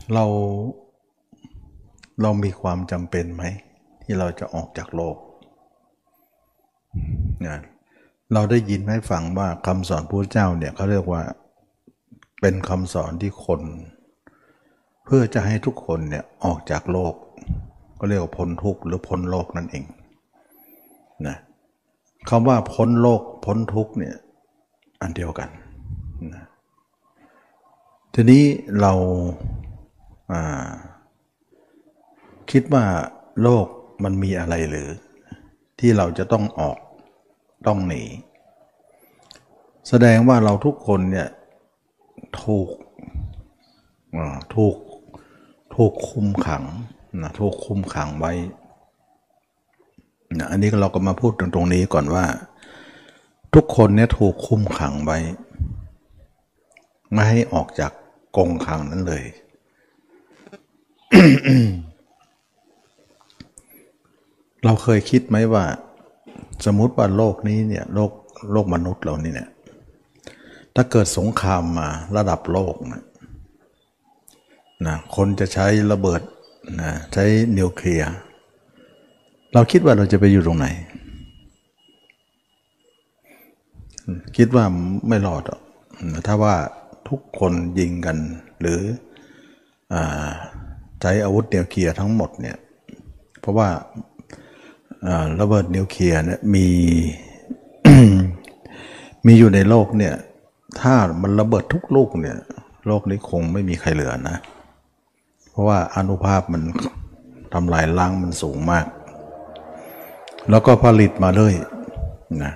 เราเรามีความจำเป็นไหมที่เราจะออกจากโลกนะเราได้ยินให้ฟังว่าคำสอนพระเจ้าเนี่ยเขาเรียกว่าเป็นคำสอนที่คนเพื่อจะให้ทุกคนเนี่ยออกจากโลกก็เรียกว่าพ้นทุกข์หรือพ้นโลกนั่นเองนะคำว่าพ้นโลกพ้นทุกข์เนี่ยอันเดียวกันนะทีนี้เราคิดว่าโลกมันมีอะไรหรือที่เราจะต้องออกต้องหนีแสดงว่าเราทุกคนเนี่ยถูกคุมขังนะถูกคุมขังไว้นะอันนี้เราก็มาพูดตรงนี้ก่อนว่าทุกคนเนี่ยถูกคุมขังไว้ไม่ให้ออกจากกรงขังนั้นเลย เราเคยคิดไหมว่าสมมติว่าโลกนี้เนี่ยโลกมนุษย์เรานี่เนี่ยถ้าเกิดสงครามมาระดับโลกนะคนจะใช้ระเบิดนะใช้นิวเคลียร์เราคิดว่าเราจะไปอยู่ตรงไหนคิดว่าไม่รอดหรอกถ้าว่าทุกคนยิงกันหรือใช้อาวุธนิวเคลียร์ทั้งหมดเนี่ยเพราะว่าระเบิดนิวเคลียร์เนี่ยมี มีอยู่ในโลกเนี่ยถ้ามันระเบิดทุกลูกเนี่ยโลกนี้คงไม่มีใครเหลือนะเพราะว่าอานุภาพมันทำลายล้างมันสูงมากแล้วก็ผลิตมาเลยนะ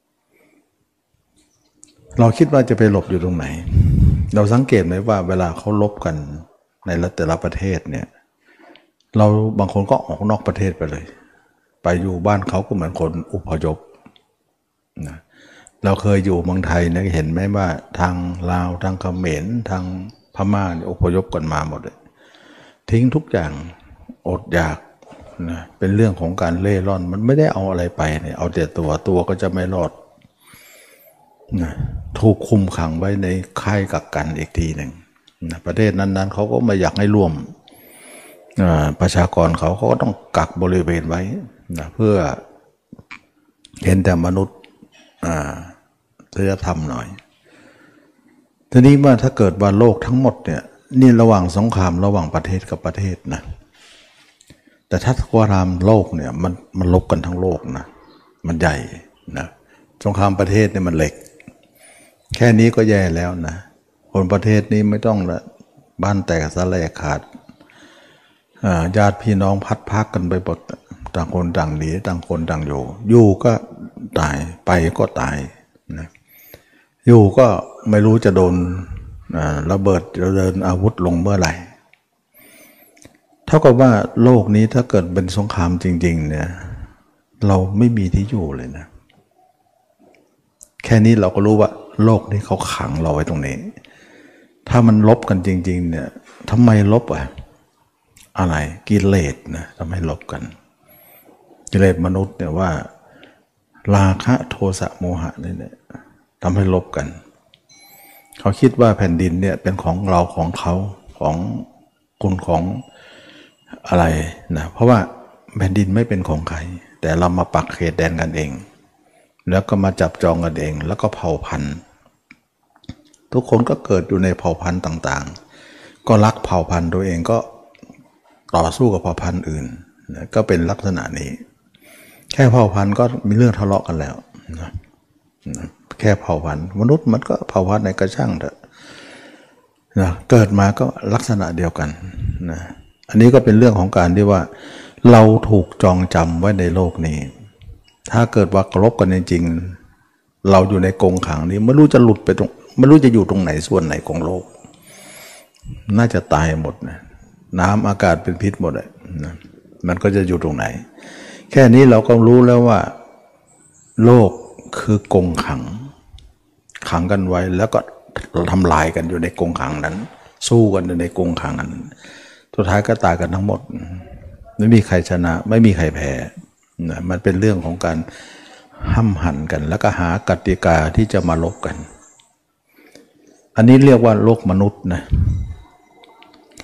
เราคิดว่าจะไปหลบอยู่ตรงไหนเราสังเกตไหมว่าเวลาเขาลบกันในแต่ละประเทศเนี่ยเราบางคนก็ออกนอกประเทศไปเลยไปอยู่บ้านเขาก็เหมือนคนอพยพนะเราเคยอยู่เมืองไทยเนี่ยเห็นไหมว่าทางลาวทางเขมรทางพม่าอพยพกันมาหมดเลยทิ้งทุกอย่างอดอยากนะเป็นเรื่องของการเล่ร่อนมันไม่ได้เอาอะไรไปเนี่ยเอาแต่ตัวก็จะไม่รอดนะถูกคุมขังไว้ในค่ายกักกันอีกทีหนึ่งนะประเทศนั้นๆเขาก็ไม่อยากให้ร่วมประชากรเขาก็ต้องกักบริเวณไว้นะเพื่อเห็นแต่มนุษย์ศีลธรรมหน่อยทีนี้ว่าถ้าเกิดว่าโลกทั้งหมดเนี่ยนี่ระหว่างสงครามระหว่างประเทศกับประเทศนะแต่ถ้าสงครามโลกเนี่ยมันลบกันทั้งโลกนะมันใหญ่นะสงครามประเทศเนี่ยมันเล็กแค่นี้ก็แย่แล้วนะคนประเทศนี้ไม่ต้องละบ้านแตกสลายขาดญาติพี่น้องพัดพากกันไปหมดต่างคนต่างหนีต่างคนต่างอยู่ก็ตายไปก็ตายนะอยู่ก็ไม่รู้จะโดนระเบิดจะเดินอาวุธลงเมื่อไหร่เท่ากับว่าโลกนี้ถ้าเกิดเป็นสงครามจริงๆเนี่ยเราไม่มีที่อยู่เลยนะแค่นี้เราก็รู้ว่าโลกนี้เขาขังเราไว้ตรงนี้ถ้ามันลบกันจริงๆเนี่ยทำไมลบอะไรกิเลสนะทำให้ลบกันกิเลสมนุษย์เนี่ยว่าราคะโทสะโมหะนี่เนี่ยทำให้ลบกันเขาคิดว่าแผ่นดินเนี่ยเป็นของเราของเขาของคุณของอะไรนะเพราะว่าแผ่นดินไม่เป็นของใครแต่เรามาปักเขตแดนกันเองแล้วก็มาจับจองกันเองแล้วก็เผ่าพันธุ์ทุกคนก็เกิดอยู่ในเผ่าพันธุ์ต่างๆก็รักเผ่าพันธุ์ตัวเองก็ต่อสู้กับเผ่าพันธุ์อื่นนะก็เป็นลักษณะนี้แค่เผ่าพันธุ์ก็มีเรื่องทะเลาะกันแล้วนะแค่เผ่าพันธุ์มนุษย์มันก็เผ่าพันธุ์ในกระช่างเถอะนะเกิดมาก็ลักษณะเดียวกันนะอันนี้ก็เป็นเรื่องของการที่ว่าเราถูกจองจำไว้ในโลกนี้ถ้าเกิดว่ากรบกันจริงๆเราอยู่ในกรงขังนี้ไม่รู้จะหลุดไปตรงไม่รู้จะอยู่ตรงไหนส่วนไหนของโลกน่าจะตายหมดนะน้ำอากาศเป็นพิษหมดเลยนะมันก็จะอยู่ตรงไหนแค่นี้เราก็รู้แล้วว่าโลกคือกรงขังกันไว้แล้วก็ทำลายกันอยู่ในกรงขังนั้นสู้กันอยู่ในกรงขังนั้นสุดท้ายก็ตายกันทั้งหมดไม่มีใครชนะไม่มีใครแพ้นะมันเป็นเรื่องของการห้ำหั่นกันแล้วก็หากติกาที่จะมาลบกันอันนี้เรียกว่าโลกมนุษย์นะ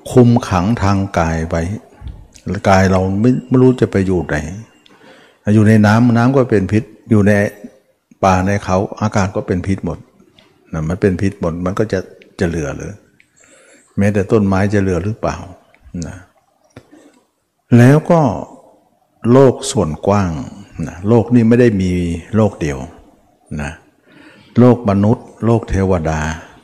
คุมขังทางกายไว้กายเราไม่รู้จะไปอยู่ไหนอยู่ในน้ำก็เป็นพิษอยู่ในป่าในเขาอากาศก็เป็นพิษหมดนะมันเป็นพิษหมดมันก็จะเหลือหรือแม้แต่ต้นไม้จะเหลือหรือเปล่านะแล้วก็โลกส่วนกว้างนะโลกนี้ไม่ได้มีโลกเดียวนะโลกมนุษย์โลกเทวดา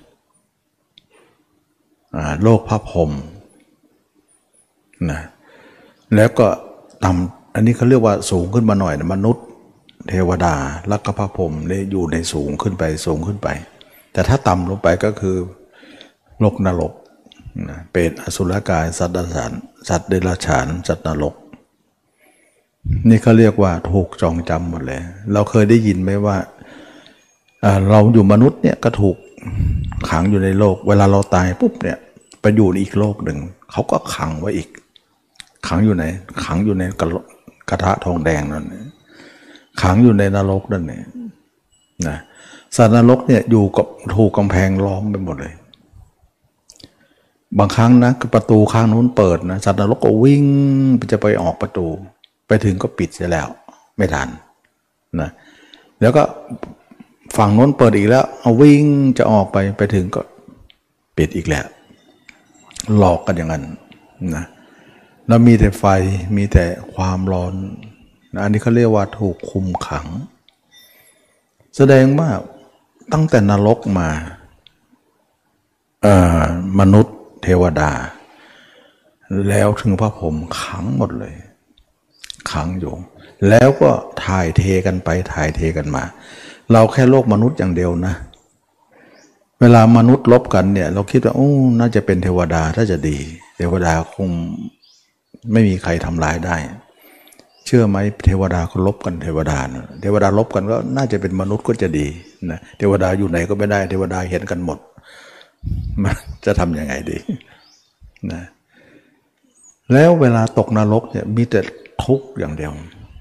โลกพระพรหมนะแล้วก็ต่ำอันนี้เขาเรียกว่าสูงขึ้นมาหน่อยนะมนุษย์เทวดาแล้วก็พระพรหมเนี่ยอยู่ในสูงขึ้นไปแต่ถ้าต่ำลงไปก็คือโลกนรกนะเปรตอสุรกายสัตว์เดรัจฉานสัตว์นรกนี่เขาเรียกว่าถูกจองจำหมดเลยเราเคยได้ยินไหมว่าเราอยู่มนุษย์เนี่ยก็ถูกขังอยู่ในโลกเวลาเราตายปุ๊บเนี่ยไปอยู่อีกโลกหนึ่งเขาก็ขังไว้อีกขังอยู่ไหนขังอยู่ในกระทะทองแดงนั่นขังอยู่ในนรกนั่นเนี่ยนะสัตว์นรกเนี่ยอยู่กับถูกกำแพงล้อมไปหมดเลยบางครั้งนะประตูข้างนู้นเปิดนะสัตว์นรกก็วิ่งจะไปออกประตูไปถึงก็ปิดเสียแล้วไม่ทันนะแล้วก็ฝั่งโน้นเปิดอีกแล้วเอาวิ่งจะออกไปถึงก็ปิดอีกแล้วหลอกกันอย่างนั้นนะแล้วมีแต่ไฟมีแต่ความร้อนนะอันนี้เขาเรียกว่าถูกคุมขังแสดงว่าตั้งแต่นรกมามนุษย์เทวดาแล้วถึงพระพรหมขังหมดเลยขังอยู่แล้วก็ถ่ายเทกันไปถ่ายเทกันมาเราแค่โลกมนุษย์อย่างเดียวนะเวลามนุษย์ลบกันเนี่ยเราคิดว่าโอ้น่าจะเป็นเทวดาถ้าจะดีเทวดาคงไม่มีใครทำร้ายได้เชื่อไหมเทวดาเขาลบกันเทวดาลบกันก็น่าจะเป็นมนุษย์ก็จะดีนะเทวดาอยู่ไหนก็ไม่ได้เทวดาเห็นกันหมดมันจะทำยังไงดีนะแล้วเวลาตกนรกเนี่ยมีแต่ทุกข์อย่างเดียว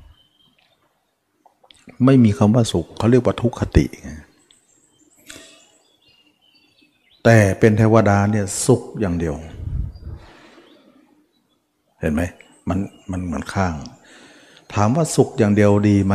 ไม่มีคำว่าสุขเขาเรียกว่าทุกขติแต่เป็นเทวดาเนี่ยสุขอย่างเดียวเห็นไหมมันเหมือนข้างถามว่าสุขอย่างเดียวดีไหม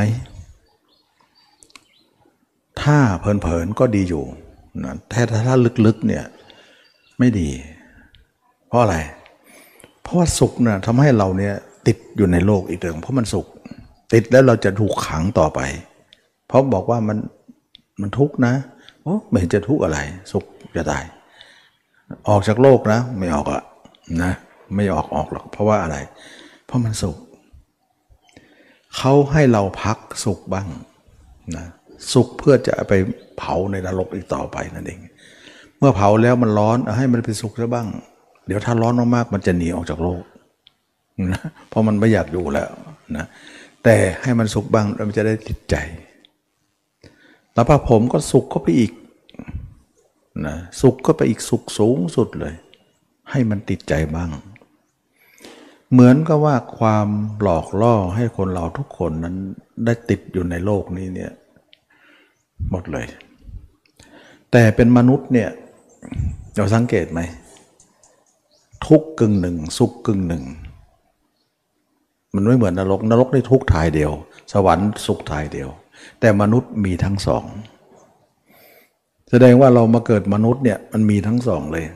ถ้าเพลินๆก็ดีอยู่นะแต่ถ้าลึกๆเนี่ยไม่ดีเพราะอะไรเพราะว่าสุขเนี่ยทำให้เราเนี่ยติดอยู่ในโลกอีกเรื่องเพราะมันสุขติดแล้วเราจะถูกขังต่อไปเพราะบอกว่ามันทุกข์นะโอ้ไม่เห็นจะทุกข์อะไรสุขจะตายออกจากโลกนะไม่ออกอะนะไม่ออกหรอกเพราะว่าอะไรเพราะมันสุขเขาให้เราพักสุขบ้างนะสุขเพื่อจะไปเผาในนรกอีกต่อไปนั่นเองเมื่อเผาแล้วมันร้อนให้มันเป็นสุขซะบ้างเดี๋ยวถ้าร้อนมากๆมันจะหนีออกจากโลกนะเพราะมันไม่อยากอยู่แล้วนะแต่ให้มันสุขบ้างแล้วมันจะได้ติดใจแล้วพระผมก็สุขก็ไปอีกนะสุขก็ไปอีกสุขสูงสุดเลยให้มันติดใจบ้างเหมือนกับว่าความหลอกล่อให้คนเราทุกคนนั้นได้ติดอยู่ในโลกนี้เนี่ยหมดเลยแต่เป็นมนุษย์เนี่ยเราสังเกตไหมทุกข์กึ่งหนึ่งสุขกึ่งหนึ่งมันไม่เหมือนนรกได้ทุกข์ทายเดียวสวรรค์สุขทายเดียวแต่มนุษย์มีทั้งสองแสดงว่าเรามาเกิดมนุษย์เนี่ยมันมีทั้งสองเลย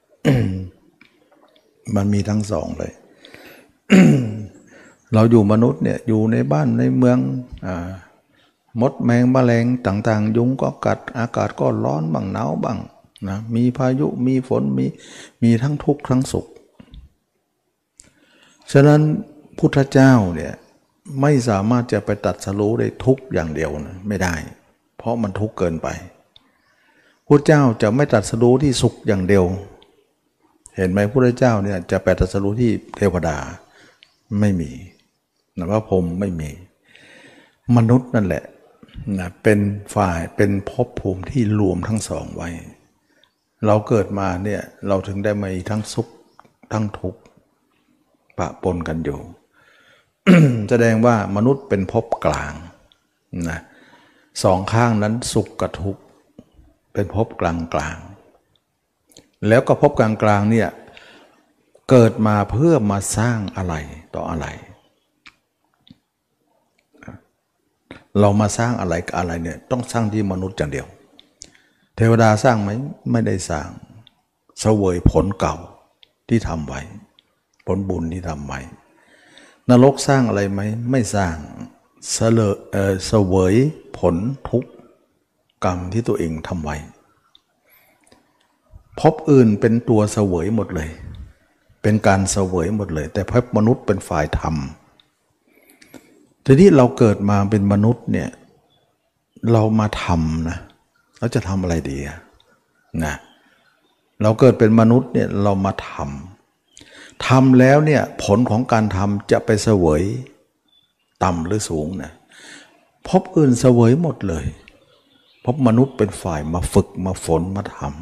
มันมีทั้งสองเลย เราอยู่มนุษย์เนี่ยอยู่ในบ้านในเมืองมดแมงแมลงต่างๆยุงก็กัดอากาศก็ร้อนบ้างหนาวบ้างนะมีพายุมีฝนมีทั้งทุกข์ทั้งสุขฉะนั้นพุทธเจ้าเนี่ยไม่สามารถจะไปตรัสรู้ได้ทุกอย่างเดียวนะไม่ได้เพราะมันทุกข์เกินไปพุทธเจ้าจะไม่ตรัสรู้ที่สุขอย่างเดียวเห็นไหมพุทธเจ้าเนี่ยจะไปตรัสรู้ที่เทวดาไม่มีนะพระพรหมไม่มีมนุษย์นั่นแหละนะเป็นฝ่ายเป็นภพภูมิที่รวมทั้งสองไว้เราเกิดมาเนี่ยเราถึงได้มีทั้งสุขทั้งทุกข์ปะปนกันอยู่ แสดงว่ามนุษย์เป็นภพกลางนะสองข้างนั้นสุขกับทุกข์เป็นภพกลางแล้วก็ภพกลางเนี่ยเกิดมาเพื่อมาสร้างอะไรต่ออะไรเรามาสร้างอะไรกับอะไรเนี่ยต้องสร้างที่มนุษย์อย่างเดียวเทวดาสร้างไหมไม่ได้สร้างเสวยผลเก่าที่ทำไว้ผลบุญที่ทำไว้นรกสร้างอะไรไหมไม่สร้างเสวยผลทุกกรรมที่ตัวเองทำไว้ภพอื่นเป็นตัวเสวยหมดเลยเป็นการเสวยหมดเลยแต่ภพมนุษย์เป็นฝ่ายทำทีนี้เราเกิดมาเป็นมนุษย์เนี่ยเรามาทำนะเราจะทำอะไรดีนะเราเกิดเป็นมนุษย์เนี่ยเรามาทำแล้วเนี่ยผลของการทำจะไปเสวยต่ำหรือสูงนะภพอื่นเสวยหมดเลยภพมนุษย์เป็นฝ่ายมาฝึกมาฝนมาทำ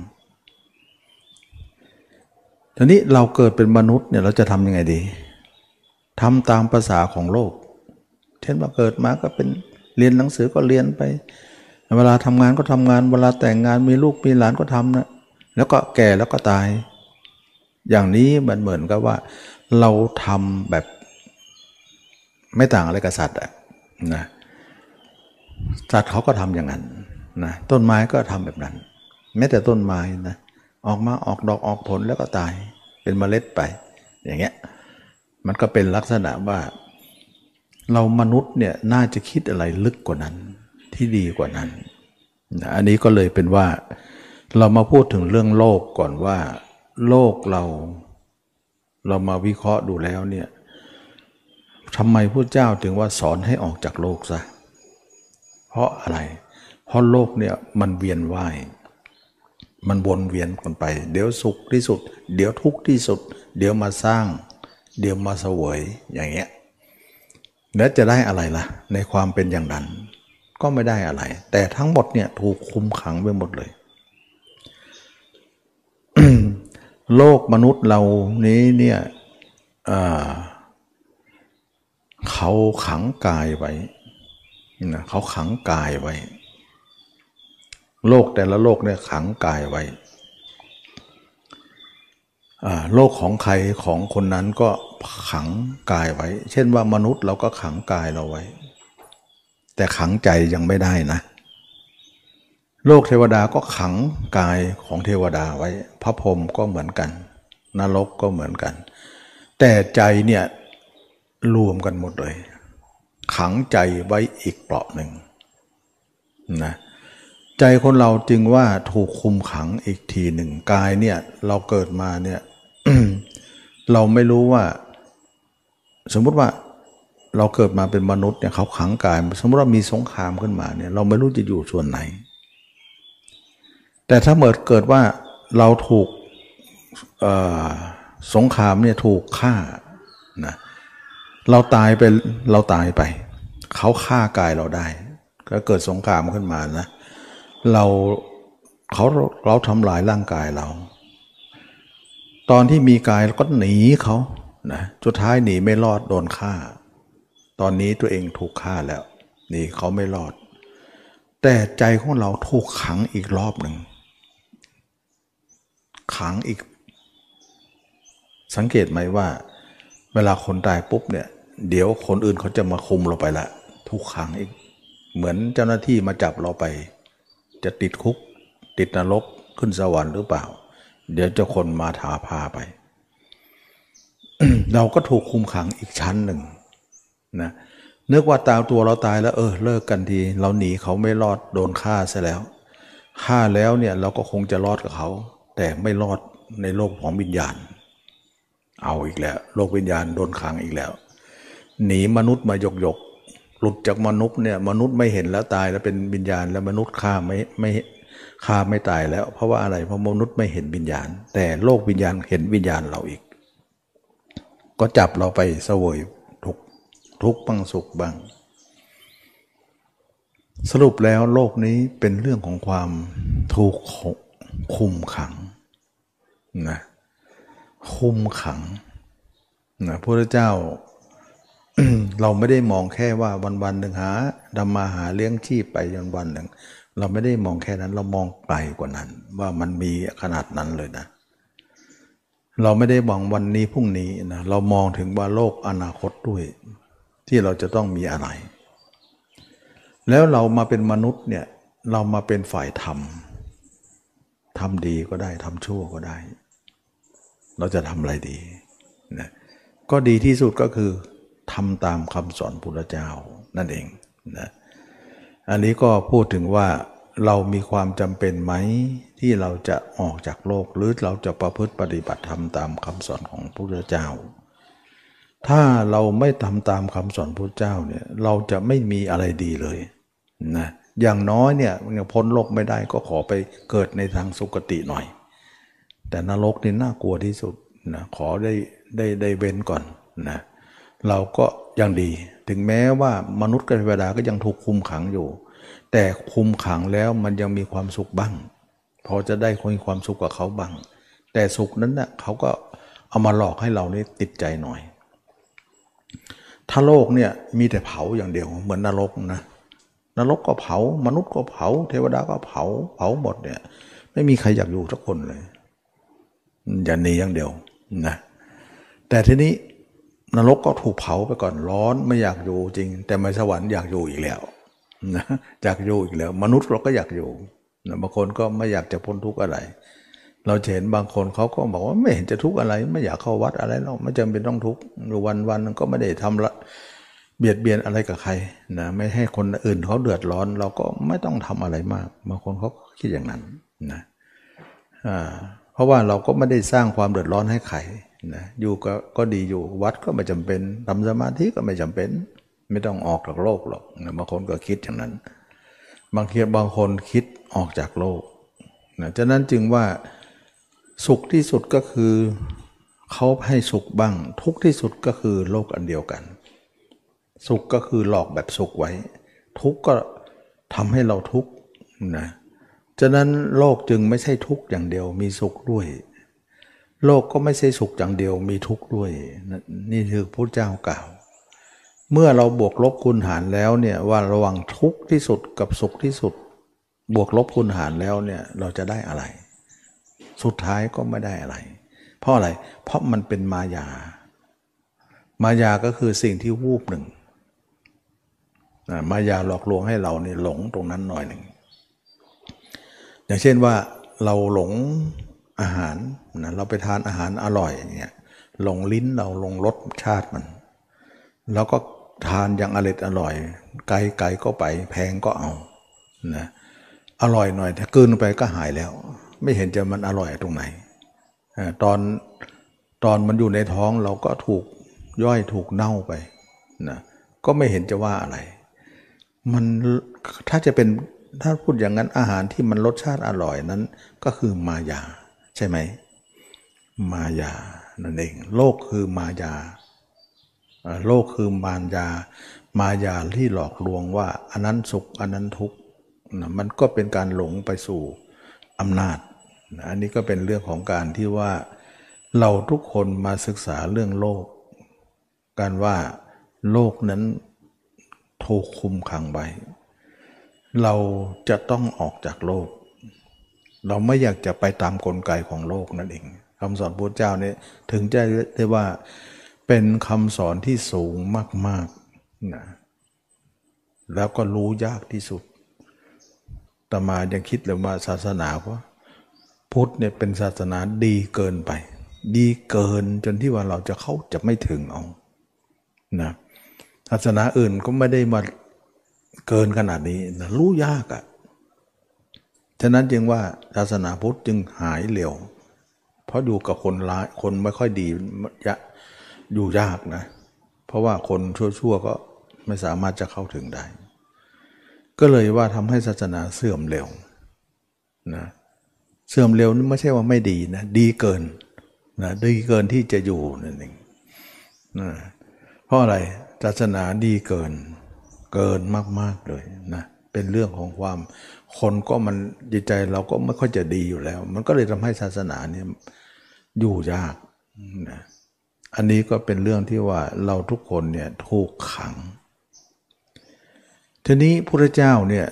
ทีนี้เราเกิดเป็นมนุษย์เนี่ยเราจะทำยังไงดีทำตามภาษาของโลกเช่นว่าเกิดมาก็เป็นเรียนหนังสือก็เรียนไปเวลาทำงานก็ทำงานเวลาแต่งงานมีลูกมีหลานก็ทำนะแล้วก็แก่แล้วก็ตายอย่างนี้มันเหมือนกับว่าเราทำแบบไม่ต่างอะไรกับสัตว์นะสัตว์เขาก็ทำอย่างนั้นนะต้นไม้ก็ทำแบบนั้นแม้แต่ต้นไม้นะออกมาออกดอกออกผลแล้วก็ตายเป็นเมล็ดไปอย่างเงี้ยมันก็เป็นลักษณะว่าเรามนุษย์เนี่ยน่าจะคิดอะไรลึกกว่านั้นที่ดีกว่านั้นนะอันนี้ก็เลยเป็นว่าเรามาพูดถึงเรื่องโลกก่อนว่าโลกเรามาวิเคราะห์ดูแล้วเนี่ยทำไมพระเจ้าถึงว่าสอนให้ออกจากโลกซะเพราะอะไรเพราะโลกเนี่ยมันเวียนว่ายมันวนเวียนกันไปเดี๋ยวสุขที่สุดเดี๋ยวทุกข์ที่สุดเดี๋ยวมาสร้างเดี๋ยวมาเสวยอย่างเงี้ยแล้วจะได้อะไรล่ะในความเป็นอย่างนั้นก็ไม่ได้อะไรแต่ทั้งหมดเนี่ยถูกคุมขังไปหมดเลย โลกมนุษย์เรานี้เนี่ยเขาขังกายไว้นะเขาขังกายไว้โลกแต่ละโลกเนี่ยขังกายไว้โลกของใครของคนนั้นก็ขังกายไว้เช่นว่ามนุษย์เราก็ขังกายเราไว้แต่ขังใจยังไม่ได้นะโลกเทวดาก็ขังกายของเทวดาไว้พระพรหมก็เหมือนกันนรกก็เหมือนกันแต่ใจเนี่ยรวมกันหมดเลยขังใจไว้อีกเปราะหนึ่งนะใจคนเราจึงว่าถูกคุมขังอีกทีหนึ่งกายเนี่ยเราเกิดมาเนี่ย เราไม่รู้ว่าสมมุติว่าเราเกิดมาเป็นมนุษย์เนี่ยเขาขังกายสมมติว่ามีสงครามขึ้นมาเนี่ยเราไม่รู้จะอยู่ส่วนไหนแต่ถ้าเกิดว่าเราถูกสงครามเนี่ยถูกฆ่านะเราตายไปเขาฆ่ากายเราได้ก็เกิดสงครามขึ้นมานะเราทำลายร่างกายเราตอนที่มีกายเราก็หนีเขานะสุดท้ายหนีไม่รอดโดนฆ่าตอนนี้ตัวเองถูกฆ่าแล้วหนีเขาไม่รอดแต่ใจของเราถูกขังอีกรอบหนึ่งขังอีกสังเกตไหมว่าเวลาคนตายปุ๊บเนี่ยเดี๋ยวคนอื่นเขาจะมาคุมเราไปละถูกขังอีกเหมือนเจ้าหน้าที่มาจับเราไปจะติดคุกติดนรกขึ้นสวรรค์หรือเปล่าเดี๋ยวจะคนมาพาไป เราก็ถูกคุมขังอีกชั้นหนึ่งนะนึกว่าตัวเราตายแล้วเลิกกันทีเราหนีเขาไม่รอดโดนฆ่าซะแล้วฆ่าแล้วเนี่ยเราก็คงจะรอดกับเขาแต่ไม่รอดในโลกของวิญญาณเอาอีกแล้วโลกวิญญาณโดนขังอีกแล้วหนีมนุษย์มาหยกหลุดจากมนุษย์เนี่ยมนุษย์ไม่เห็นแล้วตายแล้วเป็นวิญญาณแล้วมนุษย์ฆ่าไม่ตายแล้วเพราะว่าอะไรเพราะมนุษย์ไม่เห็นวิญญาณแต่โลกวิญญาณเห็นวิญญาณเราอีกก็จับเราไปเสวยทุกข์บ้างสุขบ้างสรุปแล้วโลกนี้เป็นเรื่องของความถูกคุมขังนะคุมขังนะพระพุทธเจ้า เราไม่ได้มองแค่ว่าวันหนึ่งทำมาหาเลี้ยงชีพไปวันหนึ่งเราไม่ได้มองแค่นั้นเรามองไกลกว่านั้นว่ามันมีขนาดนั้นเลยนะเราไม่ได้หวังวันนี้พรุ่งนี้นะเรามองถึงว่าโลกอนาคตด้วยที่เราจะต้องมีอะไรแล้วเรามาเป็นมนุษย์เนี่ยเรามาเป็นฝ่ายทำดีก็ได้ทำชั่วก็ได้เราจะทำอะไรดีนะก็ดีที่สุดก็คือทำตามคำสอนพุทธเจ้านั่นเองนะอันนี้ก็พูดถึงว่าเรามีความจำเป็นไหมที่เราจะออกจากโลกหรือเราจะประพฤติปฏิบัติธรรมตามคำสอนของพระพุทธเจ้าถ้าเราไม่ทำตามคำสอนพระพุทธเจ้าเนี่ยเราจะไม่มีอะไรดีเลยนะอย่างน้อยเนี่ยพ้นโลกไม่ได้ก็ขอไปเกิดในทางสุคติหน่อยแต่นรกนี่น่ากลัวที่สุดนะขอได้เว้นก่อนนะเราก็ยังดีถึงแม้ว่ามนุษย์กับเทวดาก็ยังถูกคุมขังอยู่แต่คุมขังแล้วมันยังมีความสุขบ้างพอจะได้มีความสุขกับเขาบ้างแต่สุขนั้นน่ะเขาก็เอามาหลอกให้เรานี่ติดใจหน่อยถ้าโลกเนี่ยมีแต่เผาอย่างเดียวเหมือนนรกนะนรกก็เผามนุษย์ก็เผาเทวดาก็เผาหมดเนี่ยไม่มีใครอยากอยู่สักคนเลยอย่าหนีอย่างเดียวนะแต่ทีนี้นรกก็ถูกเผาไปก่อนร้อนไม่อยากอยู่จริงแต่ในสวรรค์อยากอยู่อีกแล้วนะอยากอยู่อีกแล้วมนุษย์เราก็อยากอยู่นะบางคนก็ไม่อยากจะพ้นทุกข์อะไรเราเห็นบางคนเขาก็บอกว่าไม่เห็นจะทุกข์อะไรไม่อยากเข้าวัดอะไรหรอกไม่จำเป็นต้องทุกข์วันก็ไม่ได้ทำละเบียดเบียนอะไรกับใครนะไม่ให้คนอื่นเขาเดือดร้อนเราก็ไม่ต้องทำอะไรมากบางคนเขาคิดอย่างนั้นนะเพราะว่าเราก็ไม่ได้สร้างความเดือดร้อนให้ใครนะอยู่ก็ดีอยู่วัดก็ไม่จำเป็นทำสมาธิก็ไม่จำเป็นไม่ต้องออกจากโลกหรอกนะบางคนก็คิดอย่างนั้นบางคนคิดออกจากโลกนะฉะนั้นจึงว่าสุขที่สุดก็คือเขาให้สุขบ้างทุกข์ที่สุดก็คือโลกอันเดียวกันสุขก็คือหลอกแบบสุขไว้ทุกข์ก็ทำให้เราทุกข์นะฉะนั้นโลกจึงไม่ใช่ทุกข์อย่างเดียวมีสุขด้วยโลกก็ไม่ใช่สุขอย่างเดียวมีทุกข์ด้วยนี่คือพระเจ้ากล่าวเมื่อเราบวกลบคูณหารแล้วเนี่ยว่าระหว่างทุกข์ที่สุดกับสุขที่สุดบวกลบคูณหารแล้วเนี่ยเราจะได้อะไรสุดท้ายก็ไม่ได้อะไรเพราะอะไรเพราะมันเป็นมายาก็คือสิ่งที่วูบหนึ่งมายาหลอกลวงให้เราเนี่ยหลงตรงนั้นหน่อยหนึ่งอย่างเช่นว่าเราหลงอาหารนะเราไปทานอาหารอร่อยอย่างเงี้ยหลงลิ้นเราหลงรสชาติมันแล้วก็ทานอย่างอร่อยไกลก็ไปแพงก็เอานะอร่อยหน่อยถ้ากินไปก็หายแล้วไม่เห็นจะมันอร่อยตรงไหนตอนมันอยู่ในท้องเราก็ถูกย่อยถูกเน่าไปนะก็ไม่เห็นจะว่าอะไรมันถ้าพูดอย่างนั้นอาหารที่มันรสชาติอร่อยนั้นก็คือมายาใช่ไหมมายานั่นเองโลกคือมายาโลกคือมายาที่หลอกลวงว่าอันนั้นสุขอันนั้นทุกข์มันก็เป็นการหลงไปสู่อำนาจอันนี้ก็เป็นเรื่องของการที่ว่าเราทุกคนมาศึกษาเรื่องโลกกันว่าโลกนั้นถูกคุมขังไว้เราจะต้องออกจากโลกเราไม่อยากจะไปตามกลไกของโลกนั่นเองคำสอนพระเจ้าเนี่ยถึงจะได้ว่าเป็นคำสอนที่สูงมากๆนะแล้วก็รู้ยากที่สุดแต่มายังคิดเลยว่าศาสนาพุทธเนี่ยเป็นศาสนาดีเกินไปดีเกินจนที่ว่าเราจะไม่ถึงเอานะศาสนาอื่นก็ไม่ได้มาเกินขนาดนี้นะรู้ยากอ่ะฉะนั้นจึงว่าศาสนาพุทธจึงหายเร็วเพราะอยู่กับคนร้ายคนไม่ค่อยดีอยู่ยากนะเพราะว่าคนชั่วๆก็ไม่สามารถจะเข้าถึงได้ก็เลยว่าทำให้ศาสนาเสื่อมเร็วนะเสื่อมเร็วนี่ไม่ใช่ว่าไม่ดีนะดีเกินนะดีเกินที่จะอยู่นั่นเองนะเพราะอะไรศาสนาดีเกินมากๆเลยนะเป็นเรื่องของความคนก็มันจิตใจเราก็ไม่ค่อยจะดีอยู่แล้วมันก็เลยทำให้ศาสนาเนี่ยอยู่ยากนะอันนี้ก็เป็นเรื่องที่ว่าเราทุกคนเนี่ยถูกขังทีนี้พระเจ้าเนี่ย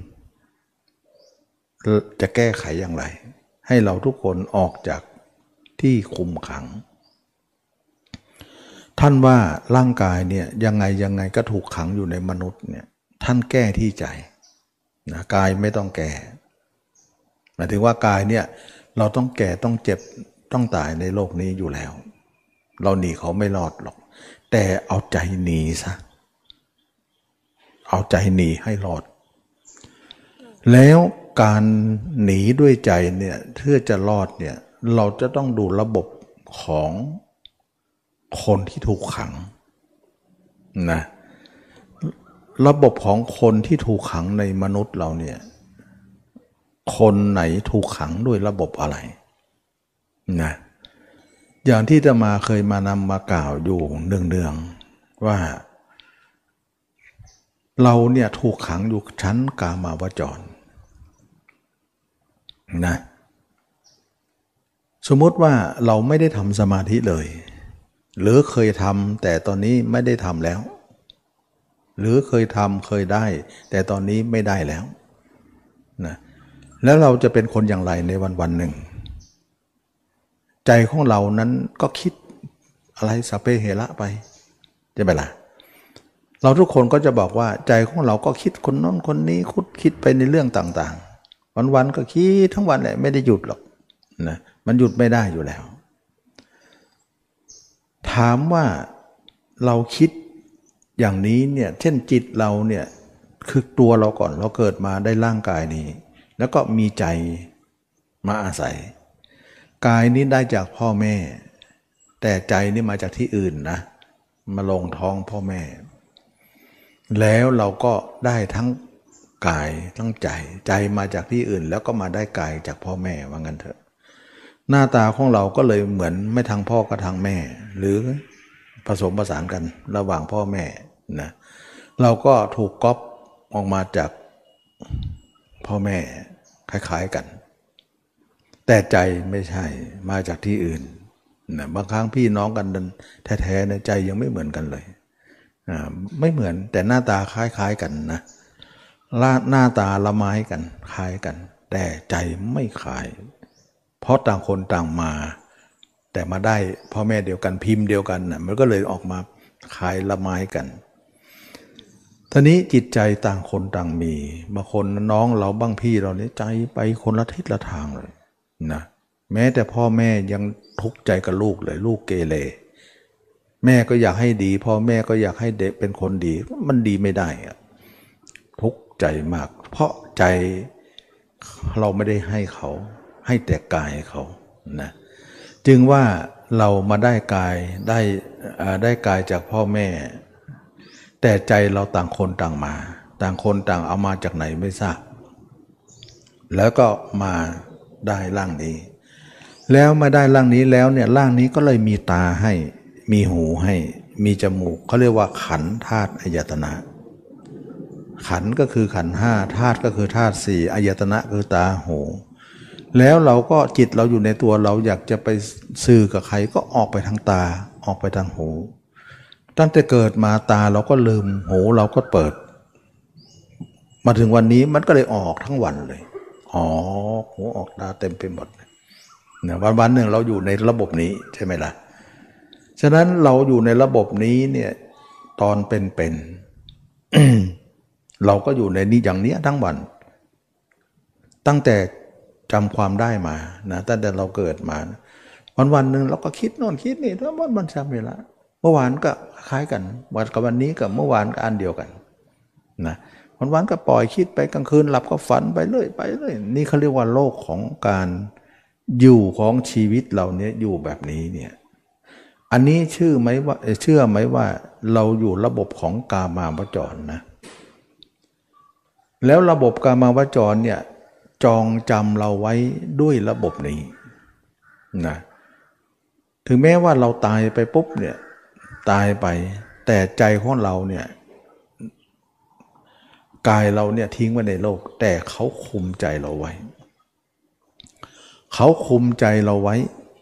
จะแก้ไขอย่างไรให้เราทุกคนออกจากที่คุมขังท่านว่าร่างกายเนี่ยยังไงก็ถูกขังอยู่ในมนุษย์เนี่ยท่านแก้ที่ใจนะกายไม่ต้องแก่หมายถึงว่ากายเนี่ยเราต้องแก่ต้องเจ็บต้องตายในโลกนี้อยู่แล้วเราหนีเขาไม่รอดหรอกแต่เอาใจหนีซะเอาใจหนีให้รอดแล้วการหนีด้วยใจเนี่ยเพื่อจะรอดเนี่ยเราจะต้องดูระบบของคนที่ถูกขังนะระบบของคนที่ถูกขังในมนุษย์เราเนี่ยคนไหนถูกขังด้วยระบบอะไรนะอย่างที่จะมาเคยมานำมากล่าวอยู่เนืองๆว่าเราเนี่ยถูกขังอยู่ชั้นกามาวจรนะสมมติว่าเราไม่ได้ทำสมาธิเลยหรือเคยทำแต่ตอนนี้ไม่ได้ทำแล้วหรือเคยทำเคยได้แต่ตอนนี้ไม่ได้แล้วนะแล้วเราจะเป็นคนอย่างไรในวันหนึ่งใจของเรานั้นก็คิดอะไรสัพเพเหระไปใช่ไหมล่ะเราทุกคนก็จะบอกว่าใจของเราก็คิดคนนั้นคนนี้คิดไปในเรื่องต่างๆวันๆก็คิดทั้งวันแหละไม่ได้หยุดหรอกนะมันหยุดไม่ได้อยู่แล้วถามว่าเราคิดอย่างนี้เนี่ยเช่นจิตเราเนี่ยคือตัวเราก่อนเราเกิดมาได้ร่างกายนี้แล้วก็มีใจมาอาศัยกายนี้ได้จากพ่อแม่แต่ใจนี่มาจากที่อื่นนะมาลงท้องพ่อแม่แล้วเราก็ได้ทั้งกายทั้งใจมาจากที่อื่นแล้วก็มาได้กายจากพ่อแม่ว่างั้นเถอะหน้าตาของเราก็เลยเหมือนไม่ทางพ่อก็ทางแม่หรือผสมผสานกันระหว่างพ่อแม่นะเราก็ถูกก๊อปออกมาจากพ่อแม่คล้ายๆกันแต่ใจไม่ใช่มาจากที่อื่นนะบางครั้งพี่น้องกันแท้ๆในใจยังไม่เหมือนกันเลยไม่เหมือนแต่หน้าตาคล้ายๆกันนะหน้าตาละไม้กันคล้ายกันแต่ใจไม่คล้ายเพราะต่างคนต่างมาแต่มาได้พ่อแม่เดียวกันพิมพ์เดียวกันนะมันก็เลยออกมาคล้ายละไม้กันทีนี้จิตใจต่างคนต่างมีบางคนน้องเราบ้างพี่เราเนี่ยใจไปคนละทิศละทางเลยนะแม้แต่พ่อแม่ยังทุกข์ใจกับลูกเลยลูกเกเรแม่ก็อยากให้ดีพ่อแม่ก็อยากให้เด็กเป็นคนดีมันดีไม่ได้อะทุกข์ใจมากเพราะใจเราไม่ได้ให้เขาให้แต่กายเขานะจึงว่าเรามาได้กายได้กายจากพ่อแม่แต่ใจเราต่างคนต่างมาต่างคนต่างเอามาจากไหนไม่ทราบแล้วก็มาได้ร่างนี้แล้วมาได้ร่างนี้แล้วเนี่ยร่างนี้ก็เลยมีตาให้มีหูให้มีจมูกเขาเรียกว่าขันธ์ธาตุอายตนะขันธ์ก็คือขันธ์ห้าธาตุก็คือธาตุสี่อายตนะคือตาหูแล้วเราก็จิตเราอยู่ในตัวเราอยากจะไปสื่อกับใครก็ออกไปทางตาออกไปทางหูตั้งแต่เกิดมาตาเราก็ลืมหูเราก็เปิดมาถึงวันนี้มันก็เลยออกทั้งวันเลยหูออกตาเต็มไปหมดเนี่ยวันหนึ่งเราอยู่ในระบบนี้ใช่ไหมล่ะฉะนั้นเราอยู่ในระบบนี้เนี่ยตอนเป็นเราก็อยู่ในนี้อย่างนี้ทั้งวันตั้งแต่จำความได้มานะตั้งแต่เราเกิดมาวันหนึ่งเราก็คิดโน่นคิดนี่ทั้งวันจำเวลาเมื่อวานก็คล้ายกันวันกับวันนี้กับเมื่อวานก็อันเดียวกันนะวันก็ปล่อยคิดไปกลางคืนหลับก็ฝันไปเรื่อยนี่เขาเรียกว่าโลกของการอยู่ของชีวิตเราเนี่ยอยู่แบบนี้เนี่ยอันนี้เชื่อไหมว่าเราอยู่ระบบของกามาวจรนะแล้วระบบกามาวจรเนี่ยจองจำเราไว้ด้วยระบบนี้นะถึงแม้ว่าเราตายไปปุ๊บเนี่ยตายไปแต่ใจของเราเนี่ยกายเราเนี่ยทิ้งไว้ในโลกแต่เขาคุมใจเราไว้เขาคุมใจเราไว้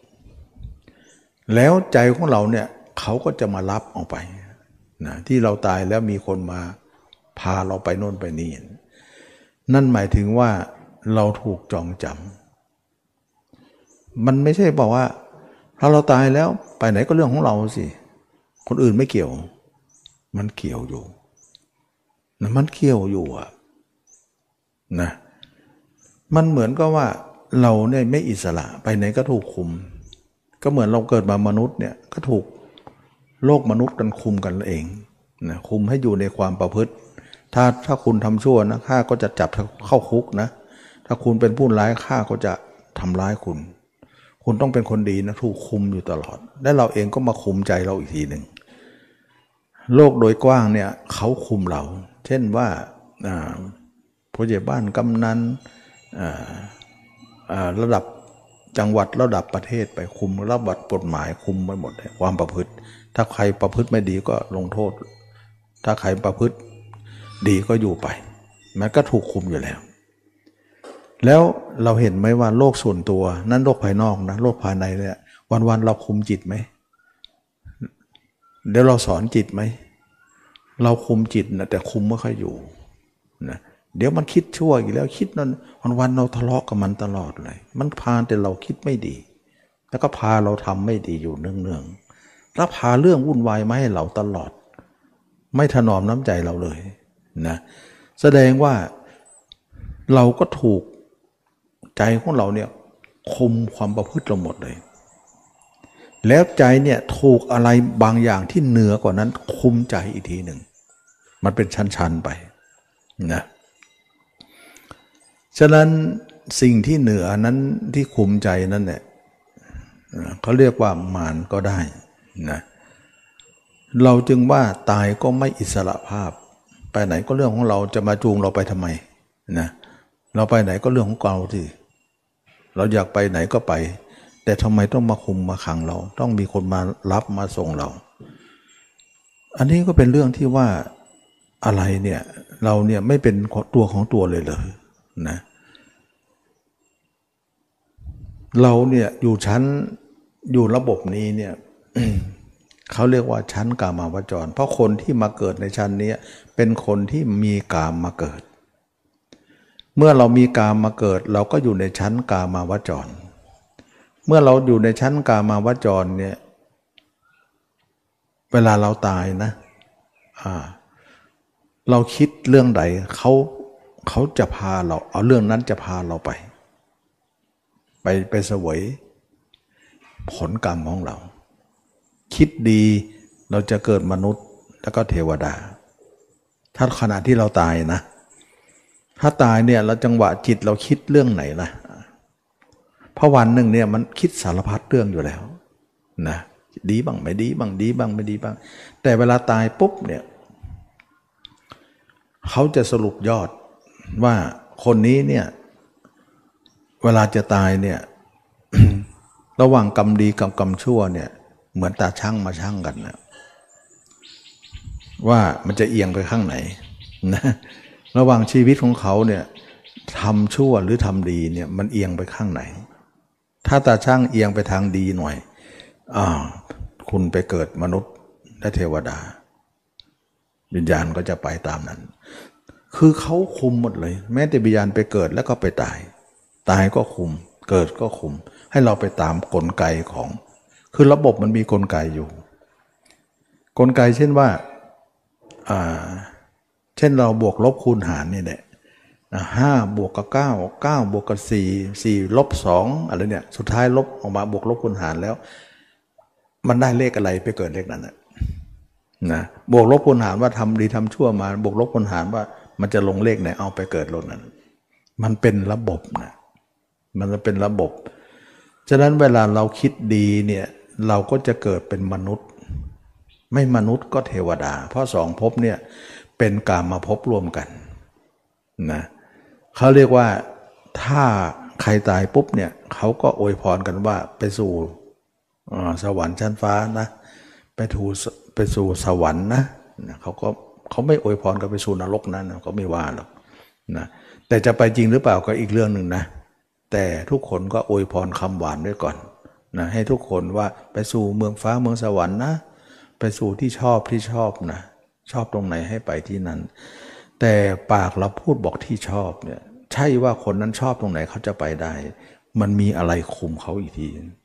แล้วใจของเราเนี่ยเขาก็จะมารับออกไปนะที่เราตายแล้วมีคนมาพาเราไปโน่นไปนี่นั่นหมายถึงว่าเราถูกจองจำมันไม่ใช่บอกว่าถ้าเราตายแล้วไปไหนก็เรื่องของเราสิคนอื่นไม่เกี่ยวมันเกี่ยวอยู่นะมันเกี่ยวอยู่นะมันเหมือนกับว่าเราเนี่ยไม่อิสระไปไหนก็ถูกคุมก็เหมือนเราเกิดมามนุษย์เนี่ยก็ถูกโลกมนุษย์กันคุมกันเองนะคุมให้อยู่ในความประพฤติถ้าคุณทำชั่วนะข้าก็จะจับเข้าคุกนะถ้าคุณเป็นผู้ร้ายข้าก็จะทำร้ายคุณต้องเป็นคนดีนะถูกคุมอยู่ตลอดและเราเองก็มาคุมใจเราอีกทีหนึ่งโลกโดยกว้างเนี่ยเขาคุมเราเช่นว่าผู้ใหญ่บ้านกำนันระดับจังหวัดระดับประเทศไปคุมระดับกฎหมายคุมไปหมดความประพฤติถ้าใครประพฤติไม่ดีก็ลงโทษถ้าใครประพฤติดีก็อยู่ไปมันก็ถูกคุมอยู่แล้วเราเห็นไหมว่าโลกส่วนตัวนั่นโลกภายนอกนะโลกภายในเนี่ยวันๆเราคุมจิตไหมเดี๋ยวเราสอนจิตไหมเราคุมจิตนะแต่คุมไม่ค่อยอยู่นะเดี๋ยวมันคิดชั่วอีกแล้วคิดนั้นวันๆเราทะเลาะกับมันตลอดเลยมันพาแต่เราคิดไม่ดีแล้วก็พาเราทำไม่ดีอยู่เนืองๆแล้วพาเรื่องวุ่นวายมาให้เราตลอดไม่ถนอมน้ำใจเราเลยนะแสดงว่าเราก็ถูกใจของเราเนี่ยคุมความประพฤติเราหมดเลยแล้วใจเนี่ยถูกอะไรบางอย่างที่เหนือกว่านั้นคุมใจอีกทีหนึ่งมันเป็นชั้นๆไปนะฉะนั้นสิ่งที่เหนือนั้นที่คุมใจนั่นเนี่ยเขาเรียกว่ามารก็ได้นะเราจึงว่าตายก็ไม่อิสระภาพไปไหนก็เรื่องของเราจะมาจูงเราไปทำไมนะเราไปไหนก็เรื่องของเราที่เราอยากไปไหนก็ไปแต่ทำไมต้องมาคุมมาขังเราต้องมีคนมารับมาส่งเราอันนี้ก็เป็นเรื่องที่ว่าอะไรเนี่ยเราเนี่ยไม่เป็นตัวของตัวเลยนะเราเนี่ยอยู่ระบบนี้เนี่ย เขาเรียกว่าชั้นกามาวจรเพราะคนที่มาเกิดในชั้นนี้เป็นคนที่มีกามมาเกิดเมื่อเรามีกามมาเกิดเราก็อยู่ในชั้นกามาวจรเมื่อเราอยู่ในชั้นกามาวจรเนี่ยเวลาเราตายนะเราคิดเรื่องใดเขาจะพาเราเอาเรื่องนั้นจะพาเราไปเสวยผลกรรมของเราคิดดีเราจะเกิดมนุษย์แล้วก็เทวดาถ้าขณะที่เราตายนะถ้าตายเนี่ยเราจังหวะจิตเราคิดเรื่องไหนล่ะเพราะวันหนึ่งเนี่ยมันคิดสารพัดเรื่องอยู่แล้วนะดีบ้างไม่ดีบ้างดีบ้างไม่ดีบ้างแต่เวลาตายปุ๊บเนี่ยเขาจะสรุปยอดว่าคนนี้เนี่ยเวลาจะตายเนี่ย ระหว่างกรรมดีกับกรรมชั่วเนี่ยเหมือนตาชั่งมาชั่งกันนะว่ามันจะเอียงไปข้างไหนนะระหว่างชีวิตของเขาเนี่ยทำชั่วหรือทำดีเนี่ยมันเอียงไปข้างไหนถ้าตาช่างเอียงไปทางดีหน่อยคุณไปเกิดมนุษย์และเทวดาวิญญาณก็จะไปตามนั้นคือเขาคุมหมดเลยแม้แต่วิญญาณไปเกิดแล้วก็ไปตายก็คุมเกิดก็คุมให้เราไปตามกลไกของคือระบบมันมีกลไกอยู่กลไกเช่นว่าเช่นเราบวกลบคูณหารนี่แหละ5 บวกกับ 9 บวกกับ 4 ลบ 2อะไรเนี่ยสุดท้ายลบออกมาบวกลบคูณหารแล้วมันได้เลขอะไรไปเกิดเลขนั้นนะบวกลบคูณหารว่าทำดีทำชั่วมาบวกลบคูณหารว่ามันจะลงเลขไหนเอาไปเกิดลงนั้นมันเป็นระบบนะมันจะเป็นระบบฉะนั้นเวลาเราคิดดีเนี่ยเราก็จะเกิดเป็นมนุษย์ไม่มนุษย์ก็เทวดาเพราะสองภพเนี่ยเป็นกามภพร่วมกันนะเขาเรียกว่าถ้าใครตายปุ๊บเนี่ยเขาก็อวยพรกันว่าไปสู่สวรรค์ชั้นฟ้านะไปสู่สวรรค์นะเขาไม่อวยพรกันไปสู่นรกนั้นเขาไม่ว่าหรอกนะแต่จะไปจริงหรือเปล่าก็อีกเรื่องหนึ่งนะแต่ทุกคนก็อวยพรคำหวานไว้ก่อนนะให้ทุกคนว่าไปสู่เมืองฟ้าเมืองสวรรค์นะไปสู่ที่ชอบนะชอบตรงไหนให้ไปที่นั้นแต่ปากเราพูดบอกที่ชอบเนี่ยใช่ว่าคนนั้นชอบตรงไหนเขาจะไปได้มันมีอะไรคุมเขาอีกที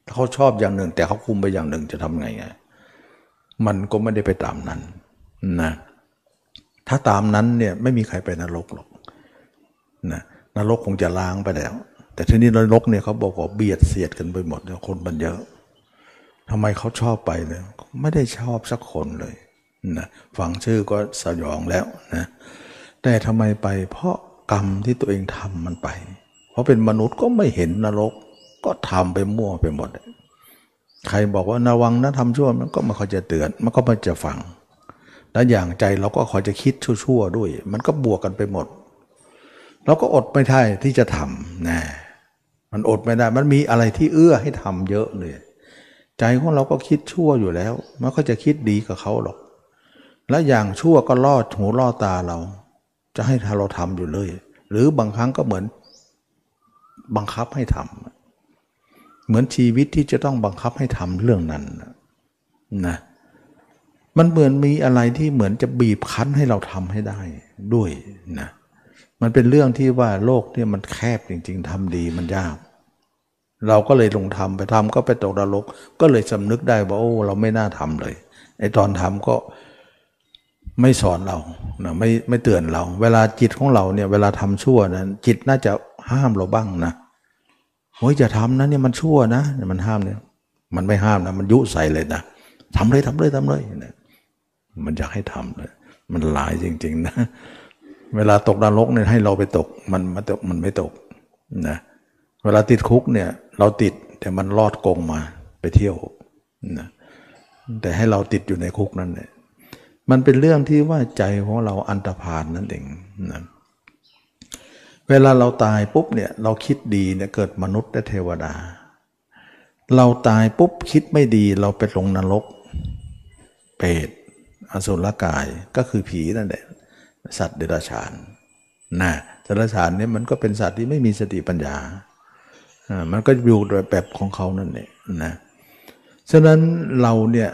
เขาชอบอย่างหนึ่งแต่เขาคุมไปอย่างหนึ่งจะทำไงมันก็ไม่ได้ไปตามนั้นนะถ้าตามนั้นเนี่ยไม่มีใครไปนรกหรอกนะนรกคงจะล้างไปแล้วแต่ที่นี่นรกเนี่ยเขาบอกว่าเบียดเสียดกันไปหมดเนี่ยคนมันเยอะทำไมเขาชอบไปเลยไม่ได้ชอบสักคนเลยนะฟังชื่อก็สยองแล้วนะแต่ทำไมไปเพราะกรรมที่ตัวเองทำมันไปเพราะเป็นมนุษย์ก็ไม่เห็นนรกก็ทำไปมั่วไปหมดใครบอกว่าระวังนะทำชั่วมันก็ไม่ค่อยจะเตือนมันก็ไม่จะฟังแล้วอย่างใจเราก็คอยจะคิดชั่วๆด้วยมันก็บวกกันไปหมดเราก็อดไม่ได้ที่จะทำนะมันอดไม่ได้มันมีอะไรที่เอื้อให้ทำเยอะเลยใจของเราก็คิดชั่วอยู่แล้วมันก็จะคิดดีกับเขาหรอกและอย่างชั่วก็ล่อหูล่อตาเราจะให้เราทำอยู่เลยหรือบางครั้งก็เหมือนบังคับให้ทำเหมือนชีวิตที่จะต้องบังคับให้ทำเรื่องนั้นนะมันเหมือนมีอะไรที่เหมือนจะบีบคั้นให้เราทำให้ได้ด้วยนะมันเป็นเรื่องที่ว่าโลกเนี่ยมันแคบจริงๆทำดีมันยากเราก็เลยลงทำไปทำก็ไปตกนรกก็เลยสำนึกได้ว่าโอ้เราไม่น่าทำเลยไอ้ตอนทำก็ไม่สอนเรานะไม่เตือนเราเวลาจิตของเราเนี่ยเวลาทำชั่วนั้นจิตน่าจะห้ามเราบ้างนะโอ้ยจะทำนะเนี่ยมันชั่วนะมันห้ามเนี่ยมันไม่ห้ามนะมันยุใส่เลยนะทำเลยนะมันอยากให้ทำเลยมันหลายจริงๆนะเวลาตกนรกเนี่ยให้เราไปตกมันไม่ตกนะเวลาติดคุกเนี่ยเราติดแต่มันรอดกรงมาไปเที่ยวนะแต่ให้เราติดอยู่ในคุกนั่นเนี่ยมันเป็นเรื่องที่ว่าใจของเราอันธพาลนั่นเองนะเวลาเราตายปุ๊บเนี่ยเราคิดดีเนี่ยเกิดมนุษย์และเทวดาเราตายปุ๊บคิดไม่ดีเราไปลงนรกเปรตอสุรกายก็คือผีนั่นแหละสัตว์เดรัจฉานนะสัตว์เดรัจฉานเนี่ยมันก็เป็นสัตว์ที่ไม่มีสติปัญญามันก็อยู่โดยแบบของเขานั่นเองนะฉะนั้นเราเนี่ย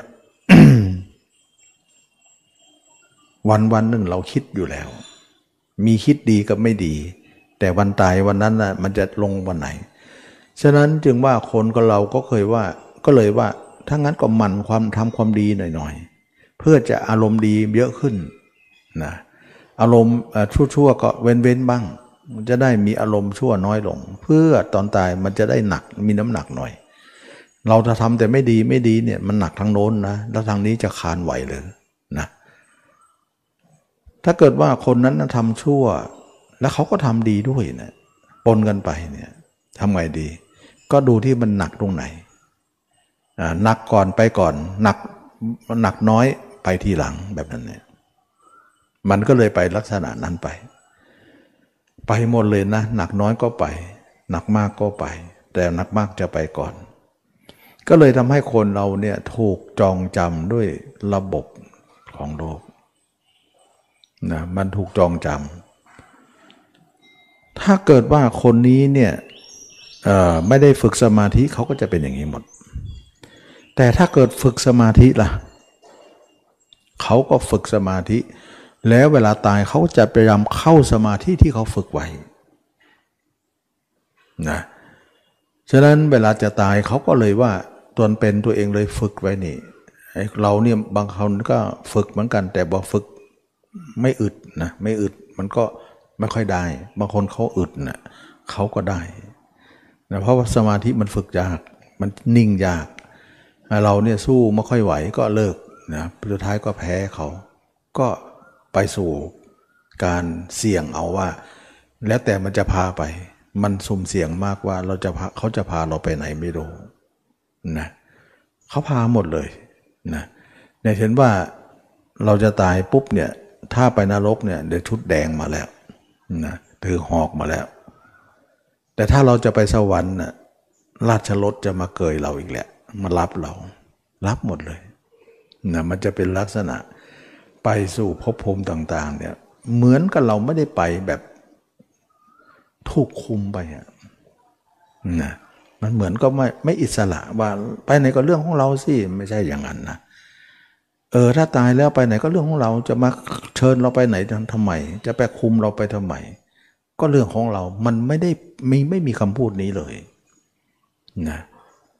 วันหนึ่งเราคิดอยู่แล้วมีคิดดีกับไม่ดีแต่วันตายวันนั้นน่ะมันจะลงวันไหนฉะนั้นจึงว่าคนกับเราก็เลยว่าถ้างั้นก็หมั่นทำความดีหน่อยๆเพื่อจะอารมณ์ดีเยอะขึ้นนะอารมณ์ชั่วก็เว้นบ้างมันจะได้มีอารมณ์ชั่วน้อยลงเพื่อตอนตายมันจะได้หนักมีน้ำหนักหน่อยเราจะทำแต่ไม่ดีเนี่ยมันหนักทางโน้นนะแล้วทางนี้จะคานไหวเลยนะถ้าเกิดว่าคนนั้นทำชั่วแล้วเขาก็ทำดีด้วยเนี่ยปนกันไปเนี่ยทำไงดีก็ดูที่มันหนักตรงไหนหนักก่อนไปก่อนหนักน้อยไปทีหลังแบบนั้นเนี่ยมันก็เลยไปลักษณะนั้นไปหมดเลยนะหนักน้อยก็ไปหนักมากก็ไปแต่หนักมากจะไปก่อนก็เลยทำให้คนเราเนี่ยถูกจองจำด้วยระบบของโลกนะมันถูกจองจำถ้าเกิดว่าคนนี้เนี่ยไม่ได้ฝึกสมาธิเขาก็จะเป็นอย่างนี้หมดแต่ถ้าเกิดฝึกสมาธิล่ะเขาก็ฝึกสมาธิแล้วเวลาตายเขาจะพยายามเข้าสมาธิที่เขาฝึกไว้นะฉะนั้นเวลาจะตายเขาก็เลยว่าตนเป็นตัวเองเลยฝึกไว้นี่เราเนี่ยบางคนก็ฝึกเหมือนกันแต่บอกฝึกไม่อึดนะไม่อึดมันก็ไม่ค่อยได้บางคนเขาอึดนะเขาก็ได้นะเพราะว่าสมาธิมันฝึกยากมันนิ่งยากเราเนี่ยสู้ไม่ค่อยไหวก็เลิกนะสุดท้ายก็แพ้เขาก็ไปสู่การเสี่ยงเอาว่าแล้วแต่มันจะพาไปมันสุ่มเสี่ยงมากว่าเขาจะพาเราไปไหนไม่รู้นะเขาพาหมดเลยนะเนี่ยเห็นว่าเราจะตายปุ๊บเนี่ยถ้าไปนรกเนี่ยเดี๋ยวชุดแดงมาแล้วนะถือหอกมาแล้วแต่ถ้าเราจะไปสวรรค์น่ะราชรถจะมาเกยเราอีกแหละมารับเรารับหมดเลยนะมันจะเป็นลักษณะไปสู่ภพภูมิต่างๆเนี่ยเหมือนกับเราไม่ได้ไปแบบถูกคุมไปนะมันเหมือนก็ไม่อิสระว่าไปไหนก็เรื่องของเราสิไม่ใช่อย่างนั้นนะถ้าตายแล้วไปไหนก็เรื่องของเราจะมาเชิญเราไปไหนทำไมจะไปคุมเราไปทำไมก็เรื่องของเรามันไม่มีคำพูดนี้เลยนะ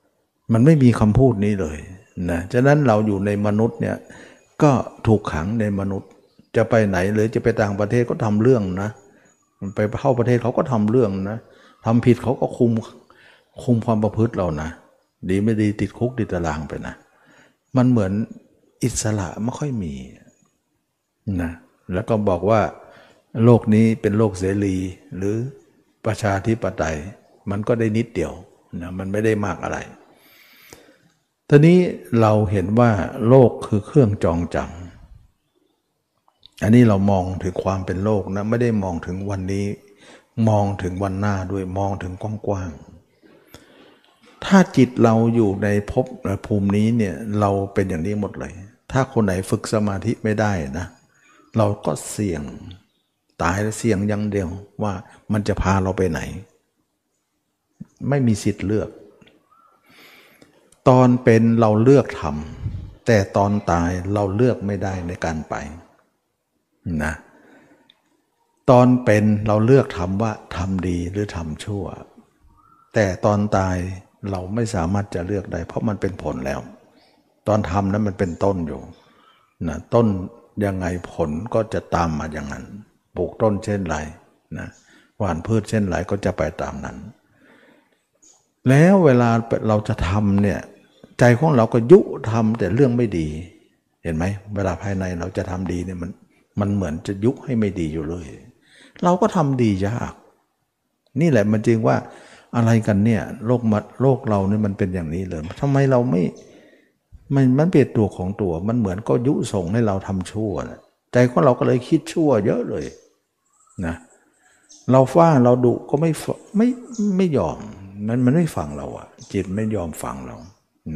มันไม่มีคำพูดนี้เลยนะฉะนั้นเราอยู่ในมนุษย์เนี่ยก็ถูกขังในมนุษย์จะไปไหนหรือจะไปต่างประเทศก็ทำเรื่องนะมันไปเข้าประเทศเขาก็ทำเรื่องนะทำผิดเขาก็คุมความประพฤติเรานะดีไม่ดีติดคุกติดตารางไปนะมันเหมือนอิสระไม่ค่อยมีนะแล้วก็บอกว่าโลกนี้เป็นโลกเสรีหรือประชาธิปไตยมันก็ได้นิดเดียวนะมันไม่ได้มากอะไรทีนี้เราเห็นว่าโลกคือเครื่องจองจำอันนี้เรามองถึงความเป็นโลกนะไม่ได้มองถึงวันนี้มองถึงวันหน้าด้วยมองถึงกว้างๆถ้าจิตเราอยู่ในภพภูมินี้เนี่ยเราเป็นอย่างนี้หมดเลยถ้าคนไหนฝึกสมาธิไม่ได้นะเราก็เสี่ยงตายและเสี่ยงอย่างเดียวว่ามันจะพาเราไปไหนไม่มีสิทธิ์เลือกตอนเป็นเราเลือกทำแต่ตอนตายเราเลือกไม่ได้ในการไปนะตอนเป็นเราเลือกทำว่าทำดีหรือทำชั่วแต่ตอนตายเราไม่สามารถจะเลือกได้เพราะมันเป็นผลแล้วตอนทำนั้นมันเป็นต้นอยู่นะต้นยังไงผลก็จะตามมาอย่างนั้นปลูกต้นเช่นไรนะหว่านพืชเช่นไรก็จะไปตามนั้นแล้วเวลาเราจะทำเนี่ยใจของเราก็ยุทำแต่เรื่องไม่ดีเห็นไหมเวลาภายในเราจะทำดีเนี่ยมันเหมือนจะยุให้ไม่ดีอยู่เลยเราก็ทำดียากนี่แหละมันจริงว่าอะไรกันเนี่ยโลกเราเนี่ยมันเป็นอย่างนี้เลยทำไมเราไม่มันเป็นตัวของตัวมันเหมือนก็ยุส่งให้เราทำชั่วนะใจของเราก็เลยคิดชั่วเยอะเลยนะเราฟ้าเราดุก็ไม่ยอมมันไม่ฟังเราอ่ะจิตไม่ยอมฟังเรานะ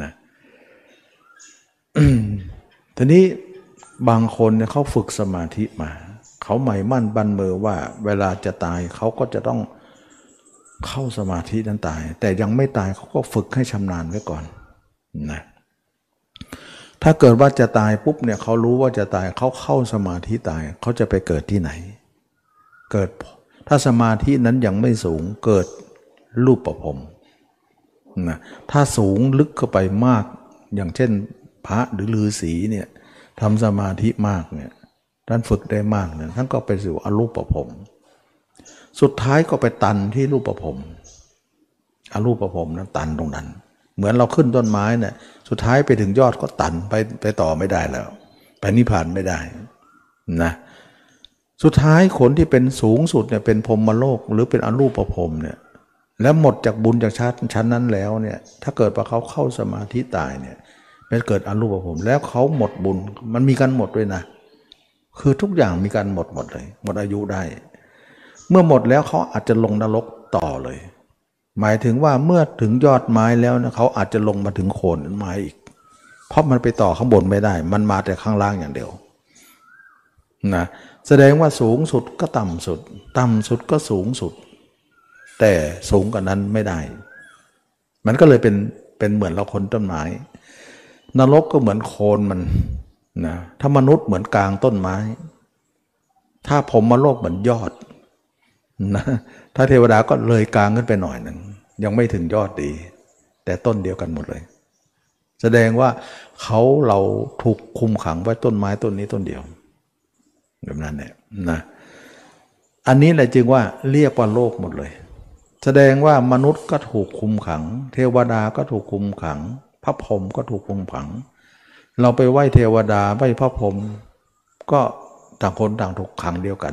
ทีนี้บางคนเนี่ยเขาฝึกสมาธิมาเขาหมายมั่นบันมือว่าเวลาจะตายเขาก็จะต้องเข้าสมาธินั้นตายแต่ยังไม่ตายเขาก็ฝึกให้ชำนาญไว้ก่อนนะถ้าเกิดว่าจะตายปุ๊บเนี่ยเขารู้ว่าจะตายเขาเข้าสมาธิตายเขาจะไปเกิดที่ไหนเกิดถ้าสมาธินั้นยังไม่สูงเกิดรูปประพรมนะถ้าสูงลึกเข้าไปมากอย่างเช่นพระหรือฤาษีเนี่ยทำสมาธิมากเนี่ยท่านฝึกได้มากเนี่ยท่านก็ไปสู่อรูปประพรมสุดท้ายก็ไปตันที่รูปประพรมอรูปประพรมนั้นตันตรงนั้นเหมือนเราขึ้นต้นไม้เนี่ยสุดท้ายไปถึงยอดก็ตันไปต่อไม่ได้แล้วไปนิพพานไม่ได้นะสุดท้ายคนที่เป็นสูงสุดเนี่ยเป็นพรหมโลกหรือเป็นอรูปภพเนี่ยแล้วหมดจากบุญจากชั้นนั้นแล้วเนี่ยถ้าเกิดว่าเขาเข้าสมาธิตายเนี่ยไปเกิดอรูปภพแล้วเขาหมดบุญมันมีการหมดด้วยนะคือทุกอย่างมีการหมดเลยหมดอายุได้เมื่อหมดแล้วเขาอาจจะลงนรกต่อเลยหมายถึงว่าเมื่อถึงยอดไม้แล้วนะเขาอาจจะลงมาถึงโคนไม้อีกเพราะมันไปต่อข้างบนไม่ได้มันมาแต่ข้างล่างอย่างเดียวนะแสดงว่าสูงสุดก็ต่ำสุดต่ำสุดก็สูงสุดแต่สูงกว่านั้นไม่ได้มันก็เลยเป็นเหมือนเราคนต้นไม้นรกก็เหมือนโคนมันนะถ้ามนุษย์เหมือนกลางต้นไม้ถ้าพรหมโลกเหมือนยอดนะถ้าเทวดาก็เลยกลางขึ้นไปหน่อยหนึ่งยังไม่ถึงยอดดีแต่ต้นเดียวกันหมดเลยแสดงว่าเราถูกคุมขังไว้ต้นไม้ต้นนี้ต้นเดียวแบบนั้นเนี่ยนะอันนี้แหละจึงว่าเรียกว่าโลกหมดเลยแสดงว่ามนุษย์ก็ถูกคุมขังเทวดาก็ถูกคุมขังพระพรหมก็ถูกคุมขังเราไปไหว้เทวดาไหว้พระพรหมก็ต่างคนต่างถูกขังเดียวกัน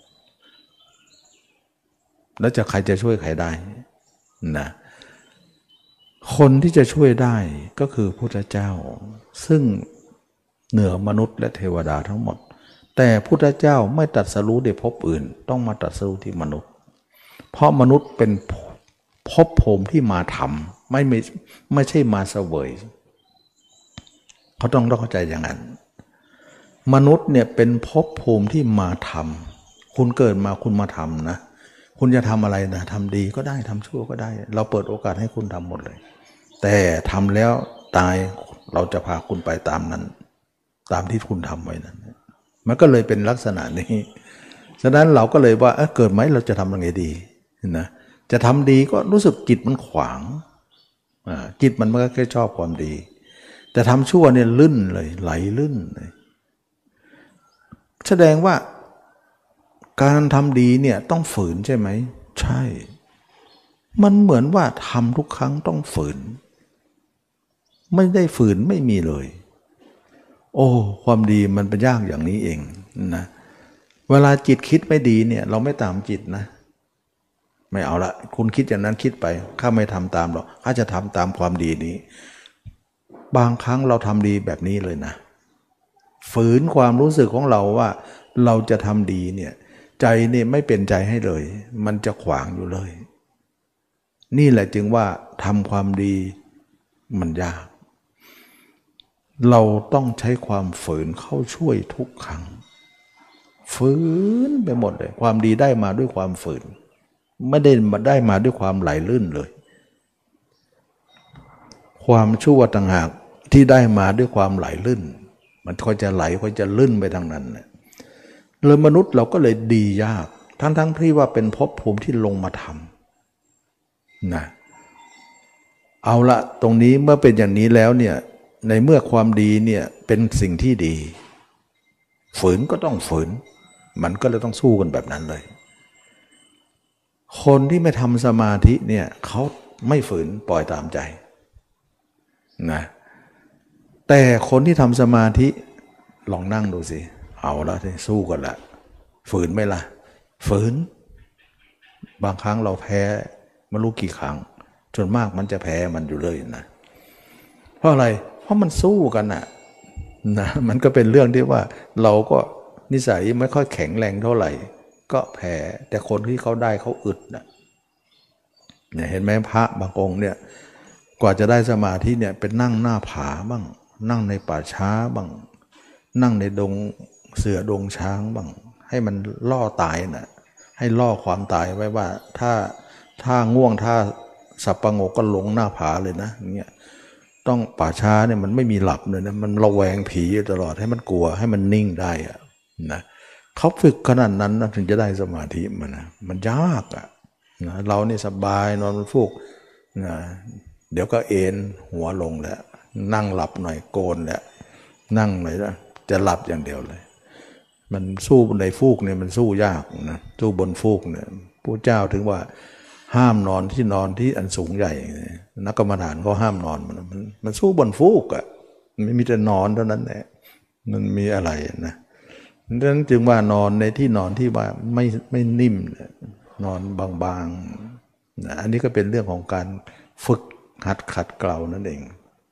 แล้วใครจะช่วยใครได้นะคนที่จะช่วยได้ก็คือพุทธเจ้าซึ่งเหนือมนุษย์และเทวดาทั้งหมดแต่พุทธเจ้าไม่ตรัสรู้ในภพอื่นต้องมาตรัสรู้ที่มนุษย์เพราะมนุษย์เป็นภพภูมิที่มาทำไม่ใช่มาเสวยเขาต้องเข้าใจอย่างนั้นมนุษย์เนี่ยเป็นภพภูมิที่มาทำคุณเกิดมาคุณมาทำนะคุณจะทำอะไรนะทำดีก็ได้ทำชั่วก็ได้เราเปิดโอกาสให้คุณทำหมดเลยแต่ทำแล้วตายเราจะพาคุณไปตามนั้นตามที่คุณทำไว้นั้นมันก็เลยเป็นลักษณะนี้ฉะนั้นเราก็เลยว่าเกิดไหมเราจะทำยังไงดีนะจะทำดีก็รู้สึกจิตมันขวางจิตมันก็แค่ชอบความดีแต่ทำชั่วเนี่ยลื่นเลยไหลลื่นเลยแสดงว่าการทำดีเนี่ยต้องฝืนใช่ไหมใช่มันเหมือนว่าทำทุกครั้งต้องฝืนไม่ได้ฝืนไม่มีเลยโอ้ความดีมันเป็นยากอย่างนี้เองนะเวลาจิตคิดไม่ดีเนี่ยเราไม่ตามจิตนะไม่เอาละคุณคิดอย่างนั้นคิดไปข้าไม่ทำตามหรอกข้าจะทำตามความดีนี้บางครั้งเราทำดีแบบนี้เลยนะฝืนความรู้สึกของเราว่าเราจะทำดีเนี่ยใจเนี่ยไม่เป็นใจให้เลยมันจะขวางอยู่เลยนี่แหละจึงว่าทำความดีมันยากเราต้องใช้ความฝืนเข้าช่วยทุกครั้งฝืนไปหมดเลยความดีได้มาด้วยความฝืนไม่ได้มาด้วยความไหลลื่นเลยความชั่วต่างหากที่ได้มาด้วยความไหลลื่นมันค่อยจะไหลค่อยจะลื่นไปทางนั้นเลยมนุษย์เราก็เลยดียากทั้งที่ว่าเป็นภพภูมิที่ลงมาทำนะเอาละตรงนี้เมื่อเป็นอย่างนี้แล้วเนี่ยในเมื่อความดีเนี่ยเป็นสิ่งที่ดีฝืนก็ต้องฝืนมันก็เลยต้องสู้กันแบบนั้นเลยคนที่ไม่ทำสมาธิเนี่ยเขาไม่ฝืนปล่อยตามใจนะแต่คนที่ทำสมาธิลองนั่งดูสิเอาละที่สู้กันละฝืนไหมล่ะฝืนบางครั้งเราแพ้ไม่รู้กี่ครั้งจนมากมันจะแพ้มันอยู่เลยนะเพราะอะไรเพราะมันสู้กันนะมันก็เป็นเรื่องที่ว่าเราก็นิสัยไม่ค่อยแข็งแรงเท่าไหร่ก็แพ้แต่คนที่เขาได้เขาอึดนะเนี่ยเห็นไหมพระบางองค์เนี่ยกว่าจะได้สมาธิเนี่ยเป็นนั่งหน้าผาบ้างนั่งในป่าช้าบ้างนั่งในดงเสือดงช้างบ้างให้มันล่อตายนะให้ล่อความตายไว้ว่าถ้าง่วงถ้าสับประงกก็ลงหน้าผาเลยนะเนี่ยต้องป่าช้าเนี่ยมันไม่มีหลับเลยนะมันระแวงผีตลอดให้มันกลัวให้มันนิ่งได้อะนะเขาฝึกขนาดนั้นนะถึงจะได้สมาธิมันยากอ่ะนะเรานี่สบายนอนฟูกนะเดี๋ยวก็เอนหัวลงแล้วนั่งหลับหน่อยโกนแล้วนั่งหน่อยนะจะหลับอย่างเดียวเลยมันสู้ในฟูกเนี่ยมันสู้ยากนะสู้บนฟูกเนี่ยพระเจ้าถึงว่าห้ามนอนที่อันสูงใหญ่นักกรรมฐานก็ห้ามนอนมันสู้บนฟูกอ่ะไม่มีแต่นอนเท่านั้นแหละมันมีอะไรนะดังนั้นจึงว่านอนในที่นอนที่ว่าไม่นิ่มนอนบางๆนะอันนี้ก็เป็นเรื่องของการฝึกหัดขัดเกลานั่นเอง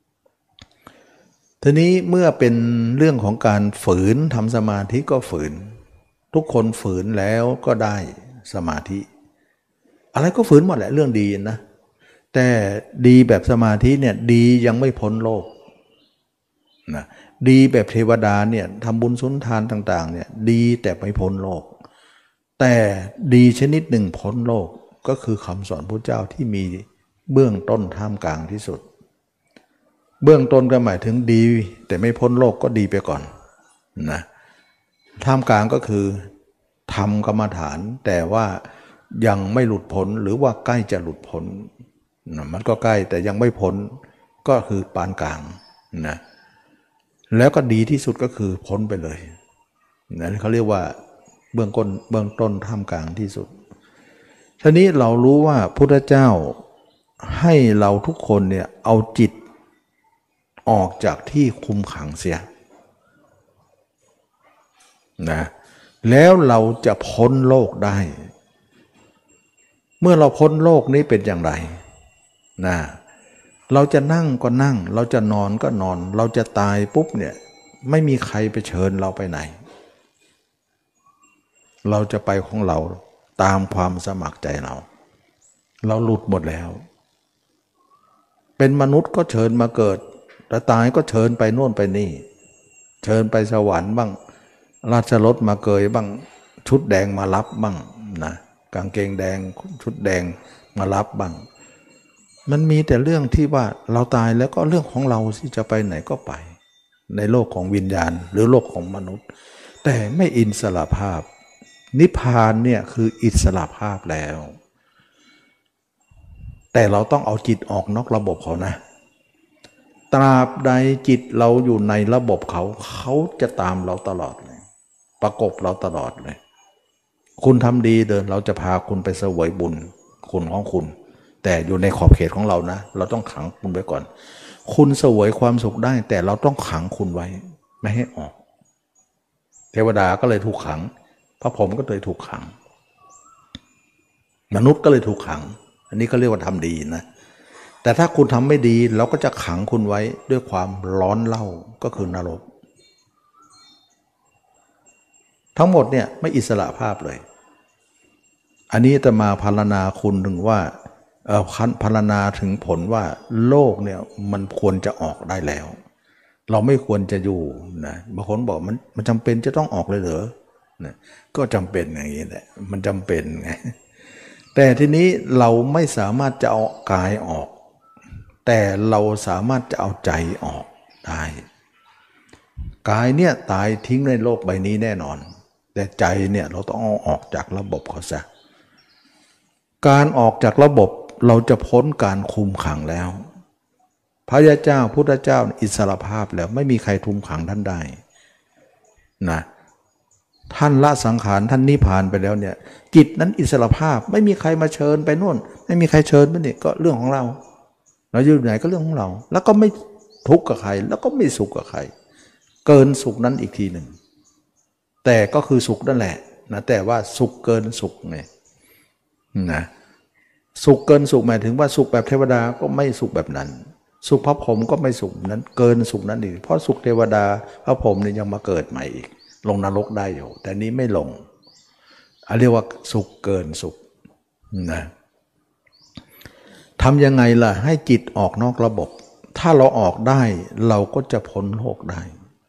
ทีนี้เมื่อเป็นเรื่องของการฝืนทำสมาธิก็ฝืนทุกคนฝืนแล้วก็ได้สมาธิอะไรก็ฝืนหมดแหละเรื่องดีนะแต่ดีแบบสมาธิเนี่ยดียังไม่พ้นโลกนะดีแบบเทวดาเนี่ยทำบุญสุนทานต่างๆเนี่ยดีแต่ไม่พ้นโลกแต่ดีชนิดหนึ่งพ้นโลกก็คือคำสอนพระเจ้าที่มีเบื้องต้นท่ามกลางที่สุดเบื้องต้นก็หมายถึงดีแต่ไม่พ้นโลกก็ดีไปก่อนนะท่ามกลางก็คือทำกรรมฐานแต่ว่ายังไม่หลุดพ้นหรือว่าใกล้จะหลุดพ้นนะมันก็ใกล้แต่ยังไม่พ้นก็คือปานกลางนะแล้วก็ดีที่สุดก็คือพ้นไปเลยนั่นเขาเรียกว่าเบื้องต้นท่ามกลางที่สุดทีนี้เรารู้ว่าพุทธเจ้าให้เราทุกคนเนี่ยเอาจิตออกจากที่คุมขังเสียนะแล้วเราจะพ้นโลกได้เมื่อเราพ้นโลกนี้เป็นอย่างไรนะเราจะนั่งก็นั่งเราจะนอนก็นอนเราจะตายปุ๊บเนี่ยไม่มีใครไปเชิญเราไปไหนเราจะไปของเราตามความสมัครใจเราหลุดหมดแล้วเป็นมนุษย์ก็เชิญมาเกิดแต่ตายก็เชิญไปโน่นไปนี่เชิญไปสวรรค์บ้างราชรถมาเกยบ้างชุดแดงมารับบ้างนะกางเกงแดงชุดแดงมารับบ้างมันมีแต่เรื่องที่ว่าเราตายแล้วก็เรื่องของเราที่จะไปไหนก็ไปในโลกของวิญญาณหรือโลกของมนุษย์แต่ไม่อิสระภาพนิพพานเนี่ยคืออิสระภาพแล้วแต่เราต้องเอาจิตออกนอกระบบเขานะตราบใดจิตเราอยู่ในระบบเขาจะตามเราตลอดเลยประกบเราตลอดเลยคุณทำดีเดินเราจะพาคุณไปเสวยบุญคุณของคุณแต่อยู่ในขอบเขตของเรานะเราต้องขังคุณไว้ก่อนคุณเสวยความสุขได้แต่เราต้องขังคุณไว้ไม่ให้ออกเทวดาก็เลยถูกขังพระพรหมก็เลยถูกขังมนุษย์ก็เลยถูกขังอันนี้ก็เรียกว่าทำดีนะแต่ถ้าคุณทำไม่ดีเราก็จะขังคุณไว้ด้วยความร้อนเล่าก็คือนรกทั้งหมดเนี่ยไม่อิสระภาพเลยอันนี้จะมาพรรณนาคุณถึงว่าพรรณนาถึงผลว่าโลกเนี่ยมันควรจะออกได้แล้วเราไม่ควรจะอยู่นะบางคนบอกมันจำเป็นจะต้องออกเลยเหรอนะก็จำเป็นอย่างนี้แหละมันจำเป็นไงแต่ทีนี้เราไม่สามารถจะเอากายออกแต่เราสามารถจะเอาใจออกได้กายเนี่ยตายทิ้งในโลกใบนี้แน่นอนแต่ใจเนี่ยเราต้องเอาออกจากระบบเขาซะการออกจากระบบเราจะพ้นการคุมขังแล้วพระยาเจ้าพุทธเจ้าอิสรภาพแล้วไม่มีใครคุมขังท่านได้นะท่านละสังขารท่านนิพพานไปแล้วเนี่ยจิตนั้นอิสรภาพไม่มีใครมาเชิญไปนู่นไม่มีใครเชิญไปนี่ก็เรื่องของเราอยู่ไหนก็เรื่องของเราแล้วก็ไม่ทุกข์กับใครแล้วก็ไม่สุขกับใครเกินสุขนั้นอีกทีหนึ่งแต่ก็คือสุขนั่นแหละนะแต่ว่าสุขเกินสุขไงนะสุขเกินสุขหมายถึงว่าสุขแบบเทวดาก็ไม่สุขแบบนั้นสุขพระพรหมก็ไม่สุขนั้นเกินสุขนั้นอีกเพราะสุขเทวดาพระพรหมนี่ยังมาเกิดใหม่อีกลงนรกได้อยู่แต่นี้ไม่ลงเรียกว่าสุขเกินสุขนะทำยังไงล่ะให้จิตออกนอกระบบถ้าเราออกได้เราก็จะพ้นโลกได้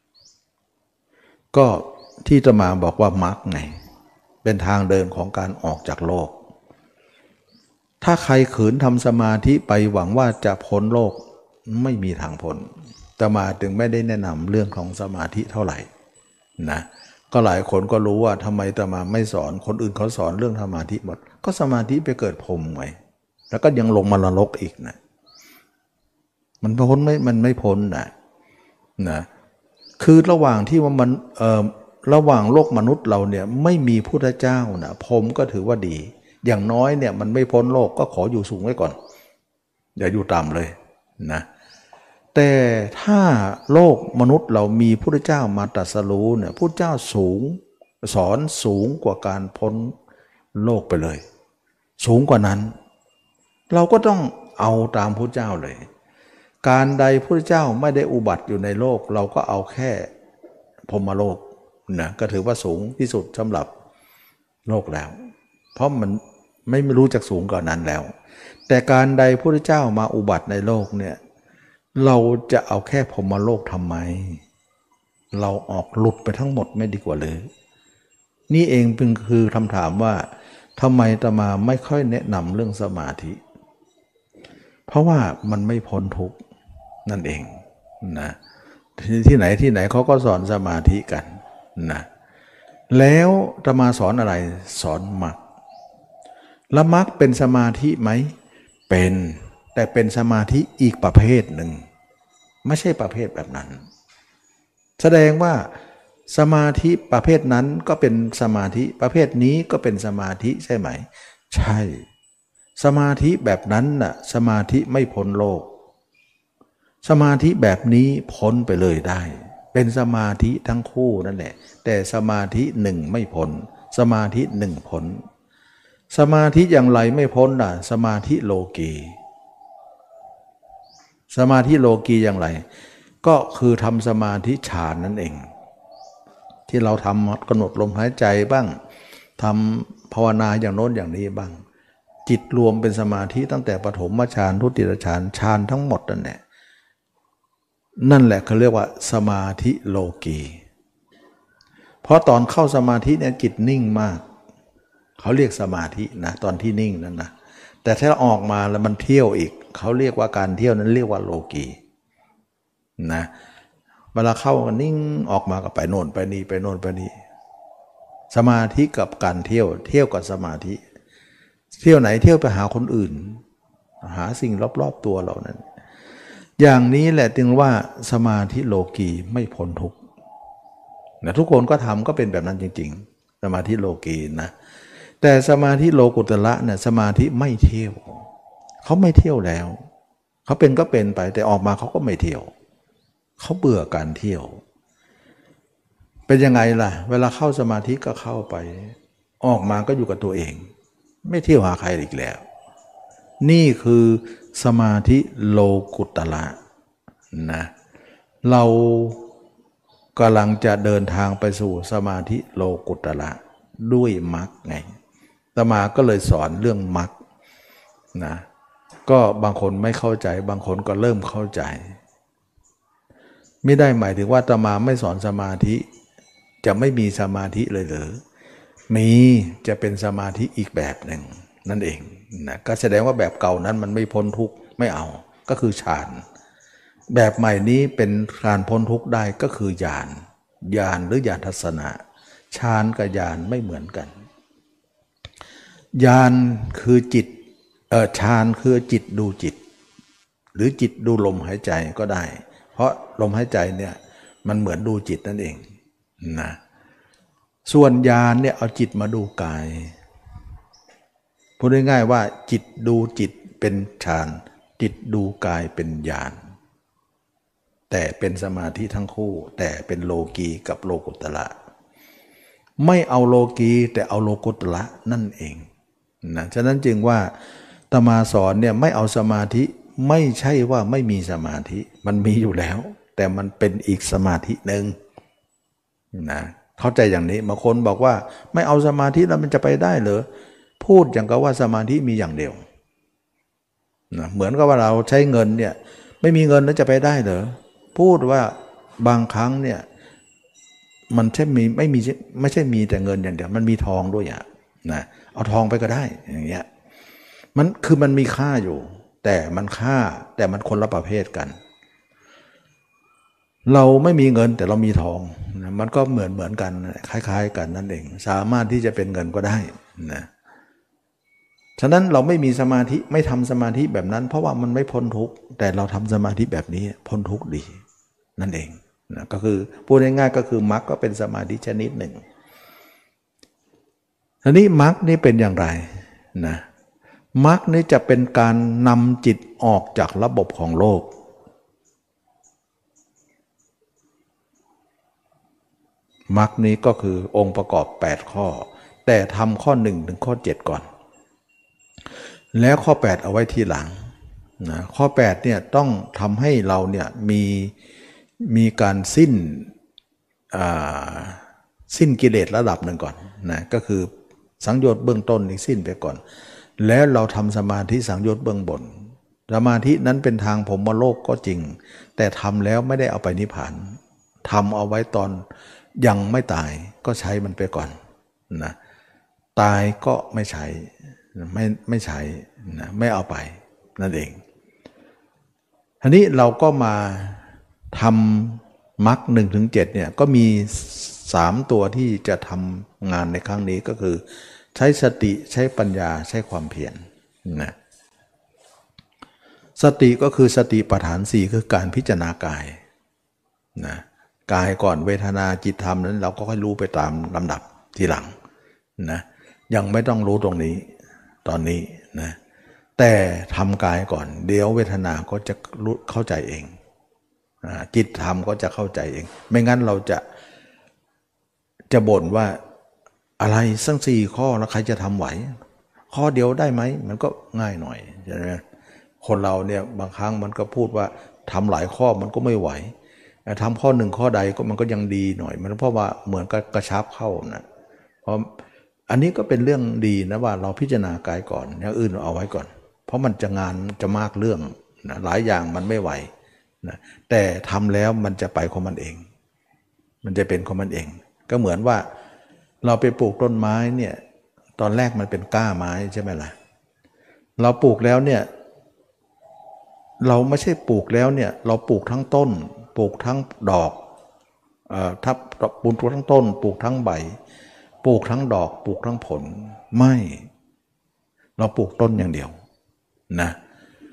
ก็ที่จะมาบอกว่ามรรคไงเป็นทางเดินของการออกจากโลกถ้าใครขืนทำสมาธิไปหวังว่าจะพ้นโลกไม่มีทางพ้นแต่มาถึงไม่ได้แนะนำเรื่องของสมาธิเท่าไหร่นะก็หลายคนก็รู้ว่าทำไมแต่มาไม่สอนคนอื่นเขาสอนเรื่องสมาธิหมดก็สมาธิไปเกิดพรหมไงแล้วก็ยังลงมานรกอีกนะมันพ้นมันไม่พ้นนะคือระหว่างที่ว่ามันระหว่างโลกมนุษย์เราเนี่ยไม่มีพุทธเจ้านะพรหมก็ถือว่าดีอย่างน้อยเนี่ยมันไม่พ้นโลกก็ขออยู่สูงไว้ก่อนอย่าอยู่ต่ำเลยนะแต่ถ้าโลกมนุษย์เรามีพุทธเจ้ามาตรัสรู้เนี่ยพุทธเจ้าสูงสอนสูงกว่าการพ้นโลกไปเลยสูงกว่านั้นเราก็ต้องเอาตามพุทธเจ้าเลยการใดพุทธเจ้าไม่ได้อุบัติอยู่ในโลกเราก็เอาแค่พรหมโลกนะก็ถือว่าสูงที่สุดสำหรับโลกแล้วเพราะมันไม่รู้จักสูงกว่านั้นแล้วแต่การใดพุทธเจ้ามาอุบัติในโลกเนี่ยเราจะเอาแค่พรหมโลกทำไมเราออกหลุดไปทั้งหมดไม่ดีกว่าเลยนี่เองเป็นคือคำถามว่าทำไมอาตมาไม่ค่อยแนะนำเรื่องสมาธิเพราะว่ามันไม่พ้นทุกข์นั่นเองนะที่ไหนเขาก็สอนสมาธิกันนะแล้วอาตมาสอนอะไรสอนมรรคแล้วมรรคเป็นสมาธิไหมเป็นแต่เป็นสมาธิอีกประเภทหนึ่งไม่ใช่ประเภทแบบนั้นแสดงว่าสมาธิประเภทนั้นก็เป็นสมาธิประเภทนี้ก็เป็นสมาธิใช่ไหมใช่สมาธิแบบนั้นน่ะสมาธิไม่พ้นโลกสมาธิแบบนี้พ้นไปเลยได้เป็นสมาธิทั้งคู่นั่นแหละแต่สมาธิหนึ่งไม่พ้นสมาธิหนึ่งพ้นสมาธิอย่างไรไม่พ้นน่ะสมาธิโลกีสมาธิโลกีอย่างไรก็คือทำสมาธิฌานนั่นเองที่เราทำกำหนดลมหายใจบ้างทำภาวนาอย่างโน้นอย่างนี้บ้างจิตรวมเป็นสมาธิตั้งแต่ปฐมฌานทุติยฌานฌานทั้งหมดนั่นแหละเขาเรียกว่าสมาธิโลกีเพราะตอนเข้าสมาธิเนี่ยจิตนิ่งมากเขาเรียกสมาธินะตอนที่นิ่งนั่นนะแต่ถ้าออกมาแล้วมันเที่ยวอีกเขาเรียกว่าการเที่ยวนั้นเรียกว่าโลกีนะเวลาเข้ามันนิ่งออกมาก็ไปโน่นไปนี่ไปโน่นไปนี่สมาธิกับการเที่ยวกับสมาธิเที่ยวไหนเที่ยวไปหาคนอื่นหาสิ่งรอบๆตัวเรานั้นอย่างนี้แหละจึงว่าสมาธิโลกีไม่พ้นทุกข์นะทุกคนก็ทำก็เป็นแบบนั้นจริงๆสมาธิโลกีนะแต่สมาธิโลกุตระเนี่ยสมาธิไม่เที่ยวเขาไม่เที่ยวแล้วเขาเป็นก็เป็นไปแต่ออกมาเขาก็ไม่เที่ยวเขาเบื่อการเที่ยวเป็นยังไงล่ะเวลาเข้าสมาธิก็เข้าไปออกมาก็อยู่กับตัวเองไม่เที่ยวหาใครอีกแล้วนี่คือสมาธิโลกุตระนะเรากำลังจะเดินทางไปสู่สมาธิโลกุตระด้วยมรรคไงอาตมาก็เลยสอนเรื่องมรรคนะก็บางคนไม่เข้าใจบางคนก็เริ่มเข้าใจไม่ได้หมายถึงว่าอาตมาไม่สอนสมาธิจะไม่มีสมาธิเลยเหรอมีจะเป็นสมาธิอีกแบบหนึ่งนั่นเองนะก็แสดงว่าแบบเก่านั้นมันไม่พ้นทุกข์ไม่เอาก็คือฌานแบบใหม่นี้เป็นการพ้นทุกข์ได้ก็คือญาณหรือญาณทัศนะฌานกับญาณไม่เหมือนกันญาณคือจิตฌานคือจิตดูจิตหรือจิตดูลมหายใจก็ได้เพราะลมหายใจเนี่ยมันเหมือนดูจิตนั่นเองนะส่วนญาณเนี่ยเอาจิตมาดูกายพูดง่ายๆว่าจิตดูจิตเป็นฌานจิตดูกายเป็นญาณแต่เป็นสมาธิทั้งคู่แต่เป็นโลกีกับโลกุตระไม่เอาโลกีแต่เอาโลกุตระนั่นเองนะฉะนั้นจึงว่าอาตมาสอนเนี่ยไม่เอาสมาธิไม่ใช่ว่าไม่มีสมาธิมันมีอยู่แล้วแต่มันเป็นอีกสมาธิหนึ่งนะเข้าใจอย่างนี้บางคนบอกว่าไม่เอาสมาธิแล้วมันจะไปได้เหรอพูดอย่างกับว่าสมาธิมีอย่างเดียวนะเหมือนกับว่าเราใช้เงินเนี่ยไม่มีเงินแล้วจะไปได้เหรอพูดว่าบางครั้งเนี่ยมันใช่มีไม่ใช่มีแต่เงินอย่างเดียวมันมีทองด้วยอ่ะนะเอาทองไปก็ได้อย่างเงี้ยมันมีค่าอยู่แต่มันคนละประเภทกันเราไม่มีเงินแต่เรามีทองนะมันก็เหมือนกันคล้ายๆกันนั่นเองสามารถที่จะเป็นเงินก็ได้นะฉะนั้นเราไม่มีสมาธิไม่ทำสมาธิแบบนั้นเพราะว่ามันไม่พ้นทุกข์แต่เราทำสมาธิแบบนี้พ้นทุกข์ดีนั่นเองนะก็คือพูดง่ายๆก็คือมรรคก็เป็นสมาธิชนิดหนึ่งทีนี้มรรคนี่เป็นอย่างไรนะมรรคนี่จะเป็นการนำจิตออกจากระบบของโลกมรรคนี้ก็คือองค์ประกอบ8ข้อแต่ทำข้อ1ถึงข้อ7ก่อนแล้วข้อ8เอาไว้ทีหลังนะข้อ8เนี่ยต้องทำให้เราเนี่ยมีการสิ้นกิเลสระดับหนึ่งก่อนนะก็คือสังโยชน์เบื้องต้นนี่สิ้นไปก่อนแล้วเราทำสมาธิสังโยชน์เบื้องบนสมาธินั้นเป็นทางพรหมโลกก็จริงแต่ทำแล้วไม่ได้เอาไปนิพพานทำเอาไว้ตอนยังไม่ตายก็ใช้มันไปก่อนนะตายก็ไม่ใช้ไม่ใช้นะไม่เอาไปนั่นเองทีนี้เราก็มาทำมรรค1 ถึง 7เนี่ยก็มี3ตัวที่จะทำงานในครั้งนี้ก็คือใช้สติใช้ปัญญาใช้ความเพียรนะสติก็คือสติปัฏฐาน4คือการพิจารณากายนะกายก่อนเวทนาจิตธรรมนั้นเราก็ค่อยรู้ไปตามลำดับทีหลังนะยังไม่ต้องรู้ตรงนี้ตอนนี้นะแต่ทำกายก่อนเดี๋ยวเวทนาก็จะรู้เข้าใจเองจิตธรรมก็จะเข้าใจเองไม่งั้นเราจะบ่นว่าอะไรสัก4ข้อแล้วใครจะทำไหวข้อเดียวได้ไหมมันก็ง่ายหน่อยใช่ไหมคนเราเนี่ยบางครั้งมันก็พูดว่าทำหลายข้อมันก็ไม่ไหวทำข้อ1ข้อใดก็มันก็ยังดีหน่อยมันเพราะว่าเหมือนกับกระชับเข้านะเพราะอันนี้ก็เป็นเรื่องดีนะว่าเราพิจารณากายก่อนอย่างอื่นเอาไว้ก่อนเพราะมันจะงานจะมากเรื่องนะหลายอย่างมันไม่ไหวนะแต่ทำแล้วมันจะไปของมันเองมันจะเป็นของมันเองก็เหมือนว่าเราไปปลูกต้นไม้เนี่ยตอนแรกมันเป็นก้าไม้ใช่ไหมล่ะเราปลูกแล้วเนี่ยเราไม่ใช่ปลูกแล้วเนี่ยเราปลูกทั้งต้นปลูกทั้งดอกถ้าปลูกทั้งต้นปลูกทั้งใบปลูกทั้งดอกปลูกทั้งผลไม่เราปลูกต้นอย่างเดียวนะ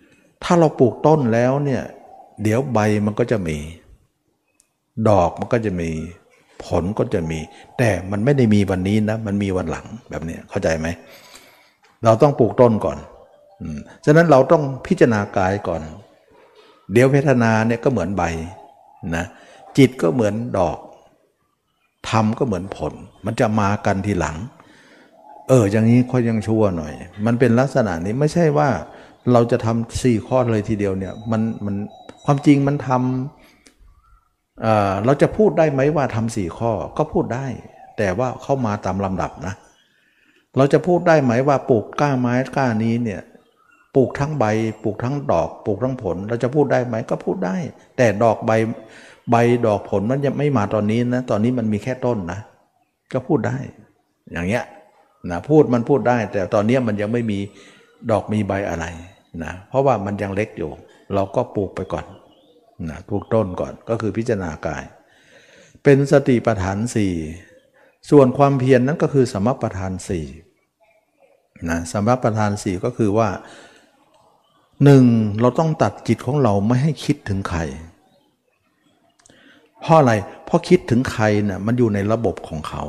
ถ้าเราปลูกต้นแล้วเนี่ยเดี๋ยวใบมันก็จะมีดอกมันก็จะมีผลก็จะมีแต่มันไม่ได้มีวันนี้นะมันมีวันหลังแบบนี้เข้าใจไหมเราต้องปลูกต้นก่อนฉะนั้นเราต้องพิจารณากายก่อนเดี๋ยวเวทนาเนี่ยก็เหมือนใบนะจิตก็เหมือนดอกธรรมก็เหมือนผลมันจะมากันทีหลังอย่างนี้ค่อยยังชั่วหน่อยมันเป็นลักษณะนี้ไม่ใช่ว่าเราจะทำ4 ข้อเลยทีเดียวเนี่ยมันความจริงมันทำเราจะพูดได้ไหมว่าทำ4 ข้อก็พูดได้แต่ว่าเข้ามาตามลำดับนะเราจะพูดได้ไหมว่าปลูกก้าไม้ก้านี้เนี่ยปลูกทั้งใบปลูกทั้งดอกปลูกทั้งผลเราจะพูดได้ไหมก็พูดได้แต่ดอกใบดอกผลมันยังไม่มาตอนนี้นะตอนนี้มันมีแค่ต้นนะก็พูดได้อย่างเงี้ยนะมันพูดได้แต่ตอนนี้มันยังไม่มีดอกมีใบอะไรนะเพราะว่ามันยังเล็กอยู่เราก็ปลูกไปก่อนนะปลูกต้นก่อนก็คือพิจารณากายเป็นสติปัฏฐาน4ส่วนความเพียร นั้นก็คือสมปัฏฐาน4นะสมปัฏฐาน4ก็คือว่า1เราต้องตัดจิตของเราไม่ให้คิดถึงใครเพราะอะไรเพราะคิดถึงใครน่ะมันอยู่ในระบบของเขา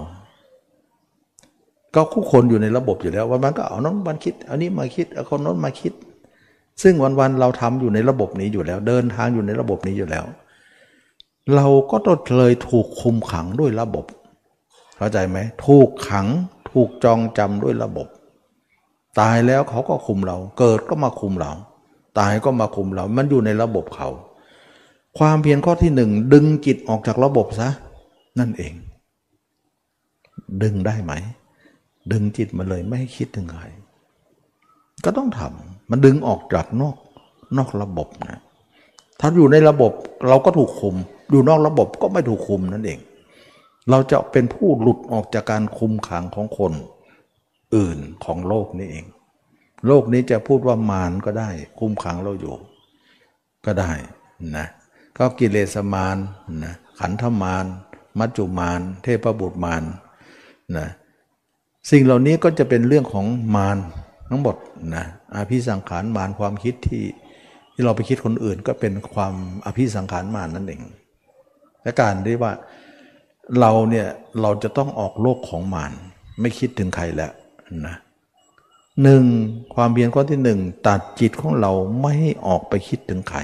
ก็คู่คนอยู่ในระบบอยู่แล้ววันๆก็เอาน้องวันคิดเอานี้มาคิดเอาคนโน้นมาคิดซึ่งวันๆเราทำอยู่ในระบบนี้อยู่แล้วเดินทางอยู่ในระบบนี้อยู่แล้วเราก็ต้องเลยถูกคุมขังด้วยระบบเข้าใจไหมถูกขังถูกจองจำด้วยระบบตายแล้วเขาก็คุมเราเกิดก็มาคุมเราตายก็มาคุมเรามันอยู่ในระบบเขาความเพียรข้อที่1ดึงจิตออกจากระบบซะนั่นเองดึงได้ไหมดึงจิตมาเลยไม่ให้คิดถึงใครก็ต้องทำมันดึงออกจากนอกระบบนะถ้าอยู่ในระบบเราก็ถูกคุมอยู่นอกระบบก็ไม่ถูกคุมนั่นเองเราจะเป็นผู้หลุดออกจากการคุมขังของคนอื่นของโลกนี้เองโลกนี้จะพูดว่ามารก็ได้คุมขังเราอยู่ก็ได้นะก็กิเลสมารนะขันธมารมัจจุมารเทพบุตรมารนะสิ่งเหล่านี้ก็จะเป็นเรื่องของมารทั้งหมดนะอภิสังขารมารความคิดที่เราไปคิดคนอื่นก็เป็นความอภิสังขารมารนั่นเองและการที่ว่าเราจะต้องออกโลกของมารไม่คิดถึงใครแล้วนะความเพียรข้อที่1ตัดจิตของเราไม่ให้ออกไปคิดถึงใคร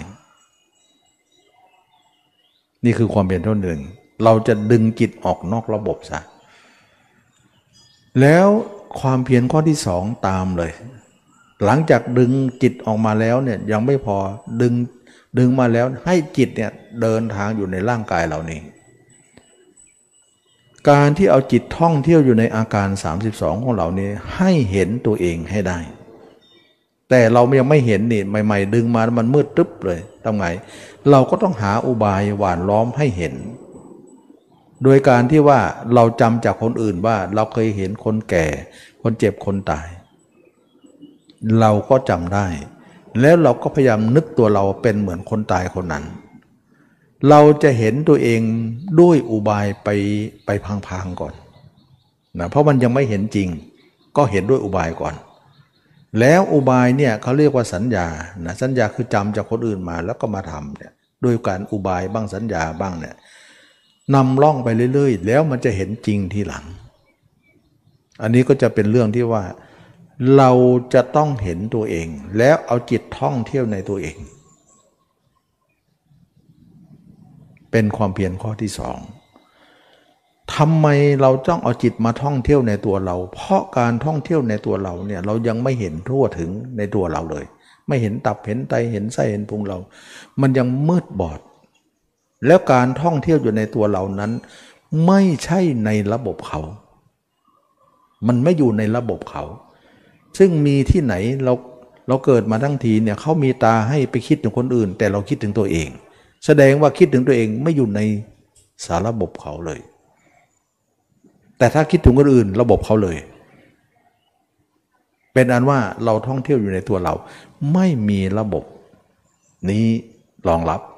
นี่คือความเพียรข้อ1เราจะดึงจิตออกนอกระบบซะแล้วความเพียรข้อที่2ตามเลยหลังจากดึงจิตออกมาแล้วเนี่ยยังไม่พอดึงมาแล้วให้จิตเนี่ยเดินทางอยู่ในร่างกายเรานี่การที่เอาจิตท่องเที่ยวอยู่ในอาการ32ของเรานี่ให้เห็นตัวเองให้ได้แต่เรายังไม่เห็นนี่ใหม่ๆดึงมามันมืดตึ๊บเลยทำไงเราก็ต้องหาอุบายหว่านล้อมให้เห็นโดยการที่ว่าเราจำจากคนอื่นว่าเราเคยเห็นคนแก่คนเจ็บคนตายเราก็จำได้แล้วเราก็พยายามนึกตัวเราเป็นเหมือนคนตายคนนั้นเราจะเห็นตัวเองด้วยอุบายไปพางๆก่อนนะเพราะมันยังไม่เห็นจริงก็เห็นด้วยอุบายก่อนแล้วอุบายเนี่ยเขาเรียกว่าสัญญานะสัญญาคือจำจากคนอื่นมาแล้วก็มาทำเนี่ยด้วยการอุบายบ้างสัญญาบ้างเนี่ยนำล่องไปเรื่อยๆแล้วมันจะเห็นจริงทีหลังอันนี้ก็จะเป็นเรื่องที่ว่าเราจะต้องเห็นตัวเองแล้วเอาจิตท่องเที่ยวในตัวเองเป็นความเพียรข้อที่2ทำไมเราต้องเอาจิตมาท่องเที่ยวในตัวเราเพราะการท่องเที่ยวในตัวเราเนี่ยเรายังไม่เห็นทั่วถึงในตัวเราเลยไม่เห็นตับเห็นไตเห็นไส้เห็นพุงเรามันยังมืดบอดแล้วการท่องเที่ยวอยู่ในตัวเรานั้นไม่ใช่ในระบบเขามันไม่อยู่ในระบบเขาซึ่งมีที่ไหนเราเกิดมาทั้งทีเนี่ยเขามีตาให้ไปคิดถึงคนอื่นแต่เราคิดถึงตัวเองแสดงว่าคิดถึงตัวเองไม่อยู่ในสารระบบเขาเลยแต่ถ้าคิดถึงคนอื่นระบบเขาเลยเป็นอันว่าเราท่องเที่ยวอยู่ในตัวเราไม่มีระบบนี้รองรับ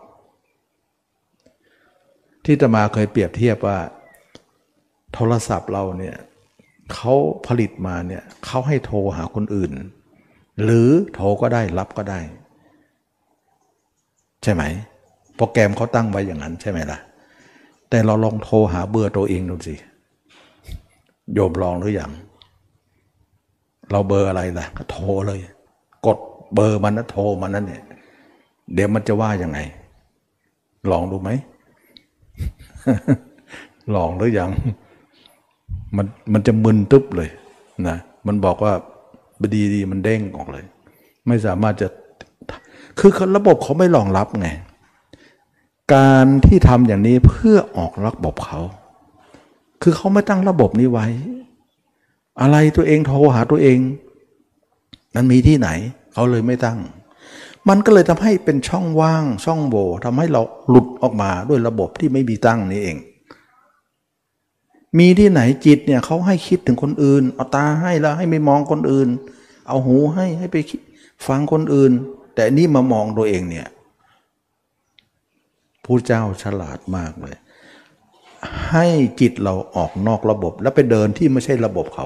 ที่อาตมาเคยเปรียบเทียบว่าโทรศัพท์เราเนี่ยเขาผลิตมาเนี่ยเขาให้โทรหาคนอื่นหรือโทรก็ได้รับก็ได้ใช่ไหมโปรแกรมเขาตั้งไว้อย่างนั้นใช่ไหมล่ะแต่เราลองโทรหาเบอร์ตัวเองดูสิโยมลองหรือยังเราเบอร์อะไรล่ะก็โทรเลยกดเบอร์มันนะโทรมันนั่นเนี่ยเดี๋ยวมันจะว่ายังไงลองดูไหม ลองหรือยังมันจะมึนตึ๊บเลยนะมันบอกว่าดีมันเด้งออกเลยไม่สามารถจะคือระบบเขาไม่รองรับไงการที่ทำอย่างนี้เพื่อออกระบบเขาคือเขาไม่ตั้งระบบนี้ไว้อะไรตัวเองโทรหาตัวเองมันมีที่ไหนเขาเลยไม่ตั้งมันก็เลยทำให้เป็นช่องว่างช่องโหว่ทำให้เราหลุดออกมาด้วยระบบที่ไม่มีตั้งนี้เองมีที่ไหนจิตเนี่ยเขาให้คิดถึงคนอื่นเอาตาให้แล้วให้ไม่มองคนอื่นเอาหูให้ไปฟังคนอื่นแต่นี่มามองตัวเองเนี่ยผู้เจ้าฉลาดมากเลยให้จิตเราออกนอกระบบแล้วไปเดินที่ไม่ใช่ระบบเขา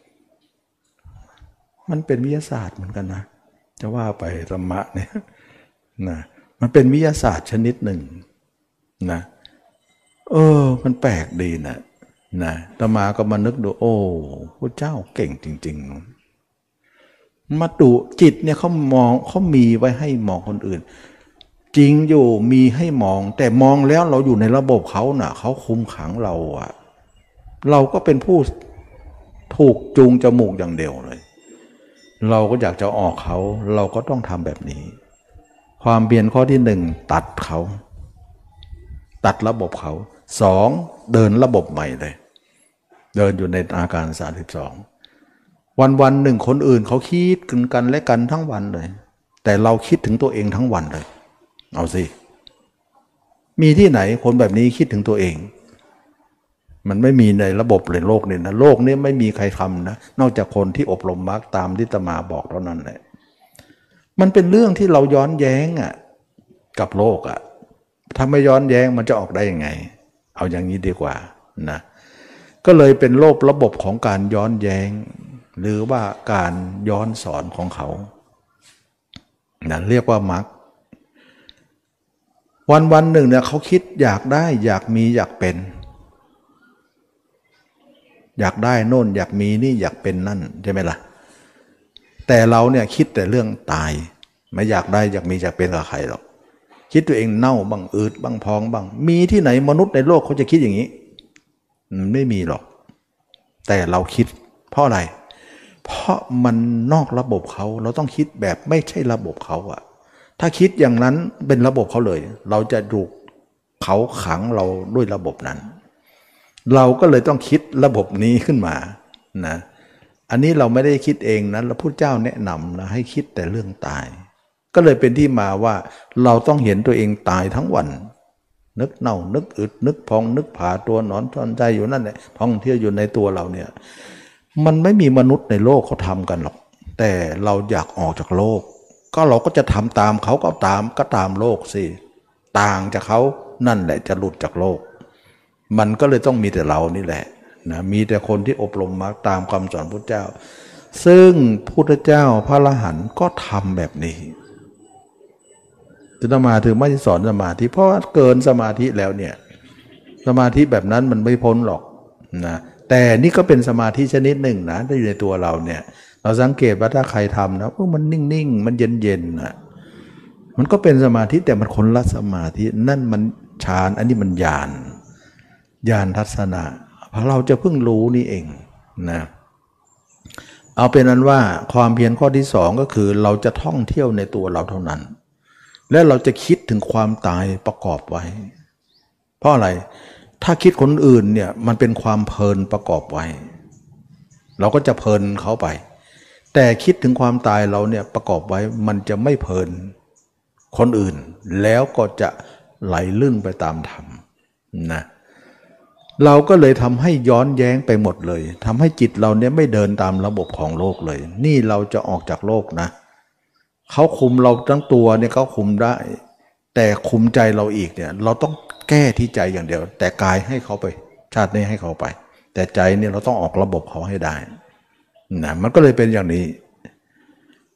มันเป็นวิทยาศาสตร์เหมือนกันนะจะว่าไปธรรมะเนี่ยนะมันเป็นวิทยาศาสตร์ชนิดหนึ่งนะมันแปลกดีนะอาตมาก็มานึกดูโอ้พระเจ้าเก่งจริงๆมาดูจิตเนี่ยเขามองเขามีไว้ให้มองคนอื่นจริงอยู่มีให้มองแต่มองแล้วเราอยู่ในระบบเขาน่ะเขาคุมขังเราอะเราก็เป็นผู้ถูกจูงจมูกอย่างเดียวเลยเราก็อยากจะออกเขาเราก็ต้องทำแบบนี้ความเพียรข้อที่หนึ่งตัดเขาตัดระบบเขาสองเดินระบบใหม่เลยเดินอยู่ในอาการ32วันหนึ่งคนอื่นเขาคิดกันและกันทั้งวันเลยแต่เราคิดถึงตัวเองทั้งวันเลยเอาสิมีที่ไหนคนแบบนี้คิดถึงตัวเองมันไม่มีในระบบเลยโลกนี้นะโลกนี้ไม่มีใครทำนะนอกจากคนที่อบรมมรรคตามที่อาตมาบอกเท่านั้นแหละมันเป็นเรื่องที่เราย้อนแย้งกับโลกถ้าไม่ย้อนแย้งมันจะออกได้ยังไงเอาอย่างนี้ดีกว่านะก็เลยเป็นระบบของการย้อนแย้งหรือว่าการย้อนสอนของเขานะเรียกว่ามรรควันหนึ่งเนี่ยเขาคิดอยากได้อยากมีอยากเป็นอยากได้โน่นอยากมีนี่อยากเป็นนั่นใช่ไหมล่ะแต่เราเนี่ยคิดแต่เรื่องตายไม่อยากได้อยากมีอยากเป็นกับใครหรอกคิดตัวเองเน่าบ้างอืดบ้างพองบ้างมีที่ไหนมนุษย์ในโลกเขาจะคิดอย่างนี้ไม่มีหรอกแต่เราคิดเพราะอะไรเพราะมันนอกระบบเขาเราต้องคิดแบบไม่ใช่ระบบเขาถ้าคิดอย่างนั้นเป็นระบบเขาเลยเราจะถูกเขาขังเราด้วยระบบนั้นเราก็เลยต้องคิดระบบนี้ขึ้นมานะอันนี้เราไม่ได้คิดเองนะพระพุทธเจ้าแนะนำนะให้คิดแต่เรื่องตายก็เลยเป็นที่มาว่าเราต้องเห็นตัวเองตายทั้งวันนึกเน่านึกอึดนึกพองนึกผาตัวหนอนทอนใจอยู่นั่นแหละท่องเที่ยวอยู่ในตัวเราเนี่ยมันไม่มีมนุษย์ในโลกเขาทำกันหรอกแต่เราอยากออกจากโลกก็เราก็จะทำตามเขาก็ตามโลกสิต่างจากเขานั่นแหละจะหลุดจากโลกมันก็เลยต้องมีแต่เรานี่แหละนะมีแต่คนที่อบรมมาตามคำสอนพุทธเจ้าซึ่งพุทธเจ้าพระอรหันต์ก็ทำแบบนี้อาตมาถึงไม่สอนสมาธิเพราะว่าเกินสมาธิแล้วเนี่ยสมาธิแบบนั้นมันไม่พ้นหรอกนะแต่นี่ก็เป็นสมาธิชนิดหนึ่งนะที่อยู่ในตัวเราเนี่ยเราสังเกตว่าถ้าใครทำนะมันนิ่งๆมันเย็นๆนะมันก็เป็นสมาธิแต่มันคนละสมาธินั่นมันฌานอันนี้มันญาณทัศนะเพราะเราจะเพิ่งรู้นี่เองนะเอาเป็นนั้นว่าความเพียรข้อที่สองก็คือเราจะท่องเที่ยวในตัวเราเท่านั้นและเราจะคิดถึงความตายประกอบไว้เพราะอะไรถ้าคิดคนอื่นเนี่ยมันเป็นความเพลินประกอบไว้เราก็จะเพลินเขาไปแต่คิดถึงความตายเราเนี่ยประกอบไว้มันจะไม่เพลินคนอื่นแล้วก็จะไหลลื่นไปตามธรรมนะเราก็เลยทำให้ย้อนแย้งไปหมดเลยทำให้จิตเราเนี่ยไม่เดินตามระบบของโลกเลยนี่เราจะออกจากโลกนะเขาคุมเราทั้งตัวเนี่ยเขาคุมได้แต่คุมใจเราอีกเนี่ยเราต้องแก้ที่ใจอย่างเดียวแต่กายให้เขาไปชาตินี้ให้เขาไปแต่ใจเนี่ยเราต้องออกระบบเขาให้ได้นะมันก็เลยเป็นอย่างนี้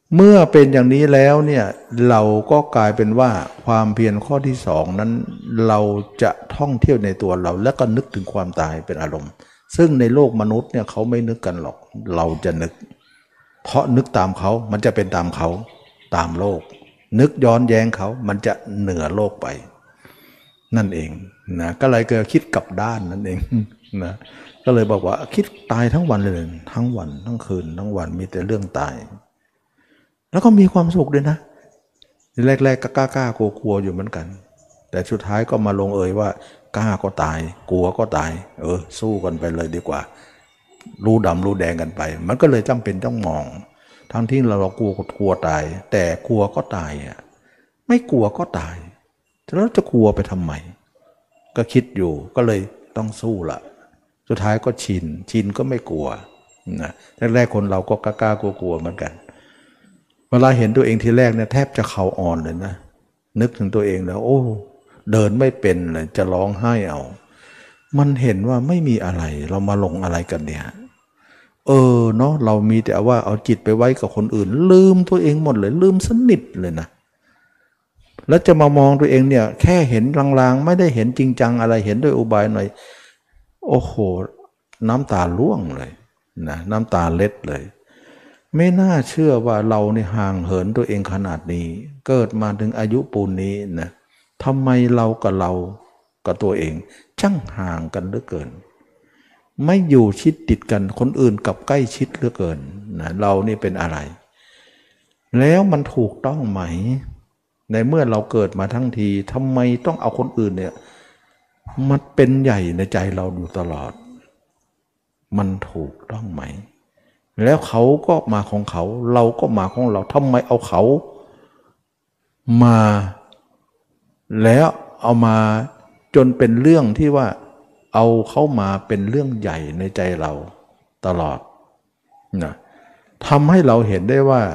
เมื่อเป็นอย่างนี้แล้วเนี่ยเราก็กลายเป็นว่าความเพียรข้อที่สองนั้นเราจะท่องเที่ยวในตัวเราแล้วก็นึกถึงความตายเป็นอารมณ์ซึ่งในโลกมนุษย์เนี่ยเขาไม่นึกกันหรอกเราจะนึกเพราะนึกตามเขามันจะเป็นตามเขาตามโลกนึกย้อนแย้งเขามันจะเหนือโลกไปนั่นเองนะก็เลยเกิดคิดกลับด้านนั่นเองนะก็เลยบอกว่าคิดตายทั้งวันเลยทั้งวันทั้งคืนทั้งวันมีแต่เรื่องตายแล้วก็มีความสุขด้วยนะแรกๆก็กล้ากลัวๆอยู่เหมือนกันแต่สุดท้ายก็มาลงเอยว่ากล้าก็ตายกลัวก็ตายสู้กันไปเลยดีกว่ารู้ดำรู้แดงกันไปมันก็เลยจำเป็นต้องมองทั้งที่เรากลัวตายแต่กลัวก็ตายอ่ะไม่กลัวก็ตายแล้วจะกลัวไปทำไมก็คิดอยู่ก็เลยต้องสู้ละสุดท้ายก็ชินก็ไม่กลัวนะแรกๆคนเราก็กล้ากลัวเหมือนกันเวลาเห็นตัวเองทีแรกเนี่ยแทบจะเข่าอ่อนเลยนะนึกถึงตัวเองแล้วโอ้เดินไม่เป็นเลยจะร้องไห้เอามันเห็นว่าไม่มีอะไรเรามาลงอะไรกันเนี่ยเนาะเรามีแต่ว่าเอาจิตไปไว้กับคนอื่นลืมตัวเองหมดเลยลืมสนิทเลยนะแล้วจะมามองตัวเองเนี่ยแค่เห็นลางๆไม่ได้เห็นจริงจังอะไรเห็นด้วยอุบายหน่อยโอ้โหน้ำตาร่วงเลยนะน้ำตาเล็ดเลยไม่น่าเชื่อว่าเราเนี่ยห่างเหินตัวเองขนาดนี้เกิดมาถึงอายุปูนนี้นะทำไมเรากับตัวเองช่างห่างกันเหลือเกินไม่อยู่ชิดติดกันคนอื่นกับใกล้ชิดเหลือเกินนะเรานี่เป็นอะไรแล้วมันถูกต้องไหมในเมื่อเราเกิดมาทั้งทีทำไมต้องเอาคนอื่นเนี่ยมันเป็นใหญ่ในใจเราอยู่ตลอดมันถูกต้องไหมแล้วเขาก็มาของเขาเราก็มาของเราทำไมเอาเขามาแล้วเอามาจนเป็นเรื่องที่ว่าเอาเขามาเป็นเรื่องใหญ่ในใจเราตลอดนะทำให้เราเห็นได้ว่า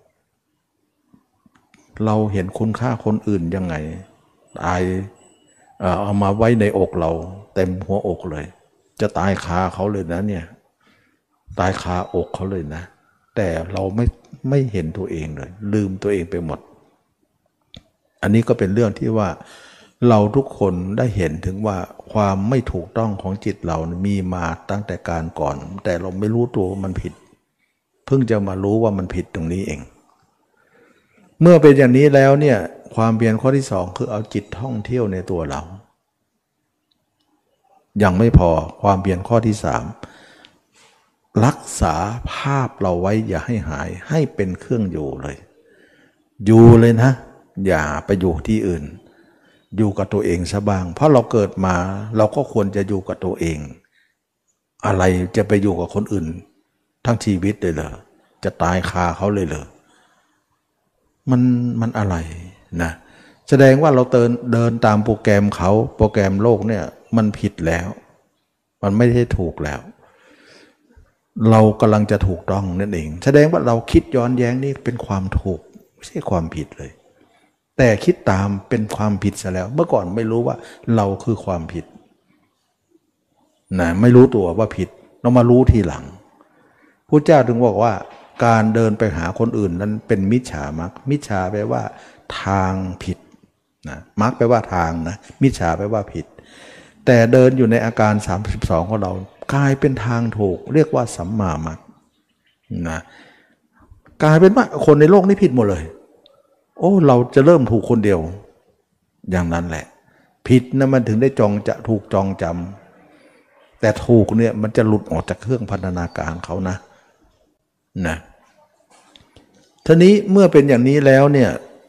เราเห็นคุณค่าคนอื่นยังไงตายเอามาไว้ในอกเราเต็มหัวอกเลยจะตายคาเขาเลยนะเนี่ยตายคาอกเขาเลยนะแต่เราไม่เห็นตัวเองเลยลืมตัวเองไปหมดอันนี้ก็เป็นเรื่องที่ว่าเราทุกคนได้เห็นถึงว่าความไม่ถูกต้องของจิตเรามีมาตั้งแต่การก่อนแต่เราไม่รู้ตัวว่ามันผิดเพิ่งจะมารู้ว่ามันผิดตรงนี้เองเมื่อเป็นอย่างนี้แล้วเนี่ยความเพียรข้อที่สองคือเอาจิตท่องเที่ยวในตัวเรายังไม่พอความเพียรข้อที่สามรักษาภาพเราไว้อย่าให้หายให้เป็นเครื่องอยู่เลยอยู่เลยนะอย่าไปอยู่ที่อื่นอยู่กับตัวเองซะบ้างเพราะเราเกิดมาเราก็ควรจะอยู่กับตัวเองอะไรจะไปอยู่กับคนอื่นทั้งชีวิตเลยเหรอจะตายคาเขาเลยเหรอมันอะไรนะแสดงว่าเราเดินตามโปรแกรมเขาโปรแกรมโลกเนี่ยมันผิดแล้วมันไม่ได้ถูกแล้วเรากำลังจะถูกต้องนั่นเองแสดงว่าเราคิดย้อนแย้งนี่เป็นความถูกไม่ใช่ความผิดเลยแต่คิดตามเป็นความผิดซะแล้วเมื่อก่อนไม่รู้ว่าเราคือความผิดนะไม่รู้ตัวว่าผิดเรามารู้ทีหลังพุทธเจ้าถึงบอกว่าการเดินไปหาคนอื่นนั้นเป็นมิจฉามรรคมิจฉาแปลว่าทางผิดนะมรรคแปลว่าทางนะมิจฉาแปลว่าผิดแต่เดินอยู่ในอาการ32ของเรากลายเป็นทางถูกเรียกว่าสัมมามรรคนะกลายเป็นว่าคนในโลกนี้ผิดหมดเลยโอ้เราจะเริ่มถูกคนเดียวอย่างนั้นแหละผิดนะมันถึงได้ถูกจองจำแต่ถูกเนี่ยมันจะหลุดออกจากเครื่องพันธนาการเขานะทีนี้เมื่อเป็นอย่างนี้แล้วเนี่ย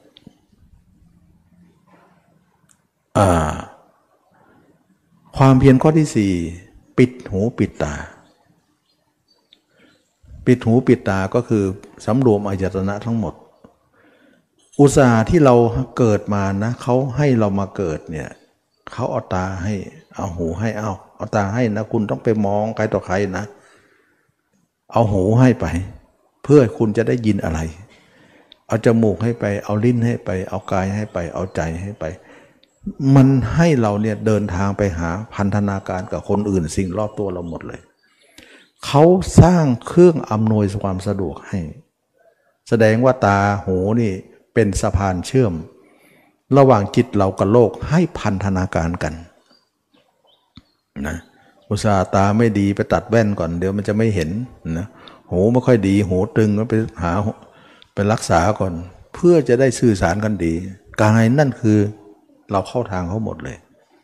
ความเพียรข้อที่สี่ปิดหูปิดตาปิดหูปิดตาก็คือสำรวมอายตนะทั้งหมดอุตส่าห์ที่เราเกิดมานะเขาให้เรามาเกิดเนี่ยเขาเอาตาให้เอาหูให้เอาตาให้นะคุณต้องไปมองใครต่อใครนะเอาหูให้ไปเพื่อคุณจะได้ยินอะไรเอาจมูกให้ไปเอาลิ้นให้ไปเอากายให้ไปเอาใจให้ไปมันให้เราเนี่ยเดินทางไปหาพันธนาการกับคนอื่นสิ่งรอบตัวเราหมดเลยเขาสร้างเครื่องอำนวยความสะดวกให้แสดงว่าตาหูนี่เป็นสะพานเชื่อมระหว่างจิตเรากับโลกให้พันธนาการกันนะอุตส่าห์ตาไม่ดีไปตัดแว่นก่อนเดี๋ยวมันจะไม่เห็นนะหูไม่ค่อยดีหูตึงก็ไปหาไปรักษาก่อนเพื่อจะได้สื่อสารกันดีกายนั่นคือเราเข้าทางเขาหมดเลย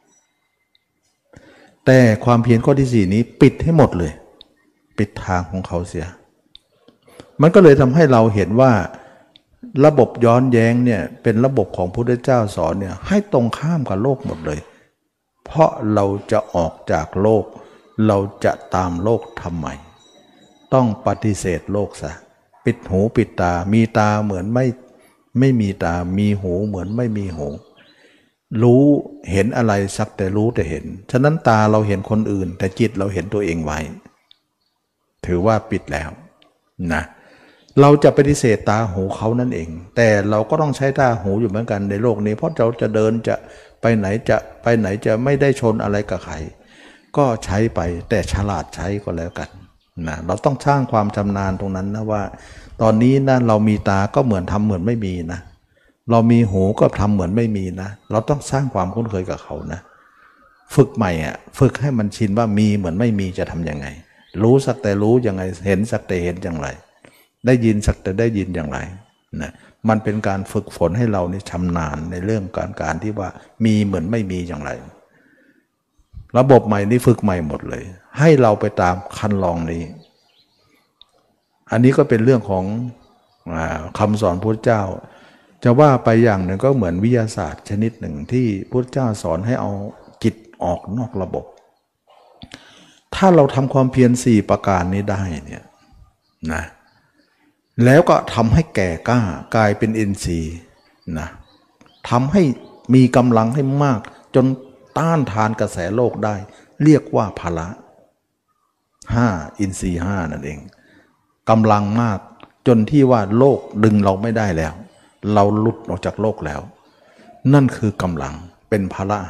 แต่ความเพียรข้อที่สี่นี้ปิดให้หมดเลยปิดทางของเขาเสียมันก็เลยทำให้เราเห็นว่าระบบย้อนแย้งเนี่ยเป็นระบบของพระพุทธเจ้าสอนเนี่ยให้ตรงข้ามกับโลกหมดเลยเพราะเราจะออกจากโลกเราจะตามโลกทำไมต้องปฏิเสธโลกซะปิดหูปิดตามีตาเหมือนไม่มีตามีหูเหมือนไม่มีหูรู้เห็นอะไรสักแต่รู้แต่เห็นฉะนั้นตาเราเห็นคนอื่นแต่จิตเราเห็นตัวเองไว้ถือว่าปิดแล้วนะเราจะปฏิเสธตาหูเขานั่นเองแต่เราก็ต้องใช้ตาหูอยู่เหมือนกันในโลกนี้เพราะเราจะเดินจะไปไหนจะไม่ได้ชนอะไรกับใครก็ใช้ไปแต่ฉลาดใช้ก็แล้วกันนะเราต้องสร้างความชำนาญตรงนั้นนะว่าตอนนี้นะเรามีตาก็เหมือนทำเหมือนไม่มีนะเรามีหูก็ทำเหมือนไม่มีนะเราต้องสร้างความคุ้นเคยกับเขานะฝึกใหม่อ่ะฝึกให้มันชินว่ามีเหมือนไม่มีจะทำยังไงรู้สักแต่รู้ยังไงเห็นสักแต่เห็นอย่างไรได้ยินสักแต่ได้ยินอย่างไรนะมันเป็นการฝึกฝนให้เรานี่ชำนาญในเรื่องการที่ว่ามีเหมือนไม่มีอย่างไรระบบใหม่นี่ฝึกใหม่หมดเลยให้เราไปตามคันลองนี้อันนี้ก็เป็นเรื่องของคำสอนพุทธเจ้าจะว่าไปอย่างหนึ่งก็เหมือนวิทยาศาสตร์ชนิดหนึ่งที่พุทธเจ้าสอนให้เอาจิตออกนอกระบบถ้าเราทำความเพียร4ประการนี้ได้เนี่ยนะแล้วก็ทำให้แก่กล้ากลายเป็นอินทรีย์นะทำให้มีกำลังให้มากจนต้านทานกระแสโลกได้เรียกว่าพละ5อินทรีย์5นั่นเองกำลังมากจนที่ว่าโลกดึงเราไม่ได้แล้วเราหลุดออกจากโลกแล้วนั่นคือกำลังเป็นพละ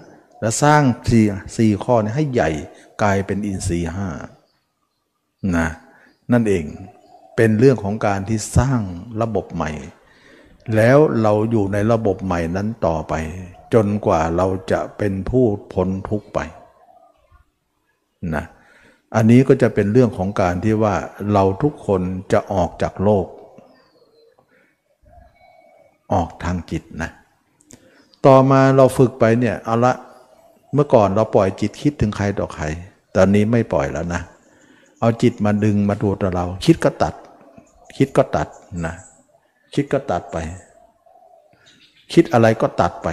5และสร้างสี่ข้อนี้ให้ใหญ่กลายเป็นอินทรีย์5นะนั่นเองเป็นเรื่องของการที่สร้างระบบใหม่แล้วเราอยู่ในระบบใหม่นั้นต่อไปจนกว่าเราจะเป็นผู้พ้นทุกข์ไปนะอันนี้ก็จะเป็นเรื่องของการที่ว่าเราทุกคนจะออกจากโลกออกทางจิตนะต่อมาเราฝึกไปเนี่ยเอาละเมื่อก่อนเราปล่อยจิตคิดถึงใครต่อใครตอนนี้ไม่ปล่อยแล้วนะเอาจิตมาดึงมาดูตัวเราคิดก็ตัดคิดก็ตัดนะคิดก็ตัดไปคิดอะไรก็ตัดไป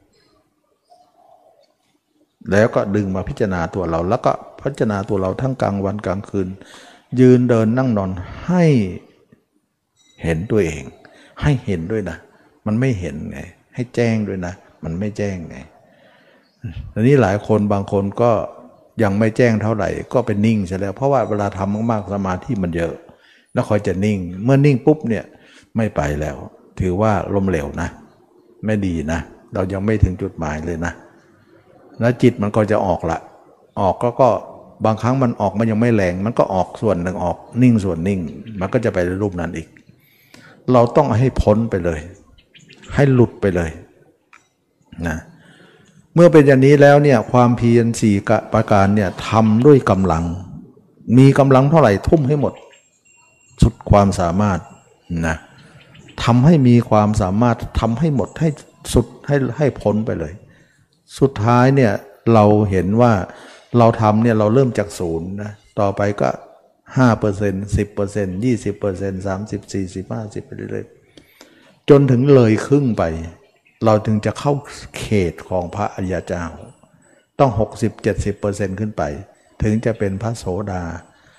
แล้วก็ดึงมาพิจารณาตัวเราแล้วก็พิจารณาตัวเราทั้งกลางวันกลางคืนยืนเดินนั่งนอนให้เห็นตัวเองให้เห็นด้วยนะมันไม่เห็นไงให้แจ้งด้วยนะมันไม่แจ้งไงทีนี้หลายคนบางคนก็ยังไม่แจ้งเท่าไหร่ก็เป็นนิ่งใช่แล้วเพราะว่าเวลาทำมากๆสมาธิมันเยอะแล้วคอยจะนิ่งเมื่อนิ่งปุ๊บเนี่ยไม่ไปแล้วถือว่าล้มเหลวนะไม่ดีนะเรายังไม่ถึงจุดหมายเลยนะแล้วจิตมันก็จะออกละออกก็บางครั้งมันออกมันยังไม่แรงมันก็ออกส่วนหนึ่งออกนิ่งส่วนนิ่งมันก็จะไปในรูปนั้นอีกเราต้องให้พ้นไปเลยให้หลุดไปเลยนะเมื่อเป็นอย่างนี้แล้วเนี่ยความเพียร4ประการเนี่ยทำด้วยกำลังมีกำลังเท่าไหร่ทุ่มให้หมดสุดความสามารถนะทำให้มีความสามารถทำให้หมดให้สุดให้พ้นไปเลยสุดท้ายเนี่ยเราเห็นว่าเราทำเนี่ยเราเริ่มจากศูนย์นะต่อไปก็5% 10% 20% 30 40 50ไปเรื่อยๆจนถึงเลยครึ่งไปเราถึงจะเข้าเขตของพระอริยเจ้าต้อง60-70%ขึ้นไปถึงจะเป็นพระโสดา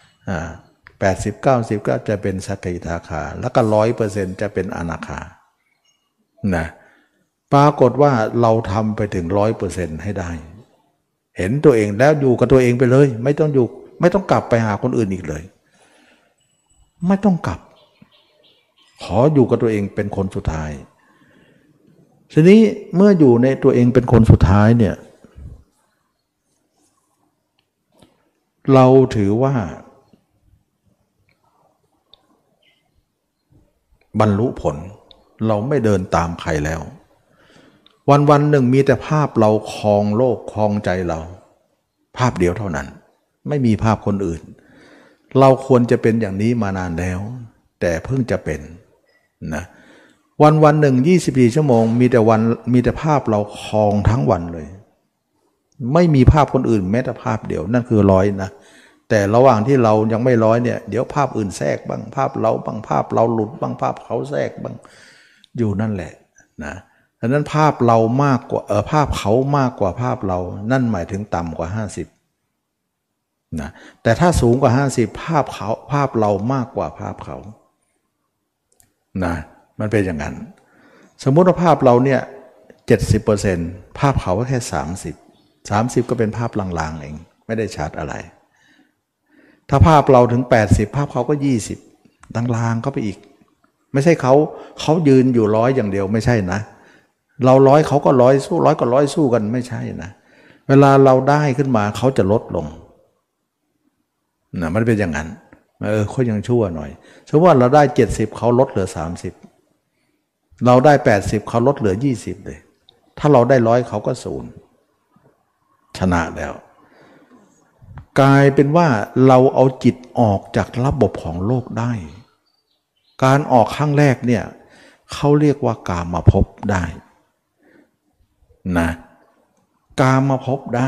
80-90ก็จะเป็นสกิทาคาแล้วก็ 100% จะเป็นอนาคานะปรากฏว่าเราทำไปถึง 100% ให้ได้เห็นตัวเองแล้วอยู่กับตัวเองไปเลยไม่ต้องกลับไปหาคนอื่นอีกเลยไม่ต้องกลับขออยู่กับตัวเองเป็นคนสุดท้ายทีนี้เมื่ออยู่ในตัวเองเป็นคนสุดท้ายเนี่ยเราถือว่าบรรลุผลเราไม่เดินตามใครแล้ว วันหนึ่งมีแต่ภาพเราครองโลกครองใจเราภาพเดียวเท่านั้นไม่มีภาพคนอื่นเราควรจะเป็นอย่างนี้มานานแล้วแต่เพิ่งจะเป็นนะวันหนึ่ง24 ชั่วโมงมีแต่ภาพเราครองทั้งวันเลยไม่มีภาพคนอื่นแม้แต่ภาพเดียวนั่นคือร้อยนะแต่ระหว่างที่เรายังไม่ร้อยเนี่ยเดี๋ยวภาพอื่นแทรกบ้างภาพเราบ้างภาพเราหลุดบ้างภาพเขาแทรกบ้างอยู่นั่นแหละนะดังนั้นภาพเรามากกว่าภาพเขามากกว่าภาพเรานั่นหมายถึงต่ำกว่า50นะแต่ถ้าสูงกว่า50ภาพเรามากกว่าภาพเขานะมันเป็นอย่างนั้นสมมุติว่าภาพเราเนี่ย70%ภาพเขาก็แค่30ก็เป็นภาพลางๆเองไม่ได้ชัดอะไรถ้าภาพเราถึง80ภาพเขาก็20ลางๆก็ไปอีกไม่ใช่เขายืนอยู่100อย่างเดียวไม่ใช่นะเรา100เขาก็100สู้100ก็100สู้กันไม่ใช่นะเวลาเราได้ขึ้นมาเขาจะลดลงนะมันเป็นอย่างนั้นเขายังชั่วหน่อยสมมติว่าเราได้70เขาลดเหลือ30เราได้80เขาลดเหลือ20เลยถ้าเราได้100เขาก็0ชนะแล้วกลายเป็นว่าเราเอาจิตออกจากระบบของโลกได้การออกครั้งแรกเนี่ยเขาเรียกว่ากามภพได้นะกามภพได้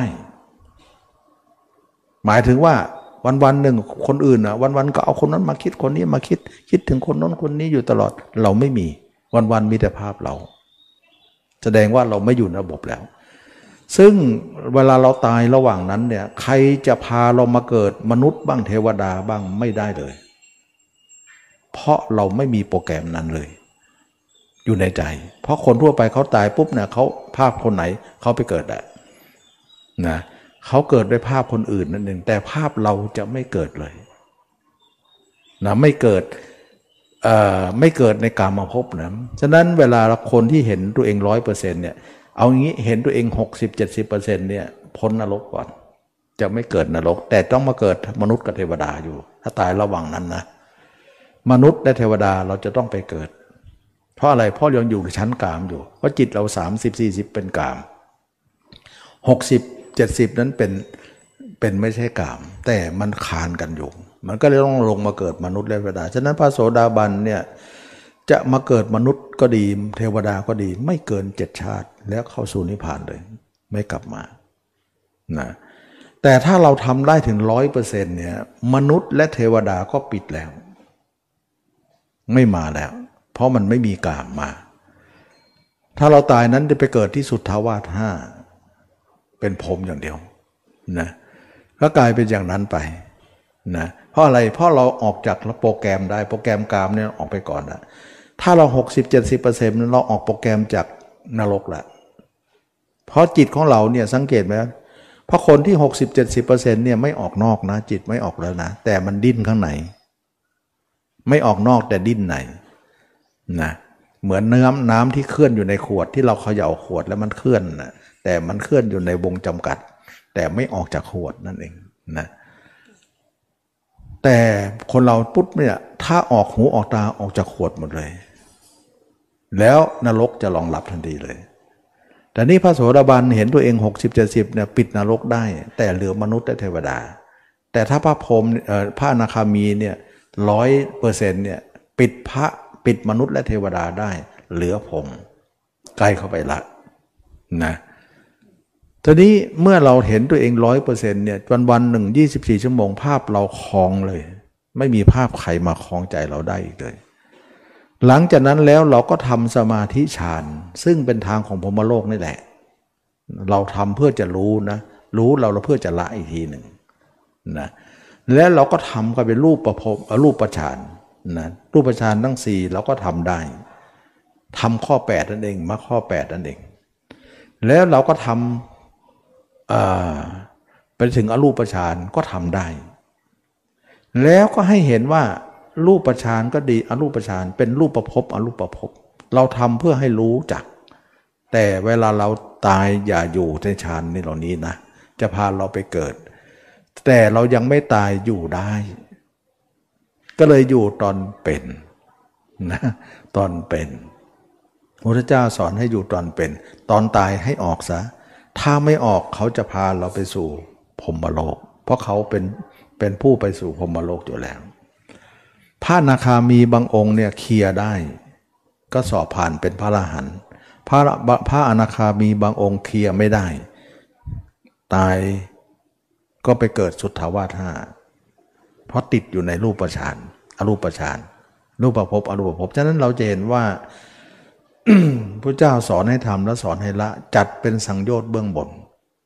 หมายถึงว่าวันหนึ่งคนอื่นนะวันก็เอาคนนั้นมาคิดคนนี้มาคิดถึงคนนั้นคนนี้อยู่ตลอดเราไม่มีวันมีแต่ภาพเราแสดงว่าเราไม่อยู่ในระบบแล้วซึ่งเวลาเราตายระหว่างนั้นเนี่ยใครจะพาเรามาเกิดมนุษย์บ้างเทวดาบ้างไม่ได้เลยเพราะเราไม่มีโปรแกรมนั้นเลยอยู่ในใจเพราะคนทั่วไปเขาตายปุ๊บเนี่ยเขาภาพคนไหนเขาไปเกิดได้นะเขาเกิดด้วยภาพคนอื่นนั่นเองแต่ภาพเราจะไม่เกิดเลยนะไม่เกิดในกามภพนะฉะนั้นเวลาคนที่เห็นตัวเอง 100% เนี่ยเอางี้เห็นตัวเอง 60-70% เนี่ยพ้นนรกก่อนจะไม่เกิดนรกแต่ต้องมาเกิดมนุษย์กับเทวดาอยู่ถ้าตายระหว่างนั้นนะมนุษย์และเทวดาเราจะต้องไปเกิดเพราะอะไรเพราะยังอยู่ในชั้นกามอยู่เพราะจิตเรา30-40เป็นกาม60-70นั้นเป็นไม่ใช่กามแต่มันคานกันอยู่มันก็เลยต้องลงมาเกิดมนุษย์และเทวดาฉะนั้นพระโสดาบันเนี่ยจะมาเกิดมนุษย์ก็ดีเทวดาก็ดีไม่เกิน7ชาติแล้วเข้าสู่นิพพานเลยไม่กลับมานะแต่ถ้าเราทำได้ถึง 100% เนี่ยมนุษย์และเทวดาก็ปิดแล้วไม่มาแล้วเพราะมันไม่มีกามมาถ้าเราตายนั้นจะไปเกิดที่สุทธาวาส5เป็นพรหมอย่างเดียวนะก็กลายเป็นอย่างนั้นไปนะเพราะอะไรเพราะเราออกจากโปรแกรมได้โปรแกรมกามเนี่ยออกไปก่อนนะถ้าเรา 60-70% นั้นเราออกโปรแกรมจากนรกแล้วเพราะจิตของเราเนี่ยสังเกตไหมเพราะคนที่ 60-70% เนี่ยไม่ออกนอกนะจิตไม่ออกแล้วนะแต่มันดิ้นข้างในไม่ออกนอกแต่ดิ้นในนะเหมือนน้ำที่เคลื่อนอยู่ในขวดที่เราเขย่าขวดแล้วมันเคลื่อนนะแต่มันเคลื่อนอยู่ในวงจำกัดแต่ไม่ออกจากขวดนั่นเองนะแต่คนเราปุ๊บเนี่ยถ้าออกหูออกตาออกจากขวดหมดเลยแล้วนรกจะรองรับทันทีเลยแต่นี่พระโสดาบันเห็นตัวเอง 60-70% เนี่ยปิดนรกได้แต่เหลือมนุษย์และเทวดาแต่ถ้าพระพรหมพระอนาคามีเนี่ย 100% เนี่ยปิดมนุษย์และเทวดาได้เหลือพรหมใกล้เข้าไปละนะทีนี้เมื่อเราเห็นตัวเอง 100% เนี่ยวันหนึ่ง24 ชั่วโมงภาพเราครองเลยไม่มีภาพใครมาครองใจเราได้อีกเลยหลังจากนั้นแล้วเราก็ทำสมาธิฌานซึ่งเป็นทางของพรหมโลกนี่แหละเราทำเพื่อจะรู้นะรู้เราเพื่อจะละอีกทีหนึ่งนะแล้วเราก็ทำกันเป็นรูปประพรมรูปประฌานนะรูปฌานทั้ง4เราก็ทำได้ทำข้อ8นั่นเองมรรคข้อ8นั่นเองแล้วเราก็ทำไปถึงอรูปฌานก็ทำได้แล้วก็ให้เห็นว่ารูปฌานก็ดีอรูปฌานเป็นรูปประพบอรูปประพบเราทำเพื่อให้รู้จักแต่เวลาเราตายอย่าอยู่ในฌานนี่เหล่านี้นะจะพาเราไปเกิดแต่เรายังไม่ตายอยู่ได้ก็เลยอยู่ตอนเป็นนะตอนเป็นพระพุทธเจ้าสอนให้อยู่ตอนเป็นตอนตายให้ออกซะถ้าไม่ออกเขาจะพาเราไปสู่พรหมโลกเพราะเขาเป็นผู้ไปสู่พรหมโลกอยู่แล้วพระอนาคามีบางองค์เนี่ยเคลียร์ได้ก็สอบผ่านเป็นพระอรหันต์พระอนาคามีบางองค์เคลียร์ไม่ได้ตายก็ไปเกิดสุทธาวาสห้าเพราะติดอยู่ในรูปฌานอรูปฌานรูปภพอรูปภพฉะนั้นเราจะเห็นว่า พระเจ้าสอนให้ทำและสอนให้ละจัดเป็นสังโยชน์เบื้องบน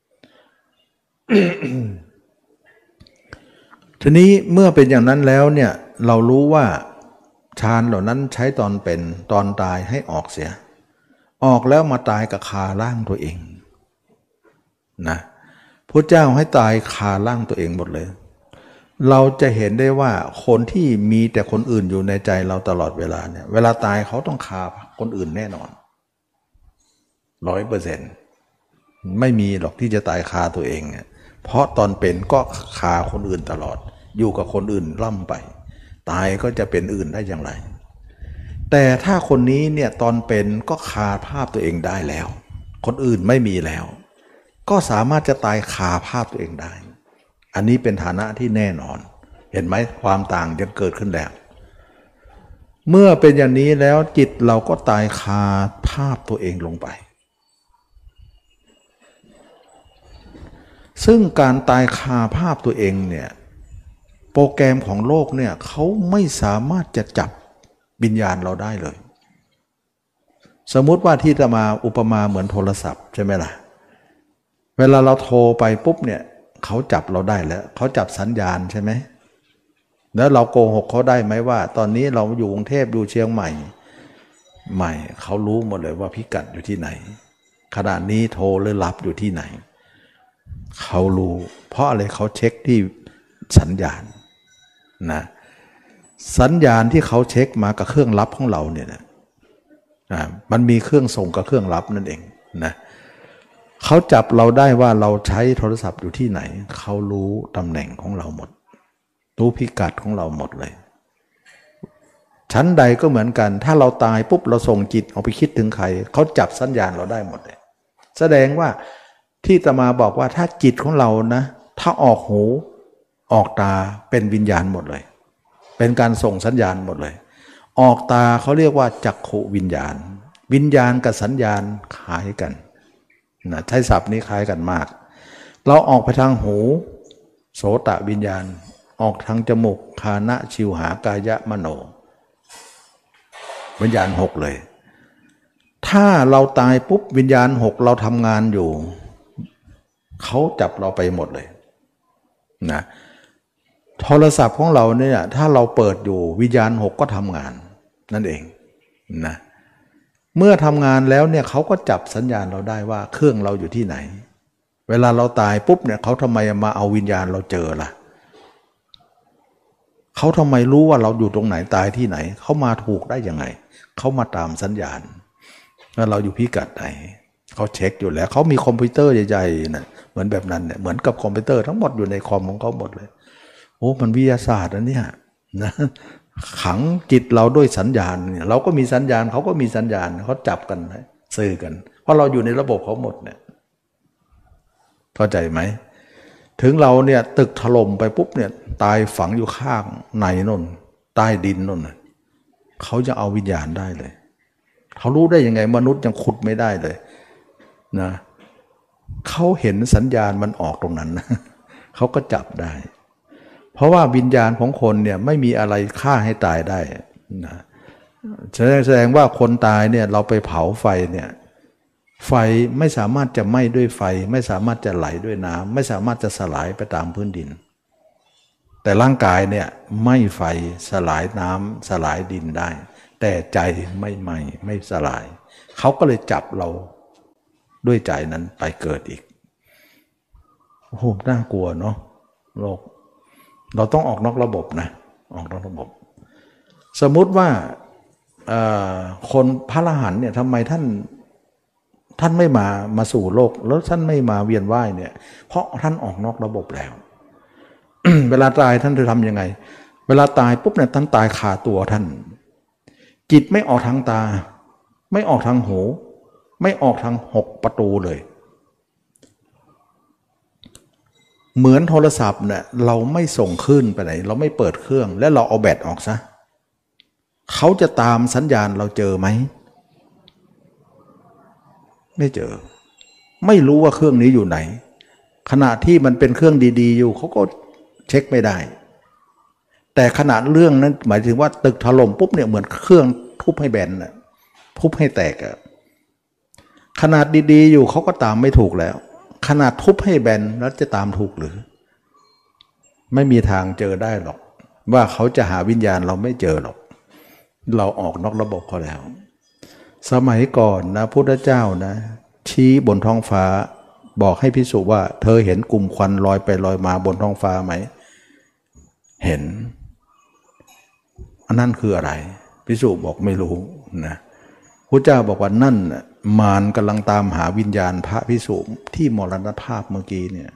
ทีนี้เมื่อเป็นอย่างนั้นแล้วเนี่ยเรารู้ว่าฌานเหล่านั้นใช้ตอนเป็นตอนตายให้ออกเสียออกแล้วมาตายกับคาร่างตัวเองนะพระเจ้าให้ตายคาร่างตัวเองหมดเลยเราจะเห็นได้ว่าคนที่มีแต่คนอื่นอยู่ในใจเราตลอดเวลาเนี่ยเวลาตายเขาต้องคาคนอื่นแน่นอน 100%ไม่มีหรอกที่จะตายคาตัวเองเพราะตอนเป็นก็คาคนอื่นตลอดอยู่กับคนอื่นล่ำไปตายก็จะเป็นอื่นได้อย่างไรแต่ถ้าคนนี้เนี่ยตอนเป็นก็คาภาพตัวเองได้แล้วคนอื่นไม่มีแล้วก็สามารถจะตายคาภาพตัวเองได้อันนี้เป็นฐานะที่แน่นอนเห็นไหมความต่างจะเกิดขึ้นแล้วเมื่อเป็นอย่างนี้แล้วจิตเราก็ตายคาภาพตัวเองลงไปซึ่งการตายคาภาพตัวเองเนี่ยโปรแกรมของโลกเนี่ยเขาไม่สามารถจะจับวิญญาณเราได้เลยสมมุติว่าที่จะมาอุปมาเหมือนโทรศัพท์ใช่ไหมล่ะเวลาเราโทรไปปุ๊บเนี่ยเขาจับเราได้แล้วเขาจับสัญญาณใช่ไหมแล้วเราโกหกเขาได้ไหมว่าตอนนี้เราอยู่กรุงเทพอยู่เชียงใหม่เขารู้หมดเลยว่าพิกัดอยู่ที่ไหนขณะนี้โทรหรือรับอยู่ที่ไหนเขารู้เพราะอะไรเขาเช็คที่สัญญาณนะสัญญาณที่เขาเช็คมากับเครื่องรับของเราเนี่ยนะมันมีเครื่องส่งกับเครื่องรับนั่นเองนะเขาจับเราได้ว่าเราใช้โทรศัพท์อยู่ที่ไหนเขารู้ตำแหน่งของเราหมดรู้พิกัดของเราหมดเลยชั้นใดก็เหมือนกันถ้าเราตายปุ๊บเราส่งจิตออกไปคิดถึงใครเขาจับสัญญาณเราได้หมดเลยแสดงว่าที่อาตมาบอกว่าถ้าจิตของเรานะถ้าออกหูออกตาเป็นวิญญาณหมดเลยเป็นการส่งสัญญาณหมดเลยออกตาเขาเรียกว่าจักขุวิญญาณวิญญาณกับสัญญาณคล้ายกันนะใช้ศัพท์นี้คล้ายกันมากเราออกไปทางหูโสตวิญญาณออกทางจมูกคานะชิวหากายะมโนวิญญาณ6เลยถ้าเราตายปุ๊บวิญญาณ6เราทำงานอยู่เขาจับเราไปหมดเลยนะโทรศัพท์ของเราเนี่ยถ้าเราเปิดอยู่วิญญาณ6ก็ทำงานนั่นเองนะเมื่อทำงานแล้วเนี่ยเขาก็จับสัญญาณเราได้ว่าเครื่องเราอยู่ที่ไหนเวลาเราตายปุ๊บเนี่ยเขาทำไมมาเอาวิญญาณเราเจอล่ะเขาทำไมรู้ว่าเราอยู่ตรงไหนตายที่ไหนเขามาถูกได้ยังไงเขามาตามสัญญาณว่าเราอยู่พิกัดไหนเขาเช็คอยู่แล้วเขามีคอมพิวเตอร์ใหญ่ๆนะเหมือนแบบนั้นเนี่ยเหมือนกับคอมพิวเตอร์ทั้งหมดอยู่ในคอมของเขาหมดเลยโอ้มันวิทยาศาสตร์นะเนี่ยนะขังจิตเราด้วยสัญญาณเนี่ยเราก็มีสัญญาณเขาก็มีสัญญาณเขาจับกันสื่อกันเพราะเราอยู่ในระบบเขาหมดเนี่ยเข้าใจไหมถึงเราเนี่ยตึกถล่มไปปุ๊บเนี่ยตายฝังอยู่ข้างในนนใต้ดินนนเขาจะเอาวิญญาณได้เลยเขารู้ได้ยังไงมนุษย์ยังขุดไม่ได้เลยนะเขาเห็นสัญญาณมันออกตรงนั้นเขาก็จับได้เพราะว่าวิญญาณของคนเนี่ยไม่มีอะไรฆ่าให้ตายได้นะแสดงว่าคนตายเนี่ยเราไปเผาไฟเนี่ยไฟไม่สามารถจะไหม้ด้วยไฟไม่สามารถจะไหลด้วยน้ำไม่สามารถจะสลายไปตามพื้นดินแต่ร่างกายเนี่ยไหม้ไฟสลายน้ำสลายดินได้แต่ใจไม่ไหม้ไม่สลายเขาก็เลยจับเราด้วยใจนั้นไปเกิดอีกโอ้โหน่ากลัวเนาะโลกเราต้องออกนอกระบบนะออกนอกระบบสมมุติว่าคนพระอรหันต์เนี่ยทำไมท่านไม่มาสู่โลกแล้วท่านไม่มาเวียนว่ายเนี่ยเพราะท่านออกนอกระบบแล้ว เวลาตายท่านจะทำยังไงเวลาตายปุ๊บเนี่ยท่านตายคาตัวท่านจิตไม่ออกทางตาไม่ออกทางหูไม่ออกทาง6ประตูเลยเหมือนโทรศัพท์เนี่ยเราไม่ส่งคลื่นไปไหนเราไม่เปิดเครื่องและเราเอาแบตออกซะเขาจะตามสัญญาณเราเจอไหมไม่เจอไม่รู้ว่าเครื่องนี้อยู่ไหนขณะที่มันเป็นเครื่องดีๆอยู่เขาก็เช็คไม่ได้แต่ขณะเรื่องนั้นหมายถึงว่าตึกถล่มปุ๊บเนี่ยเหมือนเครื่องทุบให้แบนน่ะทุบให้แตกอะขนาดดีๆอยู่เขาก็ตามไม่ถูกแล้วขนาดทุบให้แบนแล้วจะตามถูกหรือไม่มีทางเจอได้หรอกว่าเขาจะหาวิญญาณเราไม่เจอหรอกเราออกนอกระบบเขาแล้วสมัยก่อนนะพุทธเจ้านะชี้บนท้องฟ้าบอกให้ภิกษุว่าเธอเห็นกลุ่มควันลอยไปลอยมาบนท้องฟ้าไหมเห็นอันนั้นคืออะไรภิกษุบอกไม่รู้นะพุทธเจ้าบอกว่านั่นมารกำลังตามหาวิญญาณพระภิกษุที่มรณภาพเมื่อกี้เนี่ย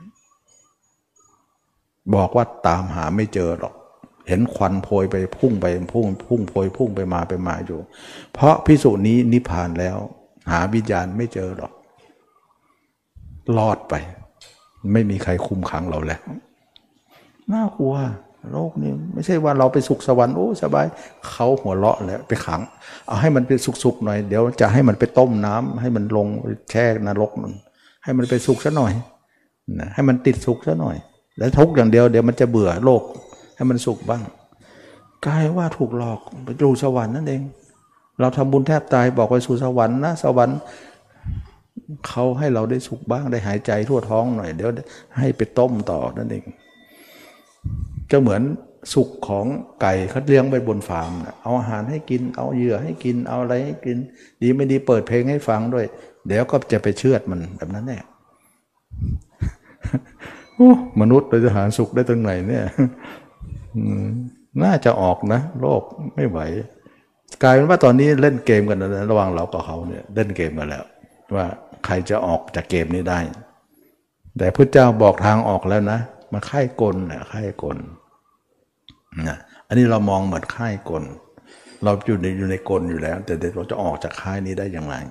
บอกว่าตามหาไม่เจอหรอกเห็นควันโพยไปพุ่งไปพุ่งโพยพุ่งไปมาอยู่เพราะภิกษุนี้นิพพานแล้วหาวิญญาณไม่เจอหรอกรอดไปไม่มีใครคุมขังเราแล้วน่ากลัวโลกนี้ไม่ใช่ว่าเราไปสุขสวรรค์โอ้สบายเขาหัวเราะแล้วไปขังเอาให้มันเป็นสุขๆหน่อยเดี๋ยวจะให้มันไปต้มน้ำให้มันลงแช่นรกมันให้มันไปสุขซะหน่อยนะให้มันติดสุขซะหน่อยแล้วทุกอย่างเดียวเดี๋ยวมันจะเบื่อโลกให้มันสุขบ้างกลายว่าถูกหลอกไปสู่สวรรค์นั่นเองเราทำบุญแทบตายบอกไปสู่สวรรค์นะสวรรค์เขาให้เราได้สุขบ้างได้หายใจทั่วท้องหน่อยเดี๋ยวให้ไปต้มต่อนั่นเองก็เหมือนสุขของไก่เขาเลี้ยงไปบนฟาร์มเอาอาหารให้กินเอาเหยื่อให้กินเอาอะไรให้กินดีไม่ดีเปิดเพลงให้ฟังด้วยเดี๋ยวก็จะไปเชือดมันแบบนั้นแหละมนุษย์เราจะหาสุขได้ตรงไหนเนี่ยน่าจะออกนะโลกไม่ไหวกลายเป็นว่าตอนนี้เล่นเกมกันนะระหว่างเรากับเขาเนี่ยเล่นเกมกันแล้วว่าใครจะออกจากเกมนี้ได้แต่พุทธเจ้าบอกทางออกแล้วนะมาค่ายกลเนี่ยค่ายกลนะอันนี้เรามองเหมือนค่ายกลเราอยู่ในกลอยู่แล้วแต่เราจะออกจากค่ายนี้ได้อย่างไร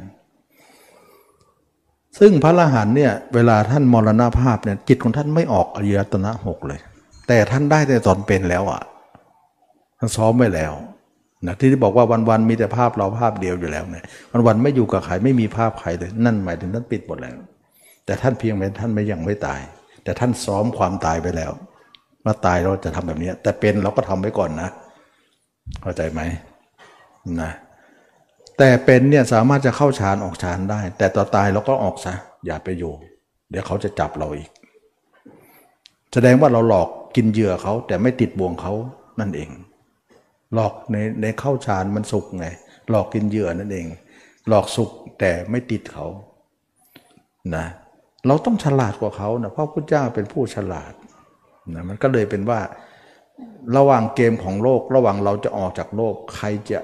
ซึ่งพระอรหันต์เนี่ยเวลาท่านมรณภาพเนี่ยจิตของท่านไม่ออกอริยตนะ6เลยแต่ท่านได้แต่ตอนเป็นแล้วอ่ะท่านซ้อมไว้แล้วนะที่บอกว่าวันๆมีแต่ภาพเราภาพเดียวอยู่แล้วเนี่ยวันๆไม่อยู่กับใครไม่มีภาพใครเลยนั่นหมายถึงท่านปิดหมดแล้วแต่ท่านเพียงแต่ท่านยังไม่ตายแต่ท่านซ้อมความตายไปแล้วว่าตายเราจะทำแบบนี้แต่เป็นเราก็ทำไว้ก่อนนะเข้าใจไหมนะแต่เป็นเนี่ยสามารถจะเข้าฌานออกฌานได้แต่ต่อตายเราก็ออกซะอย่าไปอยู่เดี๋ยวเขาจะจับเราอีกแสดงว่าเราหลอกกินเหยื่อเขาแต่ไม่ติดบ่วงเขานั่นเองหลอกในเข้าฌานมันสุขไงหลอกกินเหยื่อนั่นเองหลอกสุขแต่ไม่ติดเขานะเราต้องฉลาดกว่าเขานะเพราะพระเจ้าเป็นผู้ฉลาดนะมันก็เลยเป็นว่าระหว่างเกมของโลกระหว่างเราจะออกจากโลกใคร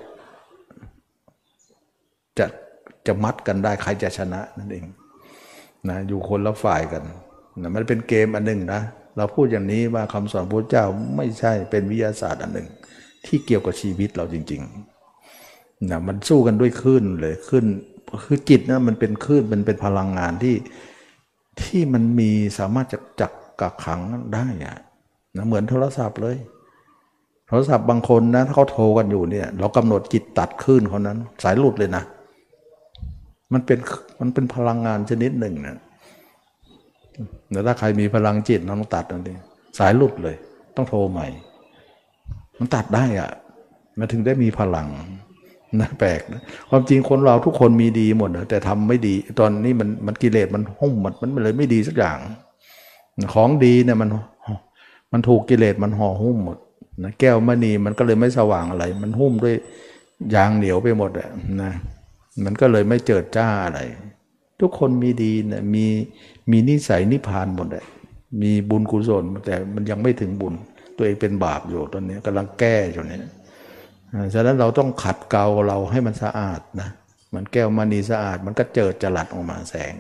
จะมัดกันได้ใครจะชนะนั่นเองนะอยู่คนละฝ่ายกันนะมันเป็นเกมอันหนึ่งนะเราพูดอย่างนี้ว่าคำสอนพระเจ้าไม่ใช่เป็นวิทยาศาสตร์อันหนึ่งที่เกี่ยวกับชีวิตเราจริงๆนะมันสู้กันด้วยคลื่นเลยคลื่นคือจิตนะมันเป็นคลื่นมันเป็นพลังงานที่มันมีสามารถจะจับกักขังได้อะนะเหมือนโทรศัพท์เลยโทรศัพท์บางคนนะถ้าเขาโทรกันอยู่เนี่ยเรากำหนดจิตตัดคลื่นเขานั้นสายหลุดเลยนะมันเป็นพลังงานชนิดหนึ่งนะแต่ถ้าใครมีพลังจิตต้องตัดนั่นเองสายหลุดเลยต้องโทรใหม่มันตัดได้อะมันถึงได้มีพลังนะแปลกนะความจริงคนเราทุกคนมีดีหมดนะแต่ทำไม่ดีตอนนี้มันกิเลสมันหุ้มมันเลยไม่ดีสักอย่างของดีเนี่ยมันถูกกิเลสมันห่อหุ้มหมดนะแก้วมณีมันก็เลยไม่สว่างอะไรมันหุ้มด้วยยางเหนียวไปหมดอะนะมันก็เลยไม่เจิดจ้าอะไรทุกคนมีดีเนี่ยมีนิสัยนิพพานหมดเลยมีบุญกุศลแต่มันยังไม่ถึงบุญตัวเองเป็นบาปอยู่ตอนนี้กำลังแก้อยู่เนี่ยฉะนั้นเราต้องขัดเกลาเราให้มันสะอาดนะมันแก้วมณีสะอาดมันก็เจิดจรัสออกมาแสง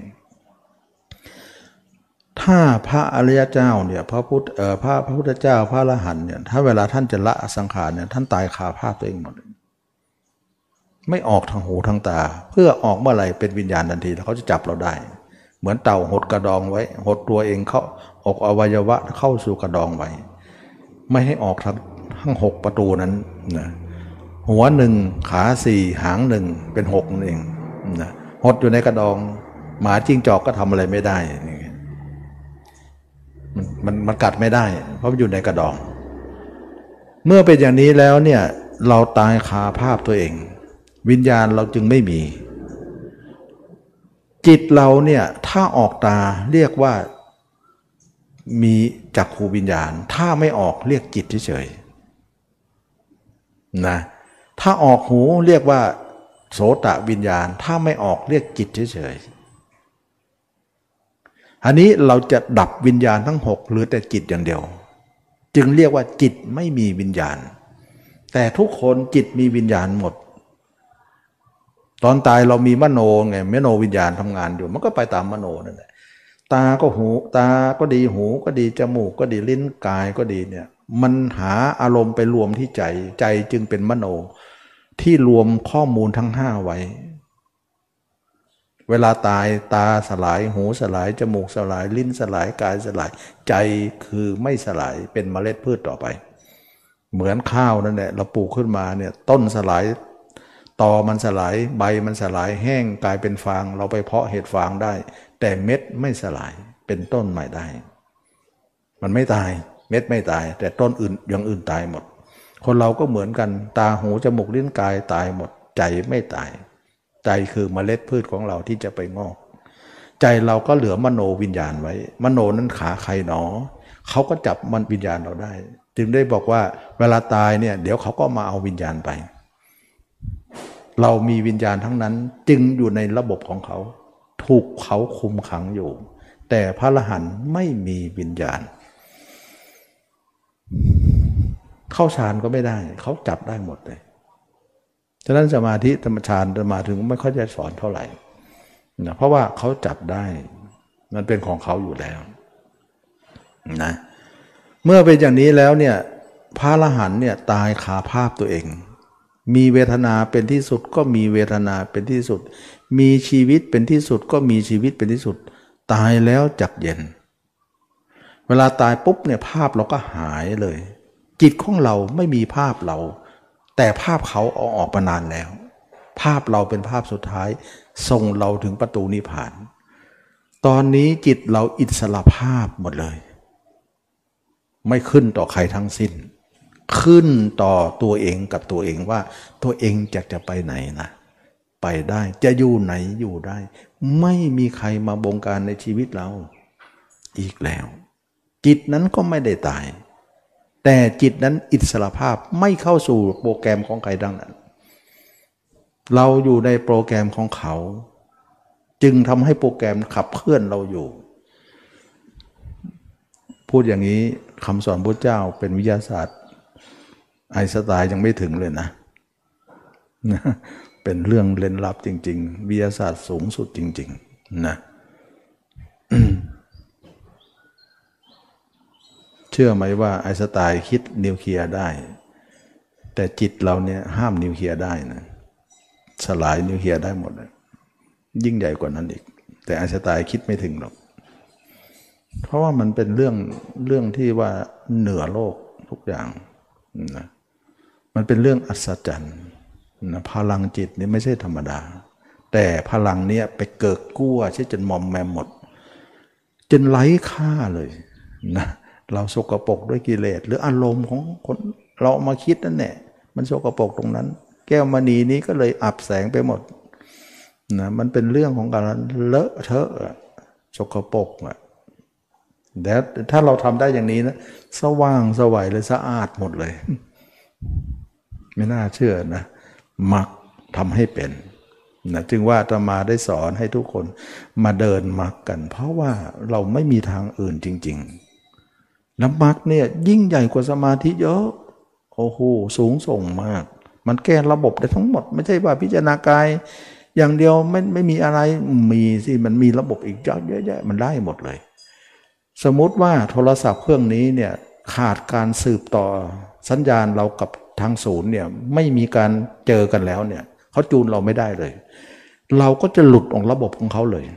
ถ้าพระอริยเจ้าเนี่ยพระพุทธเจ้าพระอรหันต์เนี่ยถ้าเวลาท่านจะละสังขารเนี่ยท่านตายคาภาพตัวเองหมดไม่ออกทางหูทางตาเพื่อออกเมื่อไหร่เป็นวิญญาณทันทีแล้วเขาจะจับเราได้เหมือนเต่าหดกระดองไว้หดตัวเองเข้าออกอวัยวะเข้าสู่กระดองไว้ไม่ให้ออกทั้ง6ประตูนั้นนะหัว1ขา4หาง1เป็น6นั่นเองนะหดอยู่ในกระดองหมาจิ้งจอกก็ทำอะไรไม่ได้มันกัดไม่ได้เพราะมันอยู่ในกระดองเมื่อเป็นอย่างนี้แล้วเนี่ยเราตายคาภาพตัวเองวิญญาณเราจึงไม่มีจิตเราเนี่ยถ้าออกตาเรียกว่ามีจักขูวิญญาณถ้าไม่ออกเรียกจิตเฉยๆนะถ้าออกหูเรียกว่าโสตวิญญาณถ้าไม่ออกเรียกจิตเฉยๆอันนี้เราจะดับวิญญาณทั้ง6หรือแต่จิตอย่างเดียวจึงเรียกว่าจิตไม่มีวิญญาณแต่ทุกคนจิตมีวิญญาณหมดตอนตายเรามีมโนไงมโนวิญญาณทำงานอยู่มันก็ไปตามมโนนั่นแหละตาก็หูตาก็ดีหูก็ดีจมูกก็ดีลิ้นกายก็ดีเนี่ยมันหาอารมณ์ไปรวมที่ใจใจจึงเป็นมโนที่รวมข้อมูลทั้ง5ไว้เวลาตายตาสลายหูสลายจมูกสลายลิ้นสลายกายสลายใจคือไม่สลายเป็นเมล็ดพืชต่อไปเหมือนข้าวนั่นแหละเราปลูกขึ้นมาเนี่ยต้นสลายตอมันสลายใบมันสลายแห้งกลายเป็นฟางเราไปเพาะเห็ดฟางได้แต่เม็ดไม่สลายเป็นต้นใหม่ได้มันไม่ตายเม็ดไม่ตายแต่ต้นอื่นอย่างอื่นตายหมดคนเราก็เหมือนกันตาหูจมูกลิ้นกายตายหมดใจไม่ตายใจคือเมล็ดพืชของเราที่จะไปงอกใจเราก็เหลือมโนวิญญาณไว้มโนนั้นขาใครหนอเขาก็จับมันวิญญาณเราได้จึงได้บอกว่าเวลาตายเนี่ยเดี๋ยวเขาก็มาเอาวิญญาณไปเรามีวิญญาณทั้งนั้นจึงอยู่ในระบบของเขาถูกเขาคุมขังอยู่แต่พระอรหันต์ไม่มีวิญญาณเข้าฌานก็ไม่ได้เขาจับได้หมดเลยฉะนั้นสมาธิธรรมฌานมาถึงไม่ค่อยจะสอนเท่าไหร่นะเพราะว่าเขาจับได้มันเป็นของเขาอยู่แล้วนะเมื่อเป็นอย่างนี้แล้วเนี่ยพระอรหันต์เนี่ยตายคาภาพตัวเองมีเวทนาเป็นที่สุดก็มีเวทนาเป็นที่สุดมีชีวิตเป็นที่สุดก็มีชีวิตเป็นที่สุดตายแล้วจักเย็นเวลาตายปุ๊บเนี่ยภาพเราก็หายเลยจิตของเราไม่มีภาพเราแต่ภาพเขาเอาออกมานานแล้วภาพเราเป็นภาพสุดท้ายส่งเราถึงประตูนิพพานตอนนี้จิตเราอิสระภาพหมดเลยไม่ขึ้นต่อใครทั้งสิ้นขึ้นต่อตัวเองกับตัวเองว่าตัวเองจะไปไหนนะไปได้จะอยู่ไหนอยู่ได้ไม่มีใครมาบงการในชีวิตเราอีกแล้วจิตนั้นก็ไม่ได้ตายแต่จิตนั้นอิสระภาพไม่เข้าสู่โปรแกรมของใครดังนั้นเราอยู่ในโปรแกรมของเขาจึงทำให้โปรแกรมขับเคลื่อนเราอยู่พูดอย่างนี้คำสอนพระเจ้าเป็นวิทยาศาสตร์ไอน์สไตน์ยังไม่ถึงเลยนะเป็นเรื่องเร้นลับจริงๆวิทยาศาสตร์สูงสุดจริงๆนะ เชื่อไหมว่าไอน์สไตน์คิดนิวเคลียร์ได้แต่จิตเราเนี่ยห้ามนิวเคลียร์ได้นะสลายนิวเคลียร์ได้หมดเลยยิ่งใหญ่กว่านั้นอีกแต่ไอน์สไตน์คิดไม่ถึงหรอกเพราะว่ามันเป็นเรื่องที่ว่าเหนือโลกทุกอย่างนะมันเป็นเรื่องอัศจรรย์นะพลังจิตนี่ไม่ใช่ธรรมดาแต่พลังเนี้ยไปเกิดกู้ใช่จนมอมแมมหมดจนไร้ค่าเลยนะเราสกปรกด้วยกิเลสหรืออารมณ์ของคนเรามาคิดนั่นแหละมันสกปรกตรงนั้นแก้วมณีนี้ก็เลยอับแสงไปหมดนะมันเป็นเรื่องของการเลอะเทอะสกปรกอ่ะแต่ถ้าเราทำได้อย่างนี้นะสว่างสวัยเลยสะอาดหมดเลยไม่น่าเชื่อนะมักทำให้เป็นนะจึงว่าอาตมาได้สอนให้ทุกคนมาเดินมักกันเพราะว่าเราไม่มีทางอื่นจริงๆแล้วมักเนี่ยยิ่งใหญ่กว่าสมาธิเยอะโอ้โหสูงส่งมากมันแก้ระบบได้ทั้งหมดไม่ใช่ว่าพิจารณากายอย่างเดียวไม่มีอะไรมีสิมันมีระบบอีกเยอะแยะมันได้หมดเลยสมมุติว่าโทรศัพท์เครื่องนี้เนี่ยขาดการสืบต่อสัญญาณเรากับทางศูนย์เนี่ยไม่มีการเจอกันแล้วเนี่ยเขาจูนเราไม่ได้เลย เราก็จะหลุดออกระบบของเขาเลย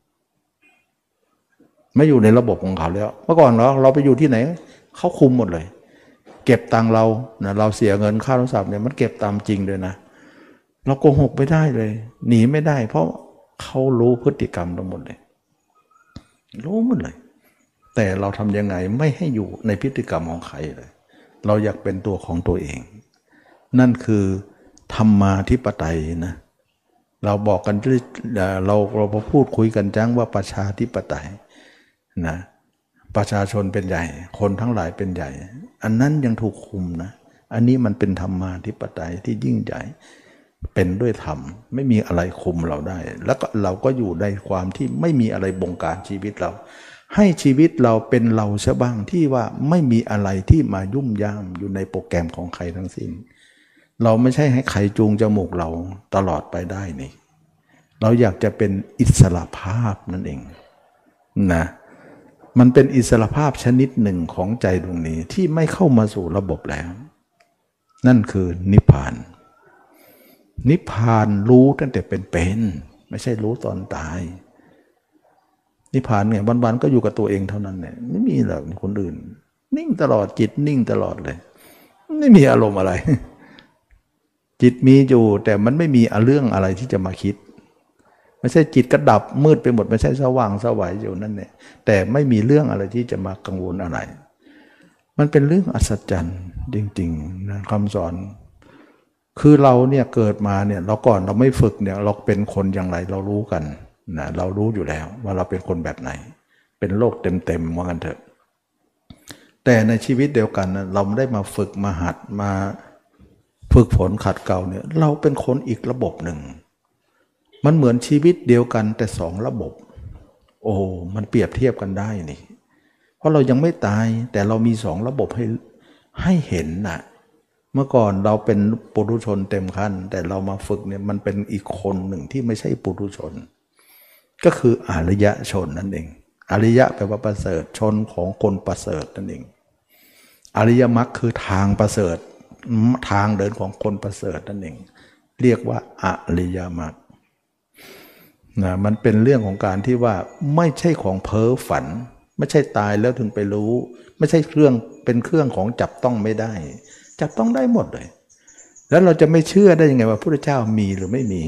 ไม่อยู่ในระบบของเขาแล้วเมื่อก่อนเราไปอยู่ที่ไหนเขาคุมหมดเลยเก็บตังเรานะเราเสียเงินค่าโทรศัพท์เนี่ยมันเก็บตามจริงเลยนะเราโกหกไม่ได้เลยหนีไม่ได้เพราะเขารู้พฤติกรรมทั้งหมดเลยรู้หมดเลยแต่เราทำยังไงไม่ให้อยู่ในพฤติกรรมของใครเลยเราอยากเป็นตัวของตัวเองนั่นคือธรรมาธิปไตยนะเราบอกกันเราพูดคุยกันจังว่าประชาธิปไตยนะประชาชนเป็นใหญ่คนทั้งหลายเป็นใหญ่อันนั้นยังถูกคุมนะอันนี้มันเป็นธรรมาธิปไตยที่ยิ่งใหญ่เป็นด้วยธรรมไม่มีอะไรคุมเราได้แล้วก็เราก็อยู่ในความที่ไม่มีอะไรบงการชีวิตเราให้ชีวิตเราเป็นเราซะบ้างที่ว่าไม่มีอะไรที่มายุ่มย่ามอยู่ในโปรแกรมของใครทั้งสิ้นเราไม่ใช่ให้ใครจูงจมูกเราตลอดไปได้นี่เราอยากจะเป็นอิสระภาพนั่นเองนะมันเป็นอิสระภาพชนิดหนึ่งของใจดวงนี้ที่ไม่เข้ามาสู่ระบบแล้วนั่นคือนิพพานนิพพานรู้ตั้งแต่เป็นไม่ใช่รู้ตอนตายนิพพานเนี่ยวันๆก็อยู่กับตัวเองเท่านั้นเนี่ยไม่มีหรอกคนอื่นนิ่งตลอดจิตนิ่งตลอดเลยไม่มีอารมณ์อะไรจิตมีอยู่แต่มันไม่มีเรื่องอะไรที่จะมาคิดไม่ใช่จิตก็ดับมืดไปหมดไม่ใช่สว่างสวัยอยู่นั่นเนี่ยแต่ไม่มีเรื่องอะไรที่จะมากังวลอะไรมันเป็นเรื่องอัศจรรย์จริงๆนะคำสอนคือเราเนี่ยเกิดมาเนี่ยเราก่อนเราไม่ฝึกเนี่ยเราเป็นคนอย่างไรเรารู้กันนะเรารู้อยู่แล้วว่าเราเป็นคนแบบไหนเป็นโลกเต็มๆว่ากันเถอะแต่ในชีวิตเดียวกันนะเราไม่ได้มาฝึกมาหัดมาฝึกฝนขัดเกลาเนี่ยเราเป็นคนอีกระบบหนึ่งมันเหมือนชีวิตเดียวกันแต่สองระบบโอ้มันเปรียบเทียบกันได้นี่เพราะเรายังไม่ตายแต่เรามีสองระบบให้เห็นนะเมื่อก่อนเราเป็นปุถุชนเต็มขั้นแต่เรามาฝึกเนี่ยมันเป็นอีกคนหนึ่งที่ไม่ใช่ปุถุชนก็คืออริยชนนั่นเองอริยะแปลว่าประเสริฐชนของคนประเสริฐนั่นเองอริยมรรคคือทางประเสริฐทางเดินของคนประเสริฐนั่นเองเรียกว่าอริยมรรคนะมันเป็นเรื่องของการที่ว่าไม่ใช่ของเพ้อฝันไม่ใช่ตายแล้วถึงไปรู้ไม่ใช่เครื่องเป็นเครื่องของจับต้องไม่ได้จับต้องได้หมดเลยแล้วเราจะไม่เชื่อได้ยังไงว่าพระพุทธเจ้ามีหรือไม่มี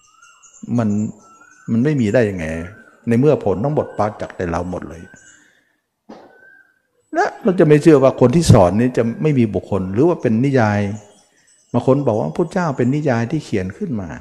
มันไม่มีได้ยังไงในเมื่อผลทั้งหมดปรากฏแต่เราหมดเลยและเราจะไม่เชื่อว่าคนที่สอนนี้จะไม่มีบุคคลหรือว่าเป็นนิยายบางคนบอกว่าพระพุทธเจ้าเป็นนิยายที่เขียนขึ้นมา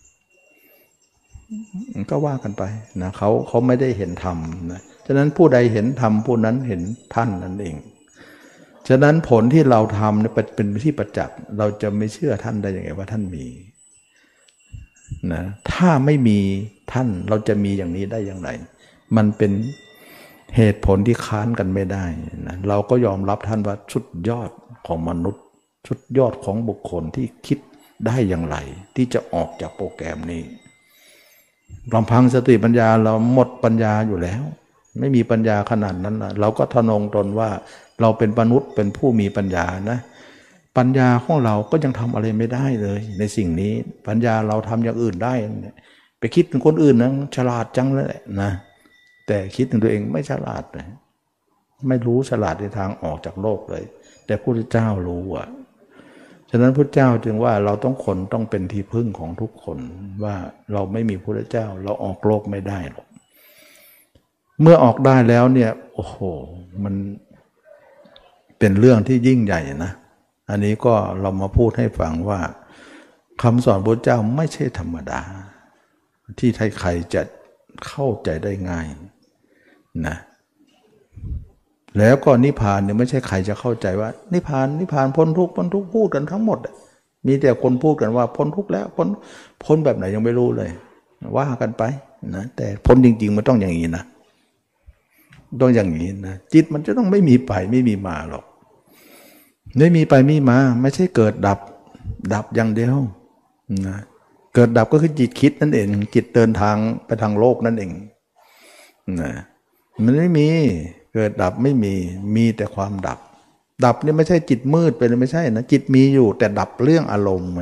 ก็ว่ากันไปนะเขาไม่ได้เห็นธรรมนะฉะนั้นผู้ใดเห็นธรรมผู้นั้นเห็นท่านนั่นเองฉะนั้นผลที่เราทำเนี่ยเป็นที่ประจักษ์เราจะไม่เชื่อท่านได้ยังไงว่าท่านมีนะถ้าไม่มีท่านเราจะมีอย่างนี้ได้อย่างไรมันเป็นเหตุผลที่ค้านกันไม่ได้นะเราก็ยอมรับท่านว่าสุดยอดของมนุษย์สุดยอดของบุคคลที่คิดได้อย่างไรที่จะออกจากโปรแกรมนี้ลำพังสติปัญญาเราหมดปัญญาอยู่แล้วไม่มีปัญญาขนาดนั้นนะเราก็ทะนงตนว่าเราเป็นมนุษย์เป็นผู้มีปัญญานะปัญญาของเราก็ยังทำอะไรไม่ได้เลยในสิ่งนี้ปัญญาเราทำอย่างอื่นได้ไปคิดถึงคนอื่นนะฉลาดจังเลยนะแต่คิดถึงตัวเองไม่ฉลาดเลยไม่รู้ฉลาดในทางออกจากโลกเลยแต่พระพุทธเจ้ารู้อ่ะฉะนั้นพระเจ้าจึงว่าเราต้องเป็นที่พึ่งของทุกคนว่าเราไม่มีพระเจ้าเราออกโลกไม่ได้หรอกเมื่อออกได้แล้วเนี่ยโอ้โหมันเป็นเรื่องที่ยิ่งใหญ่นะอันนี้ก็เรามาพูดให้ฟังว่าคำสอนพระเจ้าไม่ใช่ธรรมดาที่ใครๆจะเข้าใจได้ง่ายนะแล้วก็นิพพานเนี่ยไม่ใช่ใครจะเข้าใจว่านิพพานพ้นทุกข์พูดกันทั้งหมดมีแต่คนพูดกันว่าพ้นทุกข์แล้วพ้นแบบไหนยังไม่รู้เลยว่ากันไปนะแต่พ้นจริงๆมันต้องอย่างนี้นะต้องอย่างนี้นะจิตมันจะต้องไม่มีไปไม่มีมาหรอกไม่มีไปไม่มาไม่ใช่เกิดดับอย่างเดียวนะเกิดดับก็คือจิตคิดนั่นเองจิตเดินทางไปทางโลกนั่นเองนะมันไม่มีเกิดดับไม่มีแต่ความดับนี่ไม่ใช่จิตมืดไปเลยไม่ใช่นะจิตมีอยู่แต่ดับเรื่องอารมณ์ไง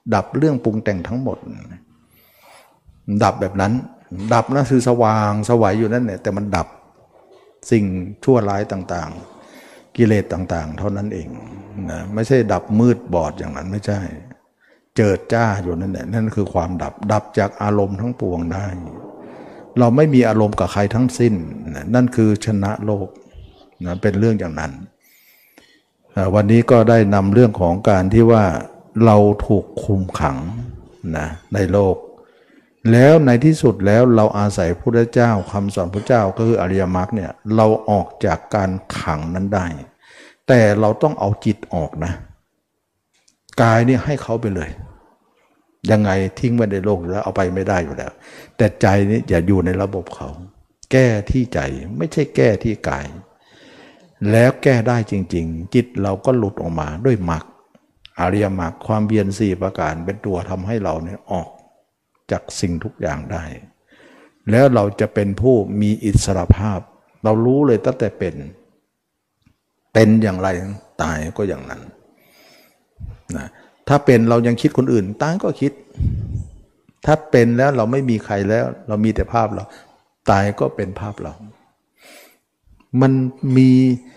ดับเรื่องปรุงแต่งทั้งหมดดับแบบนั้นดับนั่นคือสว่างสวัยอยู่นั่นแหละแต่มันดับสิ่งชั่วร้ายต่างๆกิเลสต่างๆเท่านั้นเองนะไม่ใช่ดับมืดบอดอย่างนั้นไม่ใช่เจิดจ้าอยู่นั่นแหละนั่นคือความดับจากอารมณ์ทั้งปวงได้เราไม่มีอารมณ์กับใครทั้งสิ้นนั่นคือชนะโลกนะเป็นเรื่องอย่างนั้นวันนี้ก็ได้นำเรื่องของการที่ว่าเราถูกคุมขังนะในโลกแล้วในที่สุดแล้วเราอาศัยพระพุทธเจ้าคำสอนพระเจ้าก็คืออริยมรรคเนี่ยเราออกจากการขังนั้นได้แต่เราต้องเอาจิตออกนะกายนี่ให้เขาไปเลยยังไงทิ้งไว้ในโลกแล้วเอาไปไม่ได้อยู่แล้วแต่ใจนี่อย่าอยู่ในระบบเขาแก้ที่ใจไม่ใช่แก้ที่กายแล้วแก้ได้จริงๆจิตเราก็หลุดออกมาด้วยมรรคอริยมรรคความเพียร4ประการเป็นตัวทำให้เราเนี่ยออกจากสิ่งทุกอย่างได้แล้วเราจะเป็นผู้มีอิสรภาพเรารู้เลยตั้งแต่เป็นอย่างไรตายก็อย่างนั้นนะถ้าเป็นเรายังคิดคนอื่นตายก็คิดถ้าเป็นแล้วเราไม่มีใครแล้วเรามีแต่ภาพเราตายก็เป็นภาพเรามันมี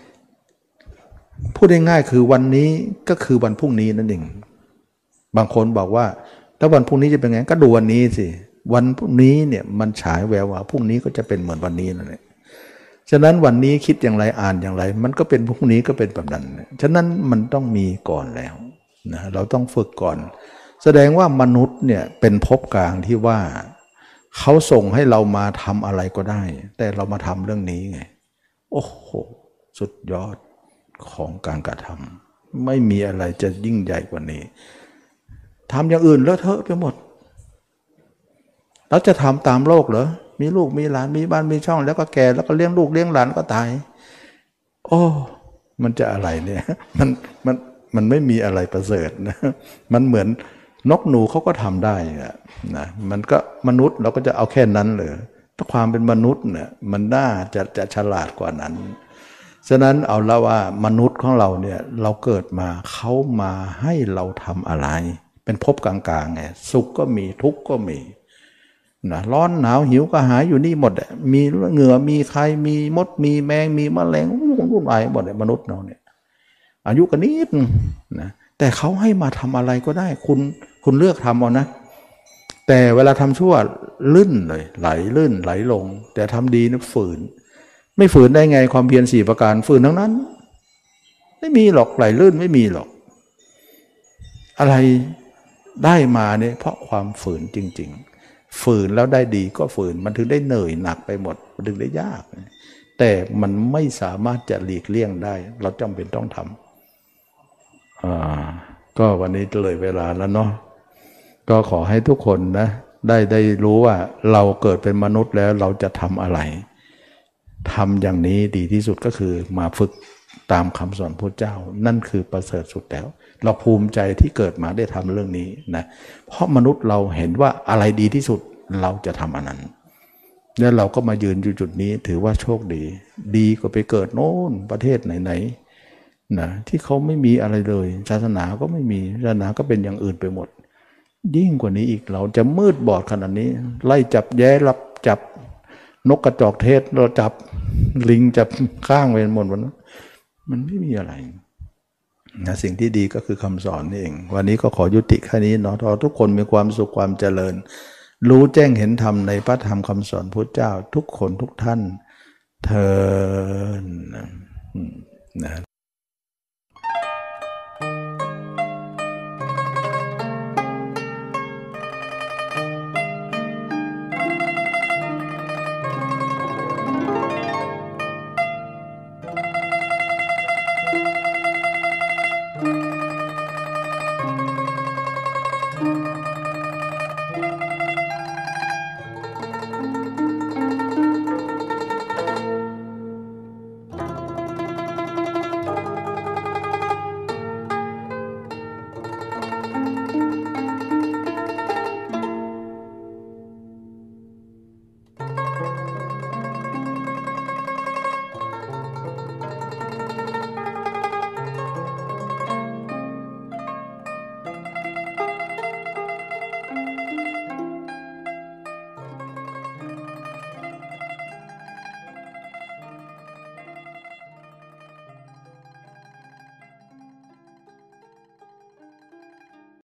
พูดง่ายๆคือวันนี้ก็คือวันพรุ่งนี้นั่นเองบางคนบอกว่าแล้ววันพรุ่งนี้จะเป็นไงก็ดูวันนี้สิวันพรุ่งนี้เนี่ยมันฉายแววว่าพรุ่งนี้ก็จะเป็นเหมือนวันนี้นั่นแหละฉะนั้นวันนี้คิดอย่างไรอ่านอย่างไรมันก็เป็นพรุ่งนี้ก็เป็นแบบนั้นฉะนั้นมันต้องมีก่อนแล้วนะเราต้องฝึกก่อนแสดงว่ามนุษย์เนี่ยเป็นภพกลางที่ว่าเขาส่งให้เรามาทำอะไรก็ได้แต่เรามาทำเรื่องนี้ไงโอ้โหสุดยอดของการกระทำไม่มีอะไรจะยิ่งใหญ่กว่านี้ทำอย่างอื่นเลอะเทอะไปหมดเราจะทำตามโลกเหรอมีลูกมีหลานมีบ้านมีช่องแล้วก็แก่แล้วก็เลี้ยงลูกเลี้ยงหลานก็ตายโอ้มันจะอะไรเนี่ยมันไม่มีอะไรประเสริฐนะมันเหมือนนกหนูเขาก็ทำได้นะมันก็มนุษย์เราก็จะเอาแค่นั้นเลยถ้าความเป็นมนุษย์เนี่ยมันน่าจะฉลาดกว่านั้นฉะนั้นเอาละว่ามนุษย์ของเราเนี่ยเราเกิดมาเขามาให้เราทำอะไรเป็นภพกลางๆไงสุขก็มีทุกข์ก็มีนะร้อนหนาวหิวก็หายอยู่นี่หมดมีเหงื่อมีใครมีมดมีแมงมีแมลงวุ่นวายหมดมนุษย์เราเนี่ยอายุก็นิดนะแต่เขาให้มาทำอะไรก็ได้คุณเลือกทำเอานะแต่เวลาทำชั่วลื่นเลยไหลลื่นไหลลงแต่ทำดีนะฝืนไม่ฝืนได้ไงความเพียร4ประการฝืนทั้งนั้นไม่มีหรอกไหลลื่นไม่มีหรอกอะไรได้มาเนี่ยเพราะความฝืนจริงๆฝืนแล้วได้ดีก็ฝืนมันถึงได้เหนื่อยหนักไปหมดมันถึงได้ยากแต่มันไม่สามารถจะหลีกเลี่ยงได้เราจำเป็นต้องทำก็วันนี้เลยเวลาแล้วเนาะก็ขอให้ทุกคนนะได้รู้ว่าเราเกิดเป็นมนุษย์แล้วเราจะทำอะไรทำอย่างนี้ดีที่สุดก็คือมาฝึกตามคำสอนพระเจ้านั่นคือประเสริฐสุดแล้วเราภูมิใจที่เกิดมาได้ทำเรื่องนี้นะเพราะมนุษย์เราเห็นว่าอะไรดีที่สุดเราจะทำอันนั้นแล้วเราก็มายืนอยู่จุดนี้ถือว่าโชคดีกว่าไปเกิดโน่นประเทศไหนนะที่เขาไม่มีอะไรเลยศาสนาก็ไม่มีศาสนาก็เป็นอย่างอื่นไปหมดยิ่งกว่านี้อีกเราจะมืดบอดขนาดนี้ไล่จับแย้รับจับนกกระจอกเทศเราจับลิงจับข้างไปหมดวันนั้นมันไม่มีอะไรนะสิ่งที่ดีก็คือคำสอนนี่เองวันนี้ก็ขอยุติแค่นี้เนาะทุกคนมีความสุขความเจริญรู้แจ้งเห็นธรรมในพระธรรมคำสอนพุทธเจ้าทุกคนทุกท่านเทอญนะ